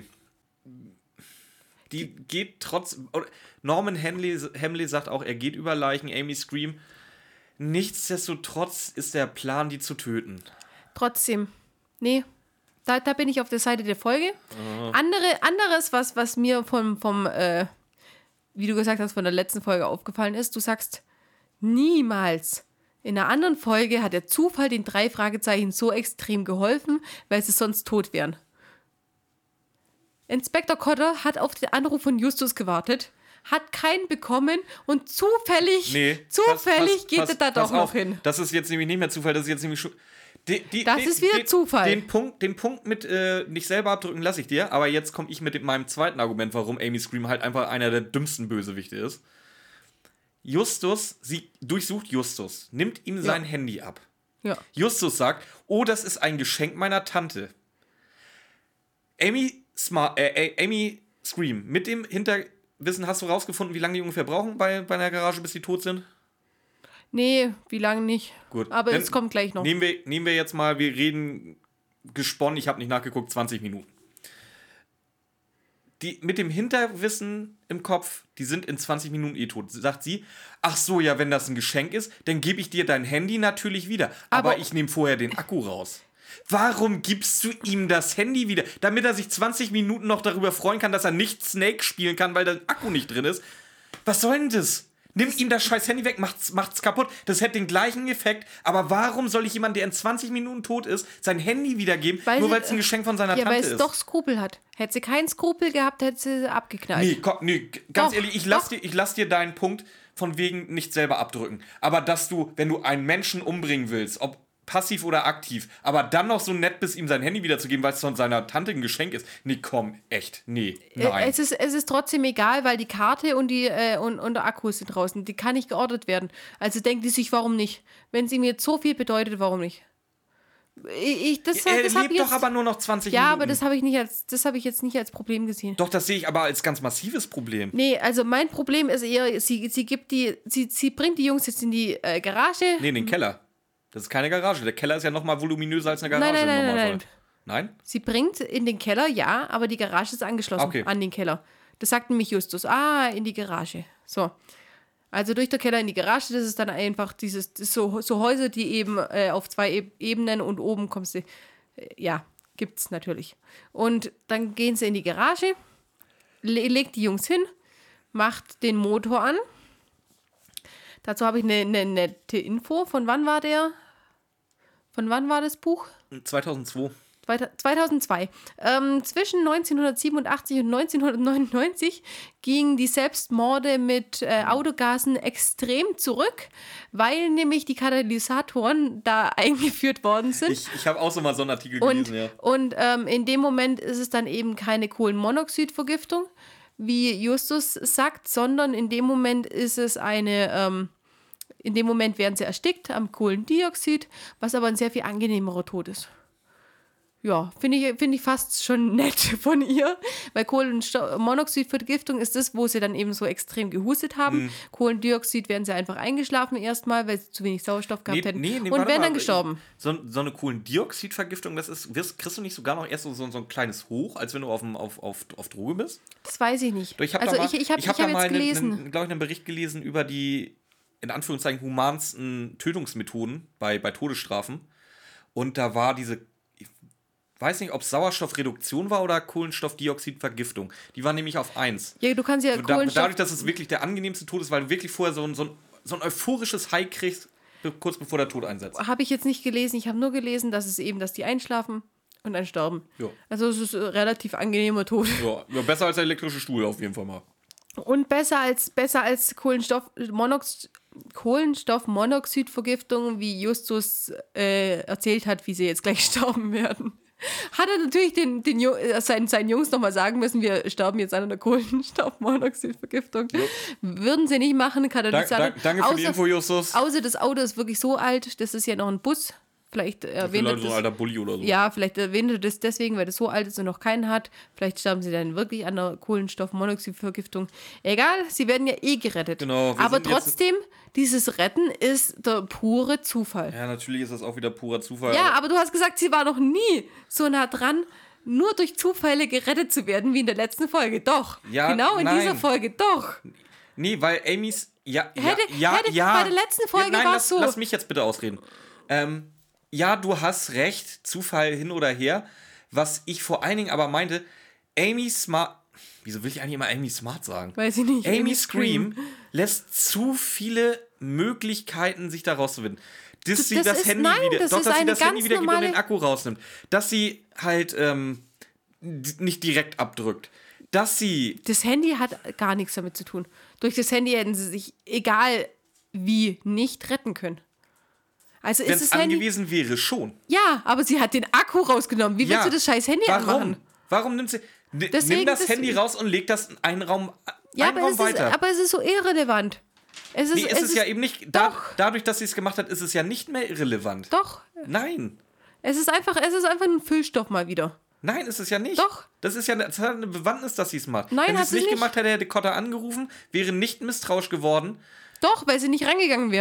[SPEAKER 2] Die geht Norman Hamley sagt auch, er geht über Leichen, Amy Scream. Nichtsdestotrotz ist der Plan, die zu töten.
[SPEAKER 1] Trotzdem. Nee. Da bin ich auf der Seite der Folge. Anderes, was mir vom wie du gesagt hast, von der letzten Folge aufgefallen ist, du sagst niemals. In einer anderen Folge hat der Zufall den 3 Fragezeichen so extrem geholfen, weil sie sonst tot wären. Inspektor Cotter hat auf den Anruf von Justus gewartet, hat keinen bekommen und zufällig geht er da doch noch hin.
[SPEAKER 2] Das ist jetzt nämlich nicht mehr Zufall, das ist jetzt nämlich schon...
[SPEAKER 1] Das ist wieder Zufall.
[SPEAKER 2] Den Punkt mit nicht selber abdrücken lasse ich dir, aber jetzt komme ich mit meinem zweiten Argument, warum Amy Scream halt einfach einer der dümmsten Bösewichte ist. Sie durchsucht Justus, nimmt ihm sein Handy ab.
[SPEAKER 1] Ja.
[SPEAKER 2] Justus sagt, oh, das ist ein Geschenk meiner Tante. Amy Scream, mit dem Hinterwissen hast du rausgefunden, wie lange die ungefähr brauchen bei einer Garage, bis die tot sind?
[SPEAKER 1] Nee, wie lange nicht.
[SPEAKER 2] Gut.
[SPEAKER 1] Aber es kommt gleich noch.
[SPEAKER 2] Nehmen wir jetzt mal, wir reden gesponnen, ich habe nicht nachgeguckt, 20 Minuten. die mit dem Hinterwissen im Kopf, die sind in 20 Minuten tot. Sagt sie, ach so, ja, wenn das ein Geschenk ist, dann gebe ich dir dein Handy natürlich wieder. Aber ich nehme vorher den Akku raus. Warum gibst du ihm das Handy wieder? Damit er sich 20 Minuten noch darüber freuen kann, dass er nicht Snake spielen kann, weil der Akku nicht drin ist. Was soll denn das? Nimm ihm das scheiß Handy weg, macht's kaputt. Das hätte den gleichen Effekt. Aber warum soll ich jemandem, der in 20 Minuten tot ist, sein Handy wiedergeben, nur weil es ein Geschenk von seiner Tante ist?
[SPEAKER 1] Ja, weil es doch Skrupel hat. Hätte sie keinen Skrupel gehabt, hätte sie abgeknallt.
[SPEAKER 2] Nee, ganz ehrlich, ich lass dir deinen Punkt von wegen nicht selber abdrücken. Aber dass du, wenn du einen Menschen umbringen willst, ob passiv oder aktiv, aber dann noch so nett bist, ihm sein Handy wiederzugeben, weil es von seiner Tante ein Geschenk ist. Nee, komm, echt, nee, nein.
[SPEAKER 1] Es ist trotzdem egal, weil die Karte und der Akku sind draußen. Die kann nicht geordert werden. Also denkt die sich, warum nicht? Wenn sie mir jetzt so viel bedeutet, warum nicht?
[SPEAKER 2] Er lebt doch aber nur noch 20 Minuten.
[SPEAKER 1] Ja, aber das habe ich jetzt nicht als Problem gesehen.
[SPEAKER 2] Doch, das sehe ich aber als ganz massives Problem.
[SPEAKER 1] Nee, also mein Problem ist eher, sie bringt die Jungs jetzt in die Garage.
[SPEAKER 2] Nee, in den Keller. Das ist keine Garage. Der Keller ist ja noch mal voluminöser als eine Garage.
[SPEAKER 1] Nein.
[SPEAKER 2] Nein?
[SPEAKER 1] Sie bringt in den Keller, ja, aber die Garage ist angeschlossen an den Keller. Das sagt nämlich Justus. In die Garage. So. Also durch den Keller in die Garage, das ist dann einfach so Häuser, die eben auf 2 Ebenen und oben kommst du, gibt's natürlich. Und dann gehen sie in die Garage, legt die Jungs hin, macht den Motor an. Dazu habe ich eine nette Info. Von wann war das Buch?
[SPEAKER 2] 2002.
[SPEAKER 1] 2002. Zwischen 1987 und 1999 gingen die Selbstmorde mit Autogasen extrem zurück, weil nämlich die Katalysatoren da eingeführt worden sind.
[SPEAKER 2] Ich habe auch so mal so einen Artikel gelesen, ja.
[SPEAKER 1] Und in dem Moment ist es dann eben keine Kohlenmonoxidvergiftung, wie Justus sagt, sondern in dem Moment ist es in dem Moment werden sie erstickt am Kohlendioxid, was aber ein sehr viel angenehmerer Tod ist. Ja, finde ich fast schon nett von ihr, weil Kohlenmonoxidvergiftung ist das, wo sie dann eben so extrem gehustet haben. Kohlendioxid werden sie einfach eingeschlafen erstmal, weil sie zu wenig Sauerstoff gehabt hätten und wären dann gestorben.
[SPEAKER 2] So eine Kohlendioxidvergiftung, kriegst du nicht sogar noch erst so ein kleines Hoch, als wenn du auf Droge bist?
[SPEAKER 1] Das weiß ich nicht.
[SPEAKER 2] Ich habe mal einen Bericht gelesen über die, in Anführungszeichen, humansten Tötungsmethoden bei Todesstrafen. Und da war ich weiß nicht, ob es Sauerstoffreduktion war oder Kohlenstoffdioxidvergiftung. Die war nämlich auf 1.
[SPEAKER 1] Ja, du kannst ja
[SPEAKER 2] dadurch, dass es wirklich der angenehmste Tod ist, weil du wirklich vorher so ein euphorisches High kriegst, kurz bevor der Tod einsetzt.
[SPEAKER 1] Habe ich jetzt nicht gelesen. Ich habe nur gelesen, dass die einschlafen und dann sterben. Ja. Also es ist ein relativ angenehmer Tod.
[SPEAKER 2] Ja, besser als der elektrische Stuhl auf jeden Fall mal.
[SPEAKER 1] Und besser als Kohlenstoffmonoxidvergiftung, wie Justus erzählt hat, wie sie jetzt gleich sterben werden. Hat er natürlich seinen Jungs nochmal sagen müssen, wir sterben jetzt an einer Kohlenstoffmonoxidvergiftung. Ja. Würden sie nicht machen.
[SPEAKER 2] Danke für die Info, Justus.
[SPEAKER 1] Außer das Auto ist wirklich so alt, das ist ja noch ein Bus. Vielleicht erwähnt er das,
[SPEAKER 2] so ein alter Bulli oder so.
[SPEAKER 1] Ja, vielleicht erwähnt er das deswegen, weil das so alt ist und noch keinen hat. Vielleicht sterben sie dann wirklich an einer Kohlenstoffmonoxidvergiftung. Egal, sie werden ja gerettet.
[SPEAKER 2] Genau.
[SPEAKER 1] Aber trotzdem, dieses Retten ist der pure Zufall.
[SPEAKER 2] Ja, natürlich ist das auch wieder purer Zufall.
[SPEAKER 1] Ja, aber du hast gesagt, sie war noch nie so nah dran, nur durch Zufälle gerettet zu werden, wie in der letzten Folge. Doch. Ja, genau in dieser Folge, doch.
[SPEAKER 2] Nee, weil Amy's... Ja.
[SPEAKER 1] Bei der letzten Folge war es so.
[SPEAKER 2] Lass mich jetzt bitte ausreden. Ja, du hast recht, Zufall hin oder her. Was ich vor allen Dingen aber meinte, Amy Smart... Wieso will ich eigentlich immer Amy Smart sagen?
[SPEAKER 1] Weiß ich nicht.
[SPEAKER 2] Amy Scream lässt zu viele Möglichkeiten, sich da rauszuwinden. Dass sie das Handy wieder und den Akku rausnimmt. Dass sie halt nicht direkt abdrückt. Dass sie...
[SPEAKER 1] Das Handy hat gar nichts damit zu tun. Durch das Handy hätten sie sich, egal wie, nicht retten können. Also
[SPEAKER 2] wenn es angewiesen wäre, schon.
[SPEAKER 1] Ja, aber sie hat den Akku rausgenommen. Wie willst du das scheiß Handy anmachen?
[SPEAKER 2] Warum nimmt sie... Nimm das Handy raus und leg das in einen Raum weiter.
[SPEAKER 1] Aber es ist so irrelevant.
[SPEAKER 2] Es ist ja eben nicht... Dadurch, dass sie es gemacht hat, ist es ja nicht mehr irrelevant.
[SPEAKER 1] Doch.
[SPEAKER 2] Nein.
[SPEAKER 1] Es ist einfach ein Füllstoff mal wieder.
[SPEAKER 2] Nein, ist es ja nicht.
[SPEAKER 1] Doch.
[SPEAKER 2] Das hat eine Bewandtnis, dass sie es macht.
[SPEAKER 1] Nein,
[SPEAKER 2] wenn sie es nicht gemacht hätte, hätte Cotter angerufen, wäre nicht misstrauisch geworden.
[SPEAKER 1] Doch, weil sie nicht rangegangen wären.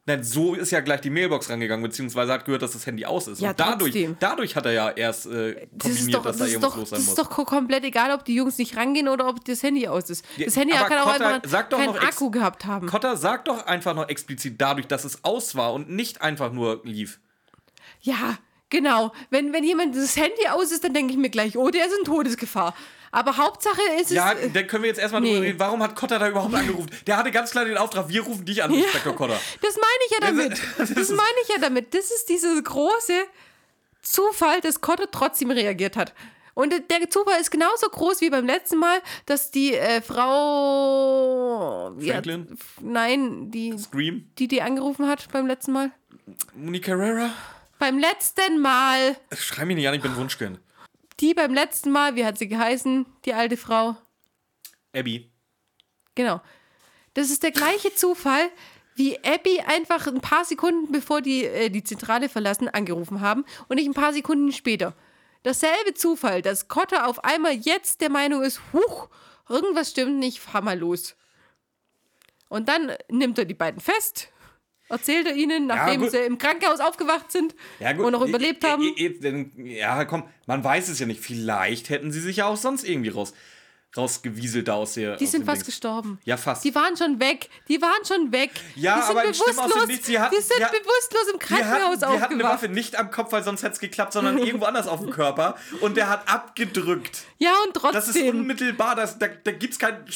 [SPEAKER 2] Nein, so ist ja gleich die Mailbox rangegangen, beziehungsweise hat gehört, dass das Handy aus ist.
[SPEAKER 1] Ja,
[SPEAKER 2] und
[SPEAKER 1] trotzdem.
[SPEAKER 2] dadurch hat er ja erst kombiniert, dass da irgendwas los sein
[SPEAKER 1] Das
[SPEAKER 2] muss.
[SPEAKER 1] ist doch komplett egal, ob die Jungs nicht rangehen oder ob das Handy aus ist. Das Handy
[SPEAKER 2] aber
[SPEAKER 1] kann auch
[SPEAKER 2] Kotter,
[SPEAKER 1] einfach keinen Akku gehabt haben.
[SPEAKER 2] Kotter, sag doch einfach noch explizit dadurch, dass es aus war und nicht einfach nur lief.
[SPEAKER 1] Ja, genau. Wenn jemand das Handy aus ist, dann denke ich mir gleich, oh, der ist in Todesgefahr. Aber Hauptsache ist es...
[SPEAKER 2] Ja, da können wir jetzt erstmal drüber reden. Warum hat Kotter da überhaupt angerufen? Der hatte ganz klar den Auftrag, wir rufen dich an, Inspektor Kotter.
[SPEAKER 1] Das meine ich ja damit. Das ist dieser große Zufall, dass Kotter trotzdem reagiert hat. Und der Zufall ist genauso groß wie beim letzten Mal, dass die Frau...
[SPEAKER 2] Franklin?
[SPEAKER 1] Ja, nein,
[SPEAKER 2] Scream?
[SPEAKER 1] die angerufen hat beim letzten Mal.
[SPEAKER 2] Monica Carrera?
[SPEAKER 1] Beim letzten Mal.
[SPEAKER 2] Schrei mich nicht an, ich bin Wunschkind.
[SPEAKER 1] Die beim letzten Mal, wie hat sie geheißen, die alte Frau?
[SPEAKER 2] Abby.
[SPEAKER 1] Genau. Das ist der gleiche Zufall, wie Abby einfach ein paar Sekunden bevor die Zentrale verlassen, angerufen haben und nicht ein paar Sekunden später. Dasselbe Zufall, dass Kotter auf einmal jetzt der Meinung ist, huch, irgendwas stimmt nicht, fahr mal los. Und dann nimmt er die beiden fest, erzählt er ihnen, nachdem sie im Krankenhaus aufgewacht sind und noch überlebt haben.
[SPEAKER 2] Ja, komm, man weiß es ja nicht. Vielleicht hätten sie sich ja auch sonst irgendwie rausgewieselt da aus der...
[SPEAKER 1] Die sind fast gestorben.
[SPEAKER 2] Ja, fast.
[SPEAKER 1] Die waren schon weg.
[SPEAKER 2] Ja,
[SPEAKER 1] die sind
[SPEAKER 2] aber
[SPEAKER 1] bewusstlos. Die sind bewusstlos im Krankenhaus aufgewacht.
[SPEAKER 2] Die hatten eine Waffe nicht am Kopf, weil sonst hätte es geklappt, sondern irgendwo anders auf dem Körper. Und der hat abgedrückt.
[SPEAKER 1] Ja, und trotzdem.
[SPEAKER 2] Das ist unmittelbar. Da gibt es keinen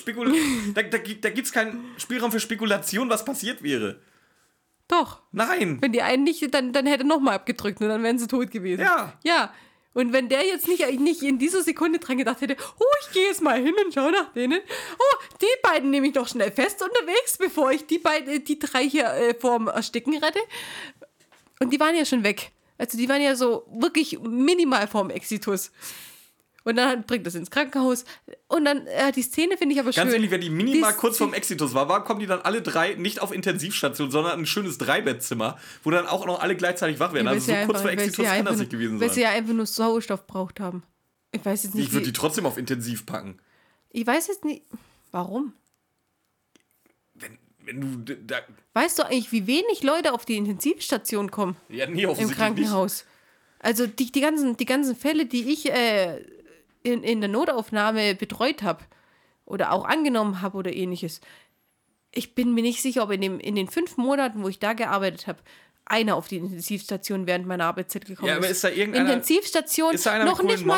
[SPEAKER 2] keinen Spielraum für Spekulation, was passiert wäre.
[SPEAKER 1] Doch.
[SPEAKER 2] Nein.
[SPEAKER 1] Wenn die einen nicht, dann hätte er nochmal abgedrückt und dann wären sie tot gewesen.
[SPEAKER 2] Ja.
[SPEAKER 1] Ja. Und wenn der jetzt nicht in dieser Sekunde dran gedacht hätte, oh, ich gehe jetzt mal hin und schau nach denen. Oh, die beiden nehme ich doch schnell fest unterwegs, bevor ich die drei hier vorm Ersticken rette. Und die waren ja schon weg. Also die waren ja so wirklich minimal vorm Exitus. Und dann bringt das ins Krankenhaus. Und dann, die Szene finde ich aber schön.
[SPEAKER 2] Ganz ehrlich, wenn die minimal kurz vorm Exitus war, warum kommen die dann alle drei nicht auf Intensivstation, sondern ein schönes Dreibettzimmer, wo dann auch noch alle gleichzeitig wach werden. Also so kurz vor Exitus kann das nicht gewesen sein.
[SPEAKER 1] Weil sie ja einfach nur Sauerstoff braucht haben. Ich weiß jetzt nicht.
[SPEAKER 2] Ich würde die trotzdem auf Intensiv packen.
[SPEAKER 1] Ich weiß jetzt nicht. Warum?
[SPEAKER 2] Wenn du da...
[SPEAKER 1] Weißt du eigentlich, wie wenig Leute auf die Intensivstation kommen?
[SPEAKER 2] Ja, nie offensichtlich
[SPEAKER 1] im Krankenhaus. Nicht. Also die ganzen Fälle, die ich in der Notaufnahme betreut habe oder auch angenommen habe oder ähnliches. Ich bin mir nicht sicher, ob in den 5 Monaten, wo ich da gearbeitet habe, einer auf die Intensivstation während meiner Arbeitszeit gekommen ist.
[SPEAKER 2] Ja, aber ist da irgendeiner...
[SPEAKER 1] Intensivstation,
[SPEAKER 2] ist da einer
[SPEAKER 1] noch nicht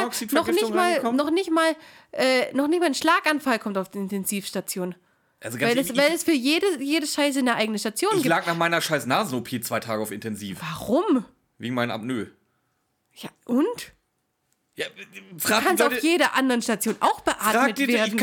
[SPEAKER 1] mal ein Schlaganfall kommt auf die Intensivstation.
[SPEAKER 2] Also
[SPEAKER 1] weil es für jede Scheiße eine eigene Station gibt.
[SPEAKER 2] Ich lag nach meiner scheiß Nasen-OP 2 Tage auf Intensiv.
[SPEAKER 1] Warum?
[SPEAKER 2] Wegen meinem Apnoe.
[SPEAKER 1] Ja, und?
[SPEAKER 2] Ja,
[SPEAKER 1] du kannst auf jeder anderen Station auch beatmet werden.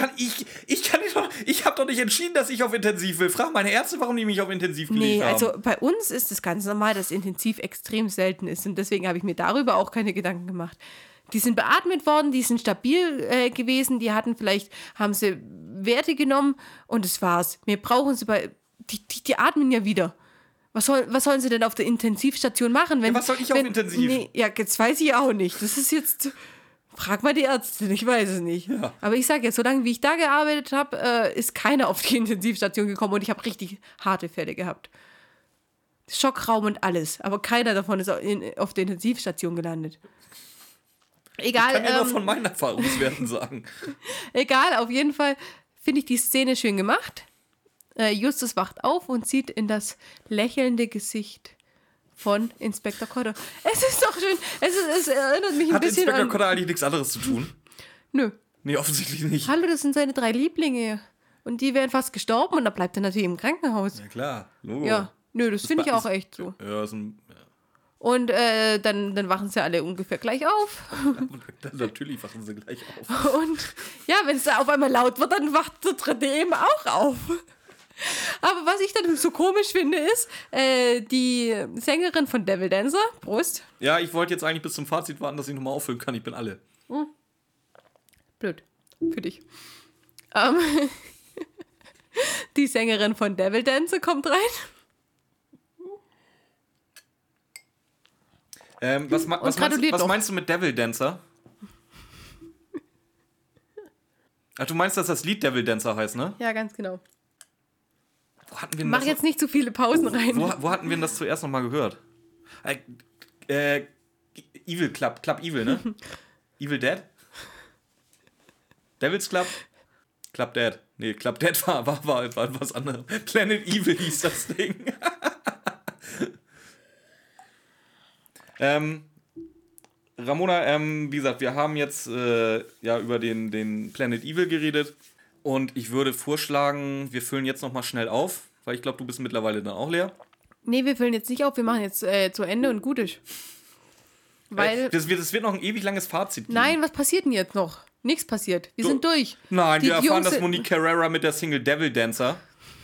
[SPEAKER 2] Ich habe doch nicht entschieden, dass ich auf Intensiv will. Frag meine Ärzte, warum die mich auf Intensiv gelegt haben.
[SPEAKER 1] Also bei uns ist es ganz normal, dass Intensiv extrem selten ist. Und deswegen habe ich mir darüber auch keine Gedanken gemacht. Die sind beatmet worden, die sind stabil gewesen, haben sie Werte genommen und das war's. Wir brauchen sie die atmen ja wieder. Was sollen sie denn auf der Intensivstation machen?
[SPEAKER 2] Was soll ich auf Intensiv?
[SPEAKER 1] Nee, ja, jetzt weiß ich auch nicht. Das ist jetzt... Frag mal die Ärztin, ich weiß es nicht.
[SPEAKER 2] Ja.
[SPEAKER 1] Aber ich sage jetzt, solange wie ich da gearbeitet habe, ist keiner auf die Intensivstation gekommen und ich habe richtig harte Fälle gehabt. Schockraum und alles. Aber keiner davon ist auf der Intensivstation gelandet. Egal.
[SPEAKER 2] Ich kann ja nur von meinen Erfahrungswerten sagen.
[SPEAKER 1] Egal, auf jeden Fall finde ich die Szene schön gemacht. Justus wacht auf und sieht in das lächelnde Gesicht von Inspektor Kotter. Es ist doch schön. Es erinnert mich ein bisschen an...
[SPEAKER 2] Hat Inspektor Kotter eigentlich nichts anderes zu tun?
[SPEAKER 1] Nö.
[SPEAKER 2] Nee, offensichtlich nicht.
[SPEAKER 1] Hallo, das sind seine 3 Lieblinge. Und die wären fast gestorben und da bleibt er natürlich im Krankenhaus.
[SPEAKER 2] Ja, klar. Logo.
[SPEAKER 1] Ja, nö, das finde ich auch echt so.
[SPEAKER 2] Ja, ist ein... Ja.
[SPEAKER 1] Und dann wachen sie alle ungefähr gleich auf.
[SPEAKER 2] Ja, natürlich wachen sie gleich auf.
[SPEAKER 1] Und ja, wenn es da auf einmal laut wird, dann wacht der Dritte eben auch auf. Aber was ich dann so komisch finde, ist, die Sängerin von Devil Dancer, Prost.
[SPEAKER 2] Ja, ich wollte jetzt eigentlich bis zum Fazit warten, dass ich nochmal auffüllen kann. Ich bin alle.
[SPEAKER 1] Blöd. Für dich. Die Sängerin von Devil Dancer kommt rein.
[SPEAKER 2] Was meinst du mit Devil Dancer? Ach, du meinst, dass das Lied Devil Dancer heißt, ne?
[SPEAKER 1] Ja, ganz genau.
[SPEAKER 2] Wo hatten wir
[SPEAKER 1] Mach jetzt nicht zu viele Pausen rein.
[SPEAKER 2] Wo hatten wir denn das zuerst nochmal gehört? Evil Club Evil, ne? Evil Dead? Devil's Club? Club Dead. Nee, Club Dead war was anderes. Planet Evil hieß das Ding. Ramona, wie gesagt, wir haben jetzt über den Planet Evil geredet und ich würde vorschlagen, wir füllen jetzt nochmal schnell auf, weil ich glaube, du bist mittlerweile dann auch leer.
[SPEAKER 1] Nee, wir füllen jetzt nicht auf, wir machen jetzt zu Ende und gut ist. Weil
[SPEAKER 2] das wird noch ein ewig langes Fazit geben.
[SPEAKER 1] Nein, was passiert denn jetzt noch? Nichts passiert. Wir sind durch.
[SPEAKER 2] Nein, wir erfahren, dass Monique Carrera mit der Single Devil Dancer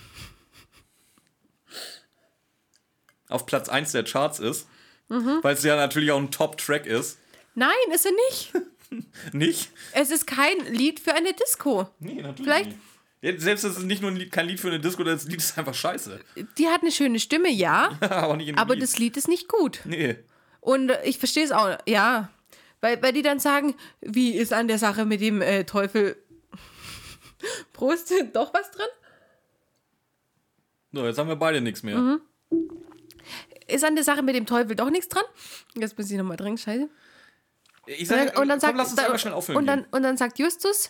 [SPEAKER 2] auf Platz 1 der Charts ist, weil es ja natürlich auch ein Top-Track ist.
[SPEAKER 1] Nein, ist er nicht.
[SPEAKER 2] Nicht?
[SPEAKER 1] Es ist kein Lied für eine Disco.
[SPEAKER 2] Nee, natürlich
[SPEAKER 1] Vielleicht
[SPEAKER 2] nicht. Ja, selbst es ist nicht nur kein Lied für eine Disco, das Lied ist einfach scheiße.
[SPEAKER 1] Die hat eine schöne Stimme, ja.
[SPEAKER 2] Aber nicht in
[SPEAKER 1] aber
[SPEAKER 2] Lied.
[SPEAKER 1] das Lied ist nicht gut.
[SPEAKER 2] Nee.
[SPEAKER 1] Und ich verstehe es auch, ja. Weil die dann sagen, wie ist an der Sache mit dem Teufel Prost, doch was drin?
[SPEAKER 2] So, jetzt haben wir beide nichts mehr.
[SPEAKER 1] Ist an der Sache mit dem Teufel doch nichts dran? Jetzt muss ich nochmal drin, scheiße.
[SPEAKER 2] Ich sag,
[SPEAKER 1] Und dann sagt,
[SPEAKER 2] lass uns einmal schnell auffüllen.
[SPEAKER 1] Und dann sagt Justus,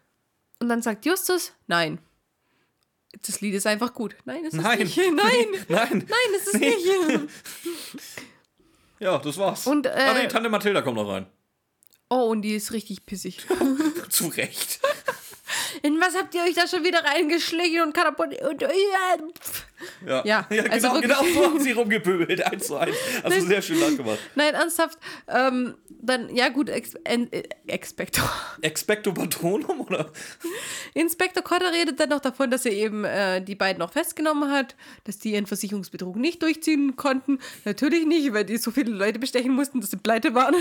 [SPEAKER 1] nein. Das Lied ist einfach gut. Nein, ist es nicht. Nein, ist es nicht.
[SPEAKER 2] Ja, das war's.
[SPEAKER 1] Und,
[SPEAKER 2] Ach nee, Tante Mathilda kommt noch rein.
[SPEAKER 1] Oh, und die ist richtig pissig.
[SPEAKER 2] Zu Recht.
[SPEAKER 1] In was habt ihr euch da schon wieder reingeschlichen und
[SPEAKER 2] Ja,
[SPEAKER 1] also
[SPEAKER 2] genau so haben sie rumgepöbelt. 1:1. Hast du sehr schön nachgemacht.
[SPEAKER 1] Nein, ernsthaft. Dann, ja gut, Expecto
[SPEAKER 2] Patronum, oder?
[SPEAKER 1] Inspektor Kotter redet dann noch davon, dass er eben die beiden noch festgenommen hat, dass die ihren Versicherungsbetrug nicht durchziehen konnten. Natürlich nicht, weil die so viele Leute bestechen mussten, dass sie pleite waren.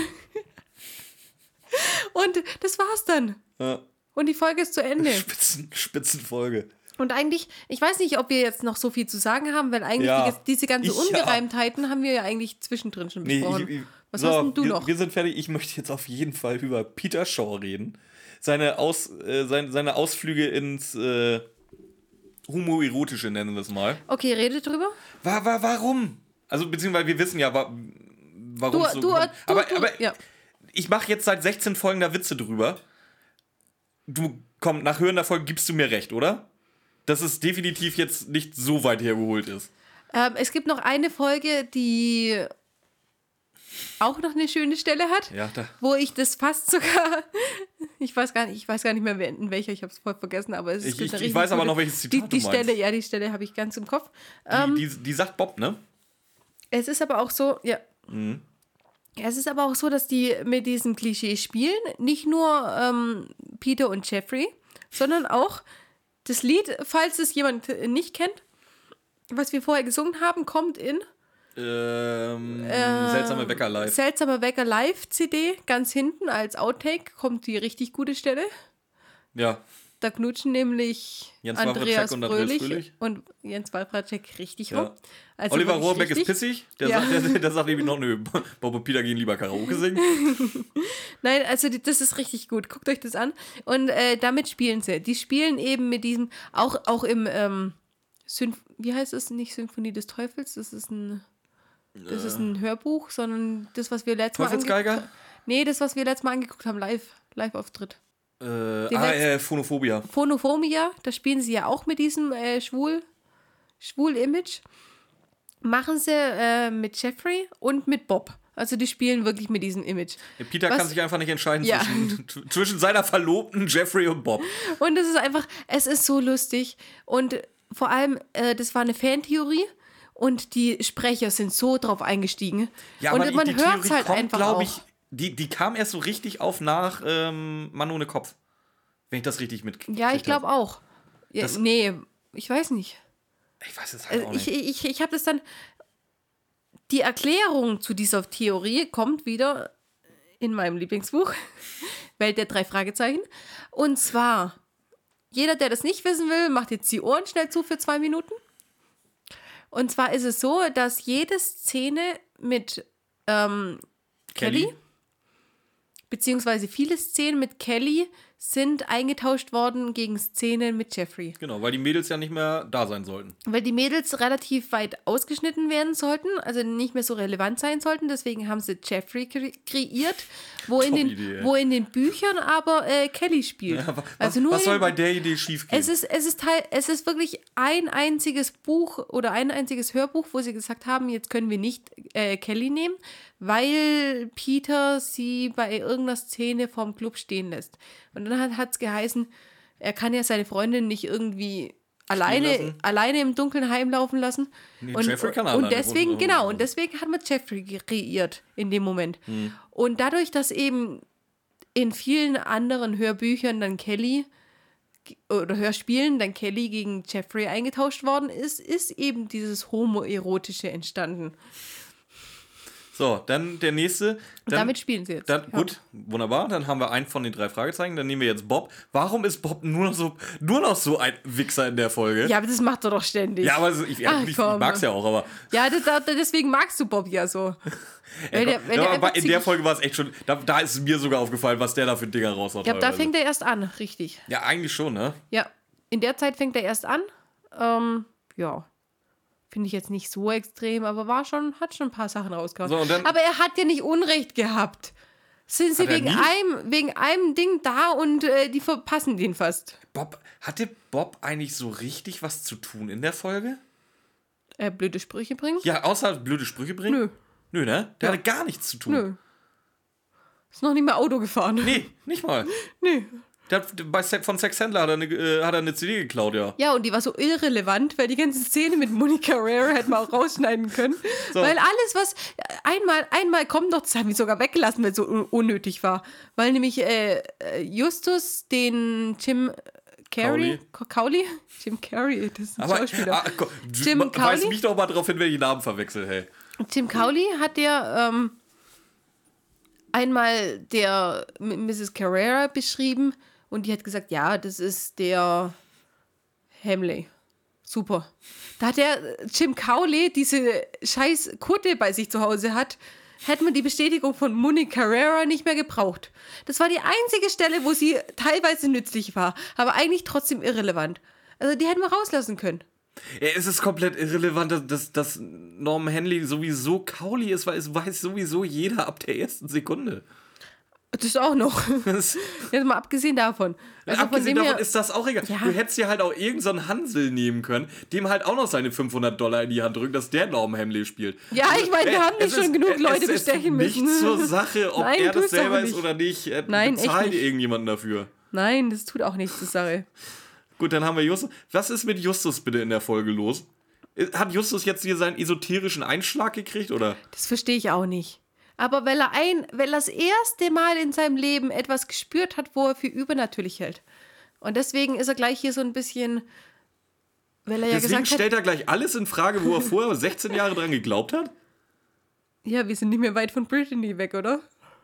[SPEAKER 1] Und das war's dann.
[SPEAKER 2] Ja.
[SPEAKER 1] Und die Folge ist zu Ende.
[SPEAKER 2] Spitzenfolge.
[SPEAKER 1] Und eigentlich, ich weiß nicht, ob wir jetzt noch so viel zu sagen haben, weil eigentlich diese ganzen Ungereimtheiten haben wir ja eigentlich zwischendrin schon besprochen. Was hast denn du noch?
[SPEAKER 2] Wir sind fertig. Ich möchte jetzt auf jeden Fall über Peter Shaw reden. Seine Ausflüge ins Homoerotische, nennen wir es mal.
[SPEAKER 1] Okay, rede drüber.
[SPEAKER 2] Warum? Also, beziehungsweise wir wissen ja, warum es so kommt. Aber
[SPEAKER 1] ja.
[SPEAKER 2] Ich mache jetzt seit 16 Folgen da Witze drüber. Nach Hören der Folge gibst du mir recht, oder? Dass es definitiv jetzt nicht so weit hergeholt ist.
[SPEAKER 1] Es gibt noch eine Folge, die auch noch eine schöne Stelle hat, wo ich das fast sogar, ich weiß gar nicht mehr, in welcher, ich habe es voll vergessen, aber es ist
[SPEAKER 2] ich weiß aber noch, welches Zitat du meinst.
[SPEAKER 1] Die Stelle habe ich ganz im Kopf.
[SPEAKER 2] Die sagt Bob, ne?
[SPEAKER 1] Es ist aber auch so, ja. Es ist aber auch so, dass die mit diesem Klischee spielen, nicht nur Peter und Jeffrey, sondern auch das Lied, falls es jemand nicht kennt, was wir vorher gesungen haben, kommt in
[SPEAKER 2] Seltsame Wecker Live.
[SPEAKER 1] Seltsame Wecker Live CD, ganz hinten als Outtake kommt die richtig gute Stelle.
[SPEAKER 2] Ja.
[SPEAKER 1] Da knutschen nämlich
[SPEAKER 2] Jens
[SPEAKER 1] Andreas
[SPEAKER 2] und
[SPEAKER 1] Fröhlich und Jens Wawracek richtig rum. Also
[SPEAKER 2] Oliver Rohrbeck ist pissig. Der sagt nämlich noch, nö, Bob und Peter gehen lieber Karaoke singen.
[SPEAKER 1] Nein, also das ist richtig gut. Guckt euch das an. Und damit spielen sie. Die spielen eben mit diesem, auch im wie heißt es? Nicht Symphonie des Teufels, das ist ein Hörbuch, sondern das, was wir letztes Mal
[SPEAKER 2] Teufelsgeiger?
[SPEAKER 1] Nee, das, was wir letztes Mal angeguckt haben, Live-Auftritt.
[SPEAKER 2] Phonophobia.
[SPEAKER 1] Phonophobia, da spielen sie ja auch mit diesem Schwul-Image. Machen sie mit Jeffrey und mit Bob. Also die spielen wirklich mit diesem Image.
[SPEAKER 2] Ja, Peter kann sich einfach nicht entscheiden zwischen seiner Verlobten Jeffrey und Bob.
[SPEAKER 1] Und es ist so lustig. Und vor allem, das war eine Fantheorie. Und die Sprecher sind so drauf eingestiegen.
[SPEAKER 2] Ja,
[SPEAKER 1] und
[SPEAKER 2] aber
[SPEAKER 1] man
[SPEAKER 2] die
[SPEAKER 1] hört
[SPEAKER 2] Theorie
[SPEAKER 1] es halt
[SPEAKER 2] kommt,
[SPEAKER 1] einfach
[SPEAKER 2] glaube ich,
[SPEAKER 1] auch.
[SPEAKER 2] die kam erst so richtig auf nach Mann ohne Kopf. Wenn ich das richtig mitkriege.
[SPEAKER 1] Ja, ich glaube auch. Ja, nee, ich weiß nicht.
[SPEAKER 2] Ich weiß es halt auch nicht.
[SPEAKER 1] Ich habe das dann... Die Erklärung zu dieser Theorie kommt wieder in meinem Lieblingsbuch, Welt der 3 Fragezeichen. Und zwar, jeder, der das nicht wissen will, macht jetzt die Ohren schnell zu für 2 Minuten. Und zwar ist es so, dass jede Szene mit Kelly, beziehungsweise viele Szenen mit Kelly sind eingetauscht worden gegen Szenen mit Jeffrey.
[SPEAKER 2] Genau, weil die Mädels ja nicht mehr da sein sollten.
[SPEAKER 1] Weil die Mädels relativ weit ausgeschnitten werden sollten, also nicht mehr so relevant sein sollten. Deswegen haben sie Jeffrey kreiert, wo in den Büchern aber Kelly spielt.
[SPEAKER 2] Ja,
[SPEAKER 1] was
[SPEAKER 2] soll bei der Idee schiefgehen?
[SPEAKER 1] Es ist wirklich ein einziges Buch oder ein einziges Hörbuch, wo sie gesagt haben, jetzt können wir nicht Kelly nehmen, weil Peter sie bei irgendeiner Szene vorm Club stehen lässt. Und dann hat es geheißen, er kann ja seine Freundin nicht irgendwie alleine im Dunkeln heimlaufen lassen.
[SPEAKER 2] Nee,
[SPEAKER 1] und
[SPEAKER 2] Jeffrey kann
[SPEAKER 1] und deswegen, und deswegen hat man Jeffrey kreiert in dem Moment. Und dadurch, dass eben in vielen anderen Hörbüchern dann Kelly oder Hörspielen dann Kelly gegen Jeffrey eingetauscht worden ist eben dieses Homoerotische entstanden.
[SPEAKER 2] So, dann der nächste.
[SPEAKER 1] Damit spielen sie jetzt.
[SPEAKER 2] Gut, wunderbar. Dann haben wir einen von den 3 Fragezeichen. Dann nehmen wir jetzt Bob. Warum ist Bob nur noch so ein Wichser in der Folge?
[SPEAKER 1] Ja, aber das macht er doch ständig.
[SPEAKER 2] Ja, aber ich mag's ja auch, aber...
[SPEAKER 1] Ja, deswegen magst du Bob ja so.
[SPEAKER 2] In der Folge war es echt schon... Da ist mir sogar aufgefallen, was der da für Dinger raushaut.
[SPEAKER 1] Ja, da fängt er erst an, richtig.
[SPEAKER 2] Ja, eigentlich schon, ne?
[SPEAKER 1] Ja, in der Zeit fängt er erst an. Ja. Finde ich jetzt nicht so extrem, aber hat schon ein paar Sachen rausgehauen.
[SPEAKER 2] So,
[SPEAKER 1] aber er hat ja nicht Unrecht gehabt. Sind sie wegen einem Ding da und die verpassen den fast.
[SPEAKER 2] Hatte Bob eigentlich so richtig was zu tun in der Folge?
[SPEAKER 1] Blöde Sprüche bringen?
[SPEAKER 2] Ja, außer blöde Sprüche bringen? Nö, ne? Der hatte gar nichts zu tun.
[SPEAKER 1] Nö. Ist noch nicht mehr Auto gefahren.
[SPEAKER 2] Nee, nicht mal.
[SPEAKER 1] Nee.
[SPEAKER 2] Von Sex Handler hat er eine CD geklaut, ja.
[SPEAKER 1] Ja, und die war so irrelevant, weil die ganze Szene mit Monica Carrera hätte man auch rausschneiden können. So. Weil alles, was einmal kommt noch, das haben wir sogar weggelassen, weil es so unnötig war. Weil nämlich Justus den Jim Carrey? Jim Carrey, das ist ein Schauspieler.
[SPEAKER 2] Jim Cowley? Weis mich doch mal drauf hin, wenn ich Namen verwechsel, hey.
[SPEAKER 1] Jim Cowley hat der einmal der Mrs. Carrera beschrieben und die hat gesagt, ja, das ist der Hamley. Super. Da hat der Jim Cowley diese scheiß Kutte bei sich zu Hause hätte man die Bestätigung von Monica Carrera nicht mehr gebraucht. Das war die einzige Stelle, wo sie teilweise nützlich war, aber eigentlich trotzdem irrelevant. Also die hätten wir rauslassen können.
[SPEAKER 2] Ja, es ist komplett irrelevant, dass Norman Henley sowieso Cowley ist, weil es weiß sowieso jeder ab der ersten Sekunde.
[SPEAKER 1] Das auch noch. Jetzt mal abgesehen davon.
[SPEAKER 2] Also abgesehen davon ist das auch egal. Ja. Du hättest ja halt auch irgendeinen Hansel nehmen können, dem halt auch noch seine $500 in die Hand drückt, dass der Norman Henley spielt.
[SPEAKER 1] Ja, ich meine, wir haben nicht schon genug Leute bestechen müssen.
[SPEAKER 2] Nicht zur Sache, ob er das selber ist oder nicht.
[SPEAKER 1] Nein,
[SPEAKER 2] bezahlt ihr irgendjemanden dafür?
[SPEAKER 1] Nein, das tut auch nichts zur Sache.
[SPEAKER 2] Gut, dann haben wir Justus. Was ist mit Justus bitte in der Folge los? Hat Justus jetzt hier seinen esoterischen Einschlag gekriegt, oder?
[SPEAKER 1] Das verstehe ich auch nicht. Aber weil er das erste Mal in seinem Leben etwas gespürt hat, wo er für übernatürlich hält. Und deswegen ist er gleich hier so ein bisschen, weil er ja gesagt hat...
[SPEAKER 2] Deswegen stellt er gleich alles in Frage, wo er vorher 16 Jahre dran geglaubt hat?
[SPEAKER 1] Ja, wir sind nicht mehr weit von Brittany weg, oder?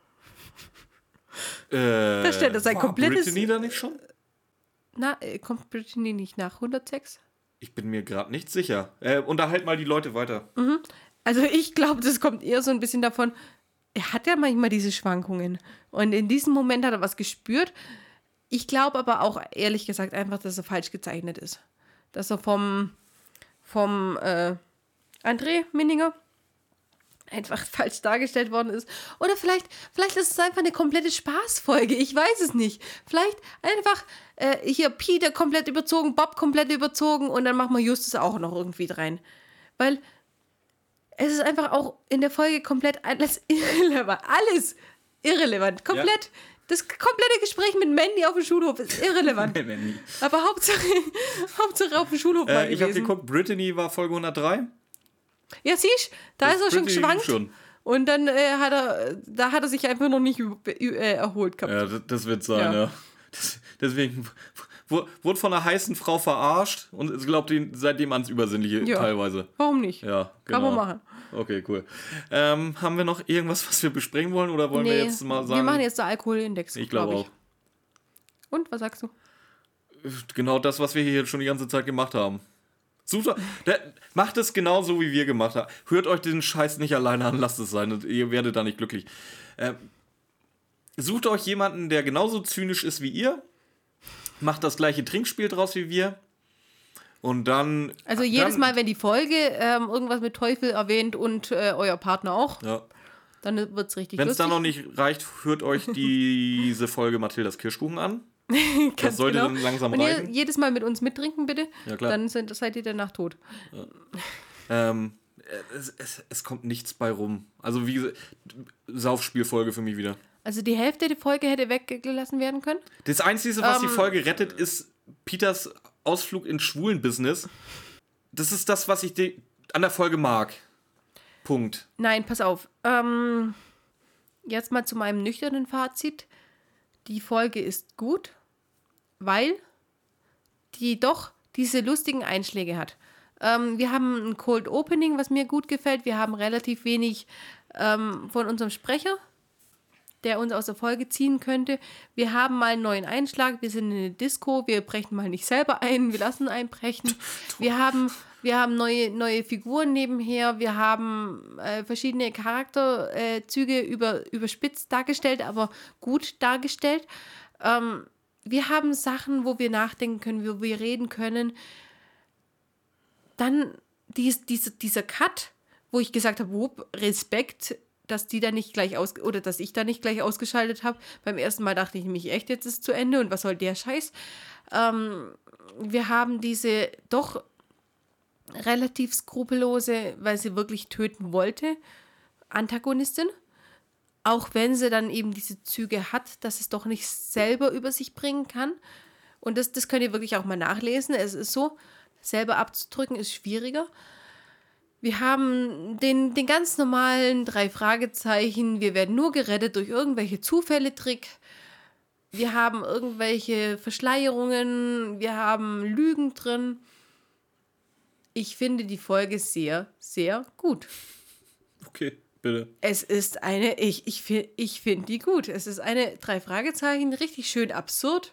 [SPEAKER 1] Da stellt er sein komplettes...
[SPEAKER 2] Brittany da nicht schon?
[SPEAKER 1] Kommt Brittany nicht nach 106?
[SPEAKER 2] Ich bin mir gerade nicht sicher. Unterhalt mal die Leute weiter.
[SPEAKER 1] Mhm. Also ich glaube, das kommt eher so ein bisschen davon, er hat ja manchmal diese Schwankungen. Und in diesem Moment hat er was gespürt. Ich glaube aber auch, ehrlich gesagt, einfach, dass er falsch gezeichnet ist. Dass er vom André Minninger einfach falsch dargestellt worden ist. Oder vielleicht ist es einfach eine komplette Spaßfolge. Ich weiß es nicht. Vielleicht einfach hier Peter komplett überzogen, Bob komplett überzogen und dann machen wir Justus auch noch irgendwie rein. Weil es ist einfach auch in der Folge komplett alles irrelevant. Alles irrelevant. Komplett. Ja. Das komplette Gespräch mit Mandy auf dem Schulhof ist irrelevant. Aber Hauptsache auf dem Schulhof mal gewesen.
[SPEAKER 2] Ich habe geguckt, Brittany war Folge 103.
[SPEAKER 1] Ja, siehst du, da ist er schon geschwankt. Und dann hat er sich einfach noch nicht erholt gehabt.
[SPEAKER 2] Ja, das wird sein, ja. Deswegen wurde von einer heißen Frau verarscht und glaubt seitdem ans Übersinnliche teilweise.
[SPEAKER 1] Warum nicht?
[SPEAKER 2] Ja, genau.
[SPEAKER 1] Kann man machen.
[SPEAKER 2] Okay, cool. Haben wir noch irgendwas, was wir besprechen wollen oder wollen wir jetzt mal sagen?
[SPEAKER 1] Wir machen jetzt den Alkoholindex.
[SPEAKER 2] Ich glaube auch.
[SPEAKER 1] Und, was sagst du?
[SPEAKER 2] Genau das, was wir hier schon die ganze Zeit gemacht haben. Macht es genauso, wie wir gemacht haben. Hört euch den Scheiß nicht alleine an, lasst es sein. Ihr werdet da nicht glücklich. Sucht euch jemanden, der genauso zynisch ist wie ihr. macht das gleiche Trinkspiel draus wie wir. Und dann...
[SPEAKER 1] Also jedes Mal, wenn die Folge irgendwas mit Teufel erwähnt und euer Partner auch, dann wird es richtig lustig.
[SPEAKER 2] Wenn es dann noch nicht reicht, führt euch diese Folge Mathildas Kirschkuchen an. Das sollte dann langsam reichen.
[SPEAKER 1] Und jedes Mal mit uns mittrinken, bitte.
[SPEAKER 2] Ja, klar.
[SPEAKER 1] Dann seid ihr danach tot.
[SPEAKER 2] Ja. Es kommt nichts bei rum. Also wie gesagt, Saufspielfolge für mich wieder.
[SPEAKER 1] Also die Hälfte der Folge hätte weggelassen werden können.
[SPEAKER 2] Das Einzige, was die Folge rettet, ist Peters Ausflug ins Schwulenbusiness. Das ist das, was ich an der Folge mag. Punkt.
[SPEAKER 1] Nein, pass auf. Jetzt mal zu meinem nüchternen Fazit. Die Folge ist gut, weil die doch diese lustigen Einschläge hat. Wir haben ein Cold Opening, was mir gut gefällt. Wir haben relativ wenig von unserem Sprecher, der uns aus der Folge ziehen könnte. Wir haben mal einen neuen Einschlag. Wir sind in eine Disco. Wir brechen mal nicht selber ein. Wir lassen einbrechen. Wir haben neue Figuren nebenher. Wir haben verschiedene Charakterzüge überspitzt dargestellt, aber gut dargestellt. Wir haben Sachen, wo wir nachdenken können, wo wir reden können. Dann dieser Cut, wo ich gesagt habe, Respekt, dass die da nicht gleich dass ich da nicht gleich ausgeschaltet habe. Beim ersten Mal dachte ich nämlich echt, jetzt ist es zu Ende und was soll der Scheiß? Wir haben diese doch relativ skrupellose, weil sie wirklich töten wollte, Antagonistin. Auch wenn sie dann eben diese Züge hat, dass es doch nicht selber über sich bringen kann. Und das könnt ihr wirklich auch mal nachlesen. Es ist so, selber abzudrücken ist schwieriger. Wir haben den ganz normalen 3 Fragezeichen. Wir werden nur gerettet durch irgendwelche Zufälle-Trick. Wir haben irgendwelche Verschleierungen. Wir haben Lügen drin. Ich finde die Folge sehr, sehr gut.
[SPEAKER 2] Okay, bitte.
[SPEAKER 1] Es ist eine, ich finde die gut. Es ist eine 3 Fragezeichen, richtig schön absurd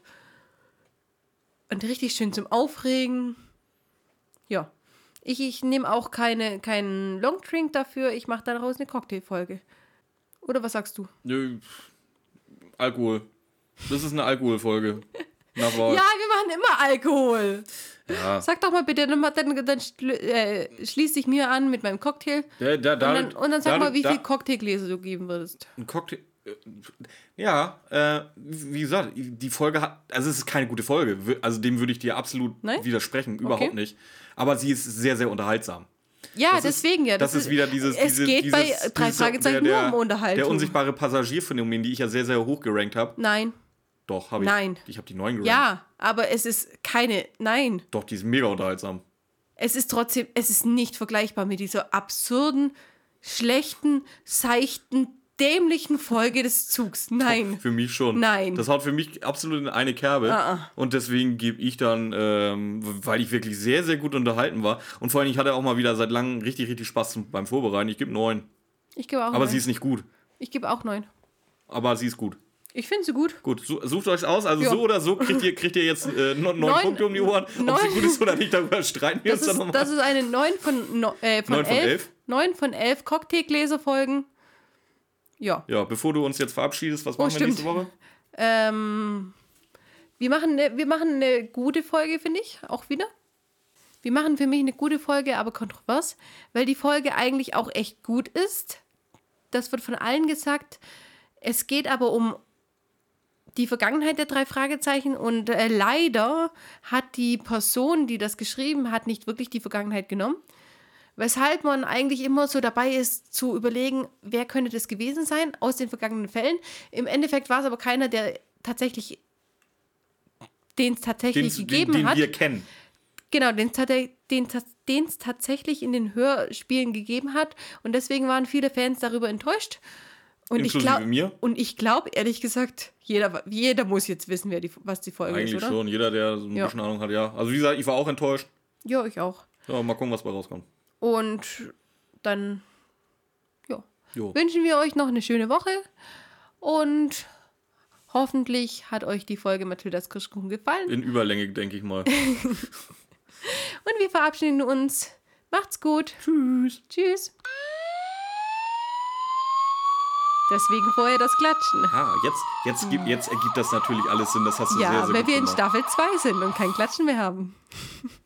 [SPEAKER 1] und richtig schön zum Aufregen. Ja. Ich nehme auch keinen Longdrink dafür. Ich mache daraus eine Cocktailfolge. Oder was sagst du?
[SPEAKER 2] Nö, Alkohol. Das ist eine Alkoholfolge.
[SPEAKER 1] Ja, wir machen immer Alkohol.
[SPEAKER 2] Ja.
[SPEAKER 1] Sag doch mal bitte, dann schließ dich mir an mit meinem Cocktail. Und dann sag mal, wie viel Cocktailgläser du geben würdest.
[SPEAKER 2] Ein Cocktail... Ja, wie gesagt, die Folge hat... Also es ist keine gute Folge. Also dem würde ich dir absolut widersprechen. Überhaupt nicht. Aber sie ist sehr, sehr unterhaltsam.
[SPEAKER 1] Ja, deswegen ja.
[SPEAKER 2] Das ist wieder dieses...
[SPEAKER 1] Es geht bei 3 Fragezeichen nur um Unterhaltung.
[SPEAKER 2] Der unsichtbare Passagierphänomen, die ich ja sehr, sehr hoch gerankt habe.
[SPEAKER 1] Nein.
[SPEAKER 2] Doch, habe ich.
[SPEAKER 1] Nein.
[SPEAKER 2] Ich habe die 9 gerankt.
[SPEAKER 1] Ja, aber es ist keine... Nein.
[SPEAKER 2] Doch, die ist mega unterhaltsam.
[SPEAKER 1] Es ist nicht vergleichbar mit dieser absurden, schlechten, seichten, dämlichen Folge des Zugs. Nein.
[SPEAKER 2] Doch, für mich schon.
[SPEAKER 1] Nein.
[SPEAKER 2] Das haut für mich absolut in eine Kerbe. Und deswegen gebe ich dann, weil ich wirklich sehr, sehr gut unterhalten war. Und vor allem, ich hatte auch mal wieder seit langem richtig, richtig Spaß beim Vorbereiten. Ich gebe 9.
[SPEAKER 1] Ich gebe auch 9.
[SPEAKER 2] Aber sie ist nicht gut.
[SPEAKER 1] Ich gebe auch 9.
[SPEAKER 2] Aber sie ist gut.
[SPEAKER 1] Ich finde sie gut.
[SPEAKER 2] Gut, sucht euch aus. Also so oder so kriegt ihr jetzt 9 Punkte um die Ohren. Ob sie gut ist oder nicht, darüber streiten wir uns dann nochmal.
[SPEAKER 1] Das ist eine 9 von 11. 9 von 11 Cocktailgläser-Folgen. Ja.
[SPEAKER 2] Ja, bevor du uns jetzt verabschiedest, was machen wir nächste Woche?
[SPEAKER 1] Wir machen eine gute Folge, finde ich, auch wieder. Wir machen für mich eine gute Folge, aber kontrovers, weil die Folge eigentlich auch echt gut ist. Das wird von allen gesagt. Es geht aber um die Vergangenheit der 3 Fragezeichen und leider hat die Person, die das geschrieben hat, nicht wirklich die Vergangenheit genommen. Weshalb man eigentlich immer so dabei ist, zu überlegen, wer könnte das gewesen sein aus den vergangenen Fällen. Im Endeffekt war es aber keiner, den es tatsächlich gegeben hat. Den wir kennen. Genau, den es tatsächlich in den Hörspielen gegeben hat. Und deswegen waren viele Fans darüber enttäuscht. Und ich glaube, ehrlich gesagt, jeder muss jetzt wissen, was die Folge
[SPEAKER 2] eigentlich
[SPEAKER 1] ist, oder?
[SPEAKER 2] Eigentlich schon, jeder, der so ein bisschen Ahnung hat, ja. Also wie gesagt, ich war auch enttäuscht.
[SPEAKER 1] Ja, ich auch.
[SPEAKER 2] Ja, mal gucken, was bei rauskommt.
[SPEAKER 1] Und dann wünschen wir euch noch eine schöne Woche und hoffentlich hat euch die Folge Mathildas Kirschkuchen gefallen.
[SPEAKER 2] In Überlänge, denke ich mal.
[SPEAKER 1] Und wir verabschieden uns. Macht's gut.
[SPEAKER 2] Tschüss.
[SPEAKER 1] Tschüss. Deswegen vorher das Klatschen.
[SPEAKER 2] Jetzt ergibt das natürlich alles Sinn. Das hast du sehr, sehr
[SPEAKER 1] Ja,
[SPEAKER 2] gut
[SPEAKER 1] wenn wir in
[SPEAKER 2] gemacht.
[SPEAKER 1] Staffel 2 sind und kein Klatschen mehr haben.